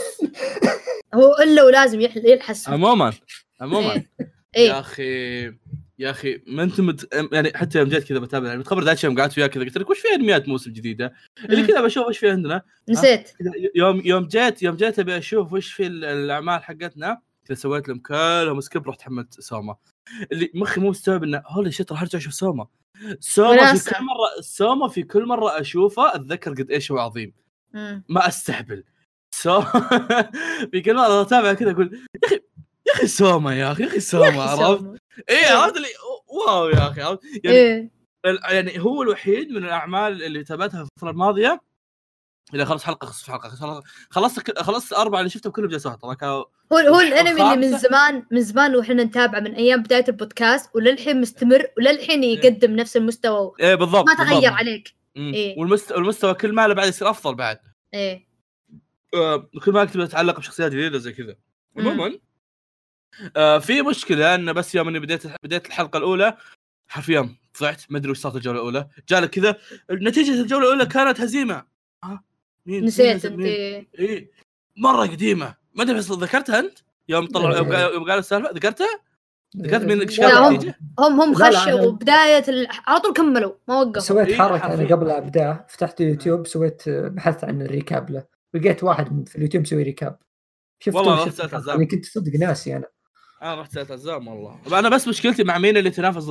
هو الا ولازم يلحس عموما عموما إيه؟ يا اخي يا اخي ما انت مت... يعني حتى يوم جيت كذا بتابع يعني متخبر ذاك يوم قعدت وياك كذا قلت لك وش في انميات موسم جديده اللي كذا بشوف وش في عندنا. نسيت يوم يوم جيت يوم جيت ابي اشوف وش في الاعمال حقتنا كذا سويت لهم كلهم سكيب رحت حملت سوما اللي مخي مو مستوعب انه هولي شيت راح ارجع اشوف سوما. سوما في كل مره سوما في كل مره اشوفه اتذكر قد ايش هو عظيم. مم. ما استهبل سو في كل مره اتابع كذا اقول يا اخي يا اخي سوما يا اخي يا اخي سوما عرفت. ايه عرفت اللي واو يا اخي عرفت يعني إيه؟ يعني هو الوحيد من الاعمال اللي تابعتها في الفتره الماضيه اللي خلص حلقه خلص حلقه خلصت خلصت اربعه اللي شفتهم كلهم جلسات طبعا كانوا هو هو الانمي اللي من زمان من زمان وحنا نتابعه من ايام بدايه البودكاست وللحين مستمر وللحين يقدم نفس المستوى. ايه بالضبط ما تغير بالضبط. عليك إيه؟ والمستوى المستوى كل ما له بعد يصير افضل بعد. ايه آه كل ما تبي تتعلق بشخصيات جديده زي كذا. عموما آه في مشكله ان بس يوم اني بديت بديت الحلقه الاولى حرفيا ضعت ما ادري وش صارت الجوله الاولى جالك كذا نتيجه الجوله الاولى كانت هزيمه. ها مين نسيت انت ايه مره قديمه ما ادري بس ذكرتها انت يوم طلعوا يوم قالوا السالفه ذكرتها ذكرت من هم هم هم خشوا بدايه ال... على طول كملوا ما وقفوا. سويت حركه انا قبل ابدا فتحت يوتيوب سويت بحثت عن الريكاب له لقيت واحد في اليوتيوب مسوي ريكاب شفته والله شفت انا كنت صدق ناسي انا انا رحت ثلاث اجزاء والله. انا بس مشكلتي مع مين اللي تنافس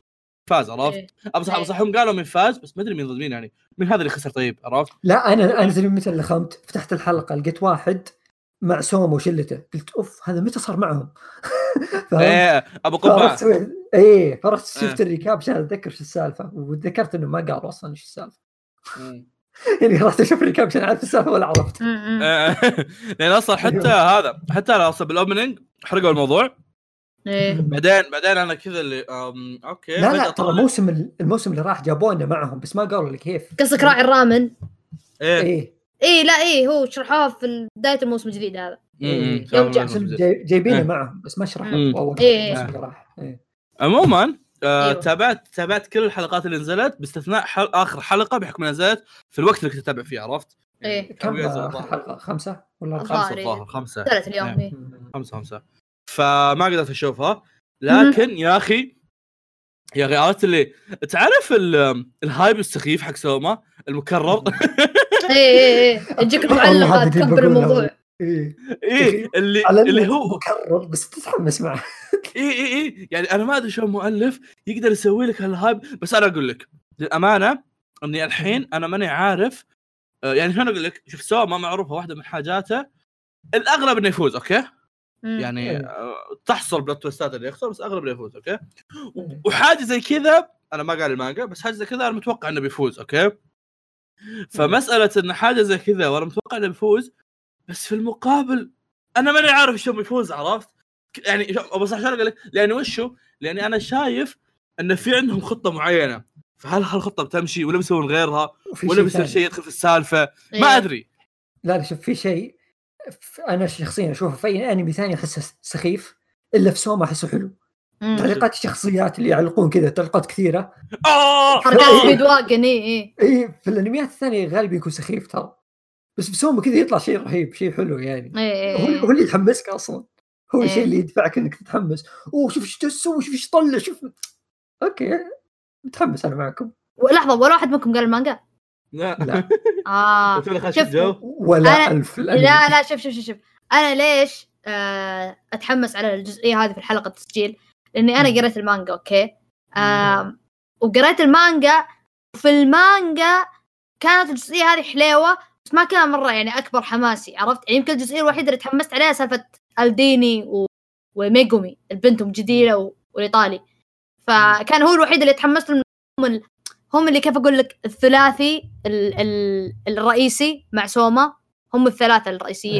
فاز عرفت إيه. ابصح ابصح هم قالوا من فاز بس ما ادري مين ضد مين يعني من هذا اللي خسر طيب عرفت لا انا انا زي مثل اللي خمت فتحت الحلقه لقيت واحد مع سوما وشلته قلت اوف هذا متى صار معهم ايه ابو قبعه ايه فرحت شفت الريكاب عشان اتذكر شو السالفه وتذكرت انه ما قالوا اصلا ايش السالفه يعني رحت اشوف الريكاب عشان اعرف السالفه ولا عرفت لان اصلا حتى هذا حتى اصلا بالاوبننج حرقوا الموضوع إيه. بعدين بعدين انا كذا اللي أم... اوكي لا لا ترى الموسم الموسم اللي راح جابونا معهم بس ما قالوا لك كيف قصدك راعي الرامن ايه ايه ايه لا ايه هو شرحوها في بدايه الموسم الجديد هذا إيه. يوم جاء جاي... جايبينه معهم بس ما شرحوا اول إيه. الموسم اللي راح إيه. عموما آه، أيوه. تابعت تابعت كل الحلقات اللي نزلت باستثناء حل... اخر حلقه بحكم نزلت في الوقت اللي كنت اتابع فيه عرفت إيه. كم حلقه خمسه ولا خمسه الظاهر خمسه ثلاث اليوم إيه. إيه. خمسه خمسه فما قدرت اشوفها لكن يا اخي يا اخي عرفت اللي تعرف الهايب السخيف حق سوما المكرر ايه ايه ايه تجيك المعلقات تكبر الموضوع ايه ايه اللي اللي هو مكرر بس تتحمس معه ايه ايه ايه يعني انا ما ادري شو مؤلف يقدر يسوي لك هالهايب بس انا اقول لك للامانه اني الحين انا ماني عارف يعني شلون اقول لك شوف سوما معروفه واحده من حاجاته الاغلب انه يفوز اوكي يعني تحصل بالتوستات اللي يخسر بس اغلب اللي يفوز اوكي وحاجه زي كذا انا ما قال المانجا بس حاجه زي كذا انا متوقع انه بيفوز اوكي فمساله ان حاجه زي كذا وانا متوقع انه بيفوز بس في المقابل انا ماني عارف شو بيفوز عرفت يعني بس عشان اقول لك لانه وشو لاني انا شايف ان في عندهم خطه معينه فهل هالخطه بتمشي ولا بيسوون غيرها ولا بيصير شيء يدخل في السالفه ما ادري لا شوف في شيء انا شخصيا اشوفه في اي انمي ثاني احسه سخيف الا في سوما احسه حلو تعليقات الشخصيات اللي يعلقون كذا تعليقات كثيره اه حركات سبيد واجن ايه ايه في الانميات الثانيه غالبا يكون سخيف ترى بس بسوما كذا يطلع شيء رهيب شيء حلو يعني إيه. هو اللي يحمسك اصلا هو إيه. الشيء اللي يدفعك انك تتحمس اوه شوف ايش تسوي شوف ايش طلع شوف اوكي متحمس انا معكم لحظه ولا واحد منكم قال المانجا لا لا اه شوف ولا ألف لا لا شوف شوف شوف انا ليش آه اتحمس على الجزئيه هذه في الحلقه التسجيل لاني انا قريت المانجا اوكي آه وقريت المانجا في المانجا كانت الجزئيه هذه حليوه بس ما كان مره يعني اكبر حماسي عرفت يعني يمكن الجزئيه الوحيده اللي تحمست عليها سالفه الديني و... وميغومي البنت الجديده و... والايطالي فكان هو الوحيد اللي تحمست لهم ال... هم اللي كيف اقول لك الثلاثي ال... ال... الرئيسي مع سوما هم الثلاثه الرئيسيين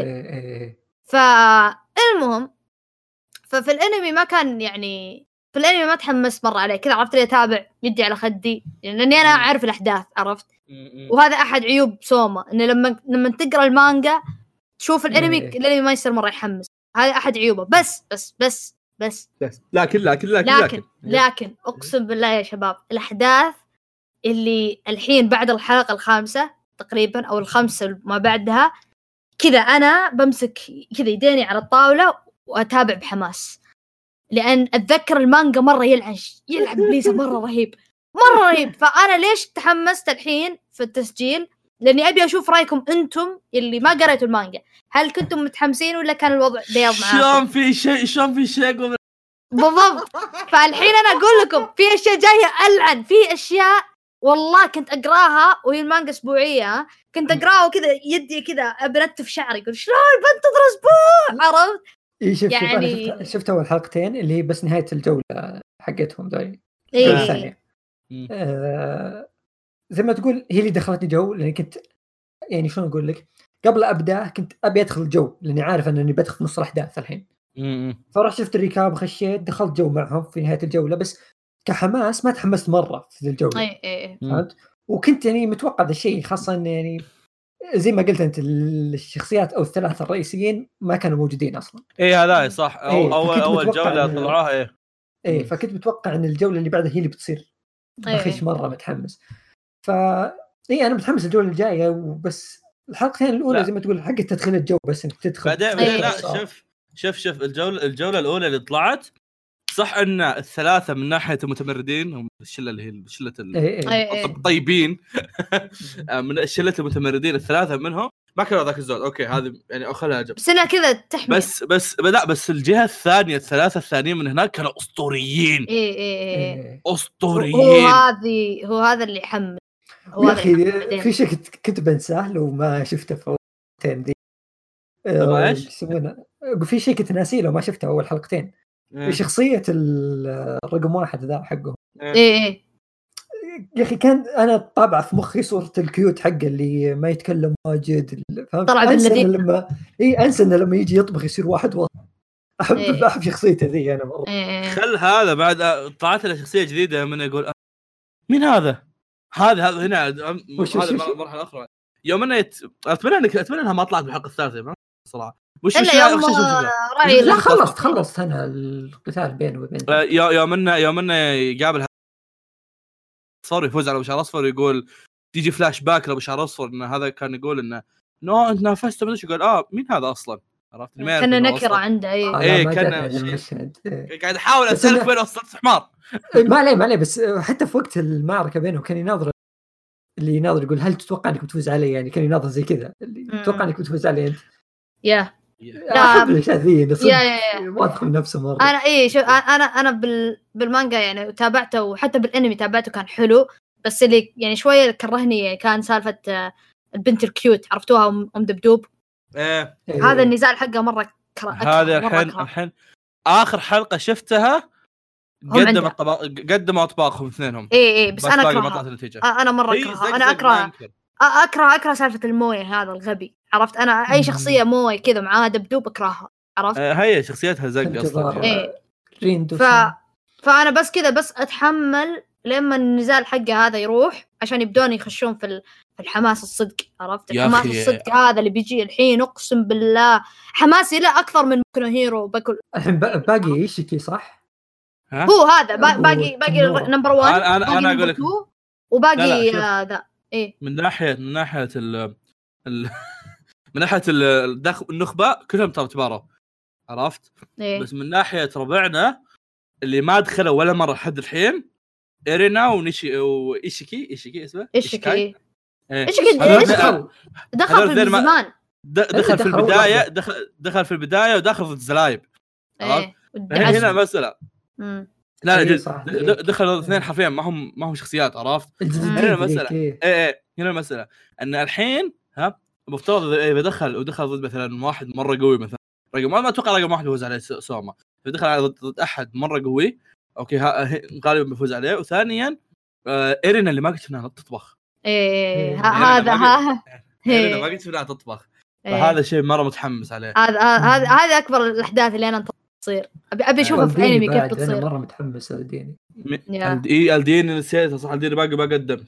فالمهم ففي الانمي ما كان يعني في الانمي ما تحمس مره عليه كذا عرفت لي اتابع يدي على خدي لاني انا اعرف الاحداث عرفت وهذا احد عيوب سوما انه لما لما تقرا المانجا تشوف الانمي الانمي ما يصير مره يحمس هذا احد عيوبه بس بس بس بس, بس. لكن, لكن لكن لكن لكن اقسم بالله يا شباب الاحداث اللي الحين بعد الحلقه الخامسه تقريبا او الخامسه ما بعدها كذا انا بمسك كذا يديني على الطاوله واتابع بحماس لان اتذكر المانجا مره يلعن يلعب بليزا مره رهيب مره رهيب فانا ليش تحمست الحين في التسجيل لاني ابي اشوف رايكم انتم اللي ما قريتوا المانجا هل كنتم متحمسين ولا كان الوضع بيض معاكم شلون في شيء شلون في شيء بالضبط فالحين انا اقول لكم في اشياء جايه العن في اشياء والله كنت اقراها وهي المانجا اسبوعيه كنت اقراها وكذا يدي كذا ابنتف شعري يقول شلون بنتظر اسبوع عرفت اي شوف يعني... شوف شفت اول حلقتين اللي هي بس نهايه الجوله حقتهم ذولي اي آه زي ما تقول هي اللي دخلتني جو لاني كنت يعني شلون اقول لك قبل ابدا كنت ابي ادخل الجو لاني عارف انني بدخل في نص الاحداث الحين فرحت شفت الريكاب خشيت دخلت جو معهم في نهايه الجوله بس كحماس ما تحمست مره في الجوله اي اي فهمت وكنت يعني متوقع ذا الشيء خاصه يعني زي ما قلت انت الشخصيات او الثلاثه الرئيسيين ما كانوا موجودين اصلا اي هذا صح أو إيه اول اول جوله طلعوها ايه ايه فكنت متوقع ان الجوله اللي بعدها هي اللي بتصير بخش مره متحمس ف اي انا متحمس الجوله الجايه وبس الحلقتين الاولى لا. زي ما تقول حق تدخل الجو بس انك تدخل بعدين لا شوف شوف شوف الجوله الجوله الاولى اللي طلعت صح ان الثلاثه من ناحيه المتمردين هم الشله اللي هي شله الطيبين من شله المتمردين الثلاثه منهم ما كانوا ذاك الزود اوكي هذه يعني اخلها جب بس انا كذا تحمي بس بس لا بس الجهه الثانيه الثلاثه الثانيين من هناك كانوا اسطوريين ايه ايه ايه إيه. اسطوريين هو هذه هو هذا اللي يحمل هو يا هذا اخي اللي يحمل في شيء كنت كنت بنساه لو ما شفته في أول حلقتين ذي. طبعا آه، إيش؟ يسمونه في شيء كنت ناسيه لو ما شفته اول حلقتين. إيه. شخصيه ال- الرقم واحد ذا حقه ايه ايه يا اخي كان انا طابعه في مخي صوره الكيوت حقه اللي ما يتكلم واجد فهمت. طلع انسى بالمدينة. إنه لما اي انسى انه لما يجي يطبخ يصير واحد واحد. احب إيه. احب شخصيته ذي انا مره. ايه خل هذا بعد طلعت له شخصيه جديده من يقول مين هذا هذا هذا هنا وش- هذا وش- وش؟ المرحله الاخرى يوم انه يت... اتمنى انك اتمنى انها ما طلعت بالحلقه الثالثه صراحه وش وش الا يوم وش- وش- وش- راعي لا لا، خلصت خلصت انا القتال بينه وبين آه، يو- يوم انه يوم انه يقابل صار يفوز على بشار اصفر ويقول تيجي فلاش باك لابو شعر اصفر ان هذا كان يقول انه نو انت نافست ما ادري يقول اه مين هذا اصلا عرفت ما يعرف كان إنه نكره أصلاً. عنده ايه إيه، ما كان جاني شيء- المشهد. إيه. قاعد احاول بس اسالك أنا- وين وصلت حمار ما عليه ما عليه بس حتى في وقت المعركه بينهم كان يناظر اللي يناظر يقول هل تتوقع انك بتفوز علي يعني كان يناظر زي كذا اللي مم. تتوقع انك بتفوز علي انت. يا احب الاشياء ذي يا صدق يا يا واثق من نفسه مره. انا ايه شو انا انا بال بالمانجا يعني تابعته وحتى بالانمي تابعته كان حلو بس اللي يعني شويه كرهني كان سالفه آه، البنت الكيوت عرفتوها ام أم دبدوب ايه إيه. هذا النزال حقه مره كره هذا الحين الحين اخر حلقه شفتها هم عندها. قدمت طبق قدموا اطباقهم اثنينهم ايه ايه بس, انا باقي ما اكرهها طلعت النتيجه آه، انا مره هي اكرهها زق انا زق اكره ما ينكر. آه، اكره اكره سالفه المويه هذا الغبي عرفت انا اي مم. شخصيه مويه كذا معاها دبدوب اكرهها عرفت آه، هي شخصيتها زق انتظار. اصلا إيه. ريندو ف... فانا بس كذا بس اتحمل لما النزال حقه هذا يروح عشان يبدون يخشون في ال- في الحماس الصدق عرفت يا الحماس أخي. الصدق هذا اللي بيجي الحين اقسم بالله حماسي لا اكثر من كونو هيرو وباكل الحين با- باقي ايشيكي صح؟ ها؟ هو هذا با... هو باقي باقي تنورة. نمبر واحد أنا- أنا- أنا أقول لك. وباقي لا، لا، شوف. آه، ذا ايه من ناحيه من ناحيه ال ال من ناحيه ال- الدخ... النخبه كلهم ترى تباروا عرفت ايه بس من ناحيه ربعنا اللي ما دخلوا ولا مره لحد الحين إيرينا ونيشي وايشيكي ايشيكي اسمه ايشيكي إيه. ايشيكي هذول ايش ذ- دخل هذول في ذي ما- الزمان د- دخل في دخل البدايه واحدة. دخل دخل في البدايه ودخل ضد الزلايب عرفت؟ ايه هنا هنا مساله مم. لا لا إيه جد صح. د- د- دخلوا الاثنين حرفيا ما هم ما هم شخصيات عرفت الجديد هنا ذيك، المسألة. إيه. ايه ايه هنا المساله ان الحين ها المفترض اذا إذا دخل ودخل ضد مثلا واحد مره قوي مثلا رقم ما اتوقع رقم واحد بيفوز عليه س- سوما اذا دخل على ضد ضد احد مره قوي اوكي ها ه- غالبا بيفوز عليه وثانيا آه ايرينا اللي ما قلت انها تطبخ ايه إيه. ه- هذا ما ها ايرينا ما إيه. قلت انها تطبخ إيه. فهذا شيء مره متحمس عليه هذا هذا هذا اكبر الاحداث اللي انا انتظر تصير ابي ابي اشوفها في والديني انمي كيف بعد، انا بتصير مره متحمس الديني. يا. ال- اي الدين نسيته صح الدين باقي بقدم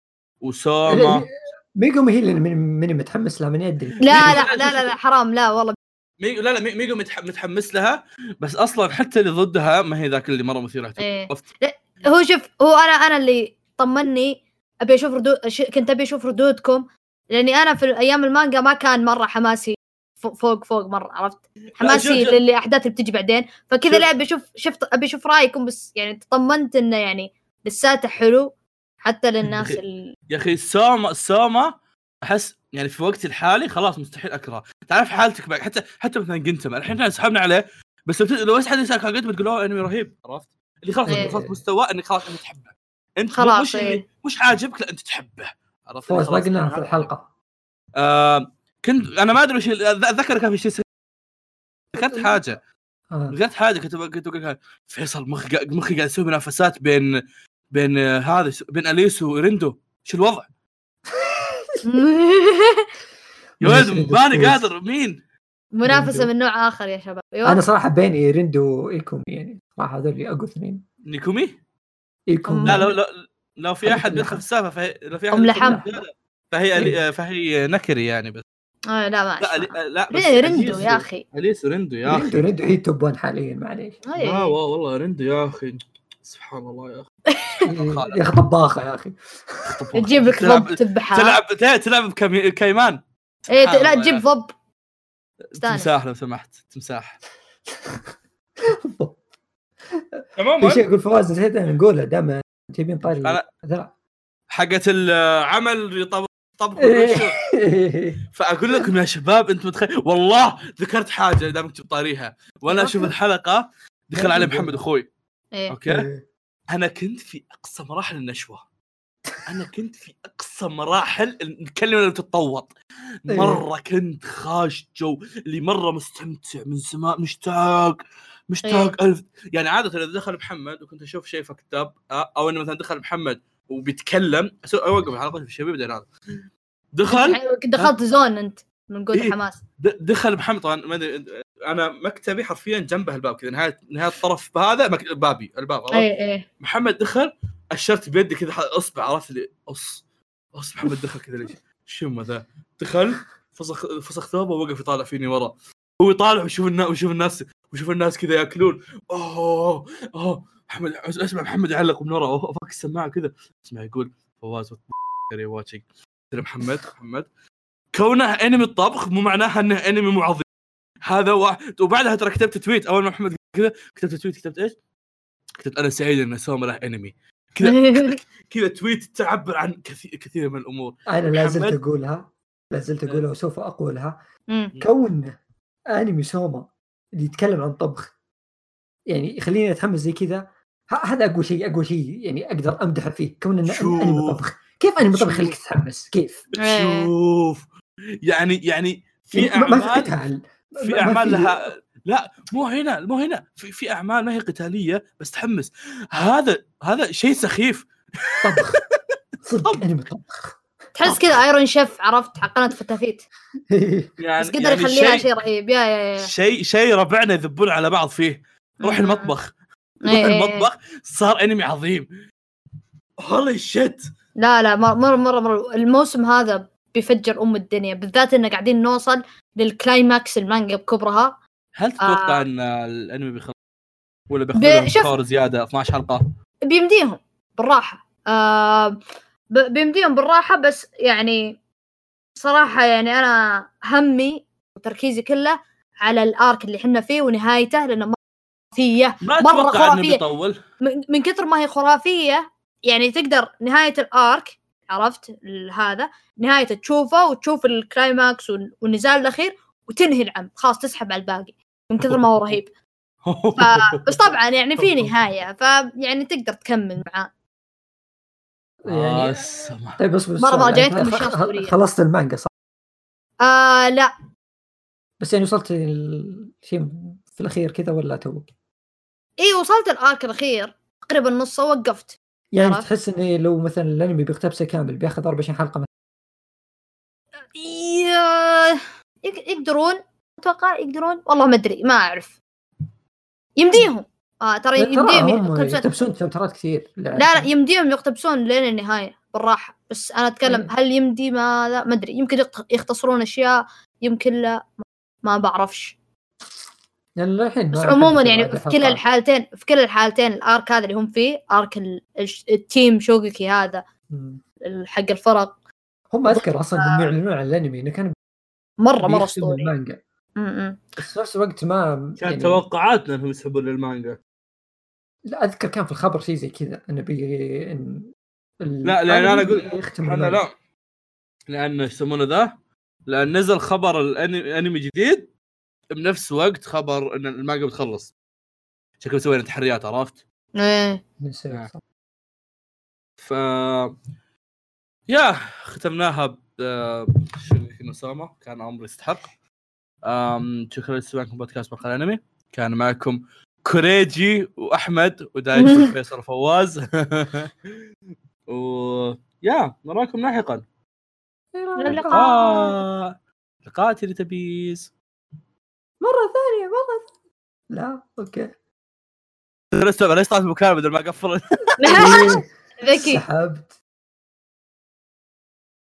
وسوما ميجومي هي اللي من- ماني متحمس لها من يدري. لا لا لا لا, لا حرام لا والله ميجو لا لا مي- ميجو متح- متحمس لها بس اصلا حتى اللي ضدها ما هي ذاك اللي مره مثير اهتمام إيه. عرفت؟ هو شوف هو انا انا اللي طمني ابي اشوف ردود ش- كنت ابي اشوف ردودكم لاني انا في ايام المانجا ما كان مره حماسي فوق فوق, فوق مره عرفت حماسي شوف- شوف. للاحداث اللي بتجي بعدين فكذا شوف. لا ابي اشوف شفت ابي اشوف رايكم بس يعني تطمنت انه يعني لساته حلو حتى للناس أخي. ال... يا اخي سوما سوما احس يعني في وقتي الحالي خلاص مستحيل اكره تعرف حالتك بقى حتى حتى مثلا جنتما الحين احنا سحبنا عليه بس لو, بت... لو احد يسالك عن جنتما تقول له انمي رهيب عرفت اللي خلاص إيه. خلاص مستوى انك خلاص انت تحبه انت خلاص، مش اللي إيه. مش عاجبك لا انت تحبه عرفت فوز ما خلاص. قلناها في الحلقه. آه كنت انا ما ادري وش اتذكر كان في شيء ذكرت حاجه آه. ذكرت حاجه كنت كنت اقول فيصل مخي قا- مخي قاعد يسوي منافسات بين بين آه، هذا بين اليس وريندو شو الوضع يا ولد ريندو ماني تفوز. قادر مين منافسه من نوع اخر يا شباب أيوة. انا صراحه بيني ريندو وايكومي يعني صراحه هذول اقوى اثنين. نيكومي ايكومي لا لو لو, لو في أبو احد أم بيدخل في السالفه فهي لو في احد أم يدخل لحم. في السالفة فهي إيه. فهي نكري يعني بس آه لا ما لا أشبه. ألي- لا بس ري- ريندو أليس- يا اخي اليس وريندو يا ريندو اخي ريندو هي توب واحد حاليا معليش. أي. لا والله ريندو يا اخي سبحان الله يا اخي يا اخي طباخه يا اخي. تجيب لك تلعب- ضب تذبحها تلعب ت- تلعب بكمي- كيمان ايه ت- سبحان لا الله تجيب يا ضب استانس. تمساح لو سمحت تمساح في عموما شيء يقول فواز نسيت نقوله دام جايبين طاري أنا- لا حقت العمل يطور طبخ وشو. فاقول لكم يا شباب انتم متخيل والله ذكرت حاجه دامك طاريها وانا اشوف الحلقه دخل علي محمد اخوي اوكي انا كنت في اقصى مراحل النشوه انا كنت في اقصى مراحل نتكلم لما تتطوط مره كنت خاش جو اللي مره مستمتع من سماء مشتاق مشتاق الف يعني عاده اذا دخل محمد وكنت اشوف شيء في كتاب او انه مثلا دخل محمد وبيتكلم اوقف الحلقه في الشباب ده هذا دخل دخلت زون انت من قوه الحماس دخل محمد طبعا ما ادري انا مكتبي حرفيا جنبه الباب كذا نهايه نهايه الطرف هذا بابي الباب اي اي محمد دخل اشرت بيدي كذا اصبع عرفت لي اص اص محمد دخل كذا ليش شو ذا دخل فسخ فسخ ثوبه ووقف يطالع فيني ورا هو يطالع ويشوف الناس ويشوف الناس ويشوف الناس كذا ياكلون اوه اوه محمد اسمع محمد يعلق من ورا فك السماعه كذا اسمع يقول فواز كري واتشينج محمد محمد كونه انمي الطبخ مو معناها انه انمي مو عظيم هذا واحد وبعدها ترى كتبت تويت اول ما محمد كذا كتبت تويت كتبت ايش كتبت انا سعيد ان سوما له انمي كذا كذا تويت تعبر عن كثير كثير من الامور انا لازلت اقولها لازلت اقولها وسوف اقولها كون انمي سوما اللي يتكلم عن طبخ يعني يخليني اتحمس زي كذا هذا اقوى شيء اقوى شيء يعني اقدر امدح فيه كون انه انمي طبخ كيف انمي طبخ يخليك تتحمس كيف شوف يعني يعني في اعمال في اعمال لها لا مو هنا مو هنا في, في اعمال ما هي قتاليه بس تحمس هذا هذا شيء سخيف طبخ صدق انمي طبخ تحس كذا ايرون شيف عرفت قناه فتافيت يعني بس قدر يخليها شيء رهيب يا يا شيء شيء ربعنا يذبون على بعض فيه روح المطبخ روح المطبخ صار انمي عظيم هولي شيت لا لا مره مره مره الموسم هذا بيفجر ام الدنيا بالذات اننا قاعدين نوصل للكلايماكس المانجا بكبرها هل تتوقع آه. ان الانمي بيخلص ولا بياخذون صور زياده اثناشر حلقه بيمديهم بالراحه آه بيمديهم بالراحه بس يعني صراحه يعني انا همي وتركيزي كله على الارك اللي حنا فيه ونهايته لانه خرافيه مره خرافيه من كثر ما هي خرافيه يعني تقدر نهايه الارك عرفت هذا نهايته تشوفه وتشوف الكلايماكس والنزال الاخير وتنهي العم خلاص تسحب على الباقي من كثر ما هو رهيب ف... بس طبعا يعني في نهايه فيعني تقدر تكمل معاه يعني طيب بس بس مره جايتكم الشخصيه خلصت المانجا صح آه لا بس يعني وصلت الشيء في الاخير كذا ولا توك اي وصلت الارك الاخير تقريبا نص وقفت يعني عرفت؟ تحس انه لو مثلا الانمي بيقتبسه كامل بياخذ أربعة وعشرين حلقه مثلا يقدرون اتوقع يقدرون والله ما ادري ما اعرف يمديهم اه ترى يمديهم يقتبسون شابترات كثير لا لا يمديهم يقتبسون لين النهايه بالراحه بس انا اتكلم هل يمدي ما لا ما ادري يمكن يختصرون اشياء يمكن لا ما بعرفش يعني الحين بس عموما يعني في كل الحالتين في كل الحالتين الارك هذا اللي هم فيه ارك التيم شوغوكي هذا حق الفرق هم اذكر اصلا انهم يعلنون عن الانمي انه كان مره مره اسطوري المانجا بس نفس الوقت ما كانت يعني توقعاتنا انهم يسحبون للمانجا لا اذكر كان في الخبر شيء زي كذا انه بي إن لا لان انا اقول انا لا لان يسمونه ذا لان نزل خبر الانمي جديد بنفس وقت خبر ان المانجا بتخلص شكله سوينا تحريات عرفت ايه ف يا ختمناها بشغل نسامة كان امر يستحق امم شكرا لسماعكم بودكاست مقال انمي كان معكم كوريجي واحمد ودايش وفيصل وفواز و يا نراكم لاحقا اللقاء لقاء تلتبيز مرة ثانية مرة لا اوكي لسه ليش طلعت المكالمة بدل ما اقفل ذكي سحبت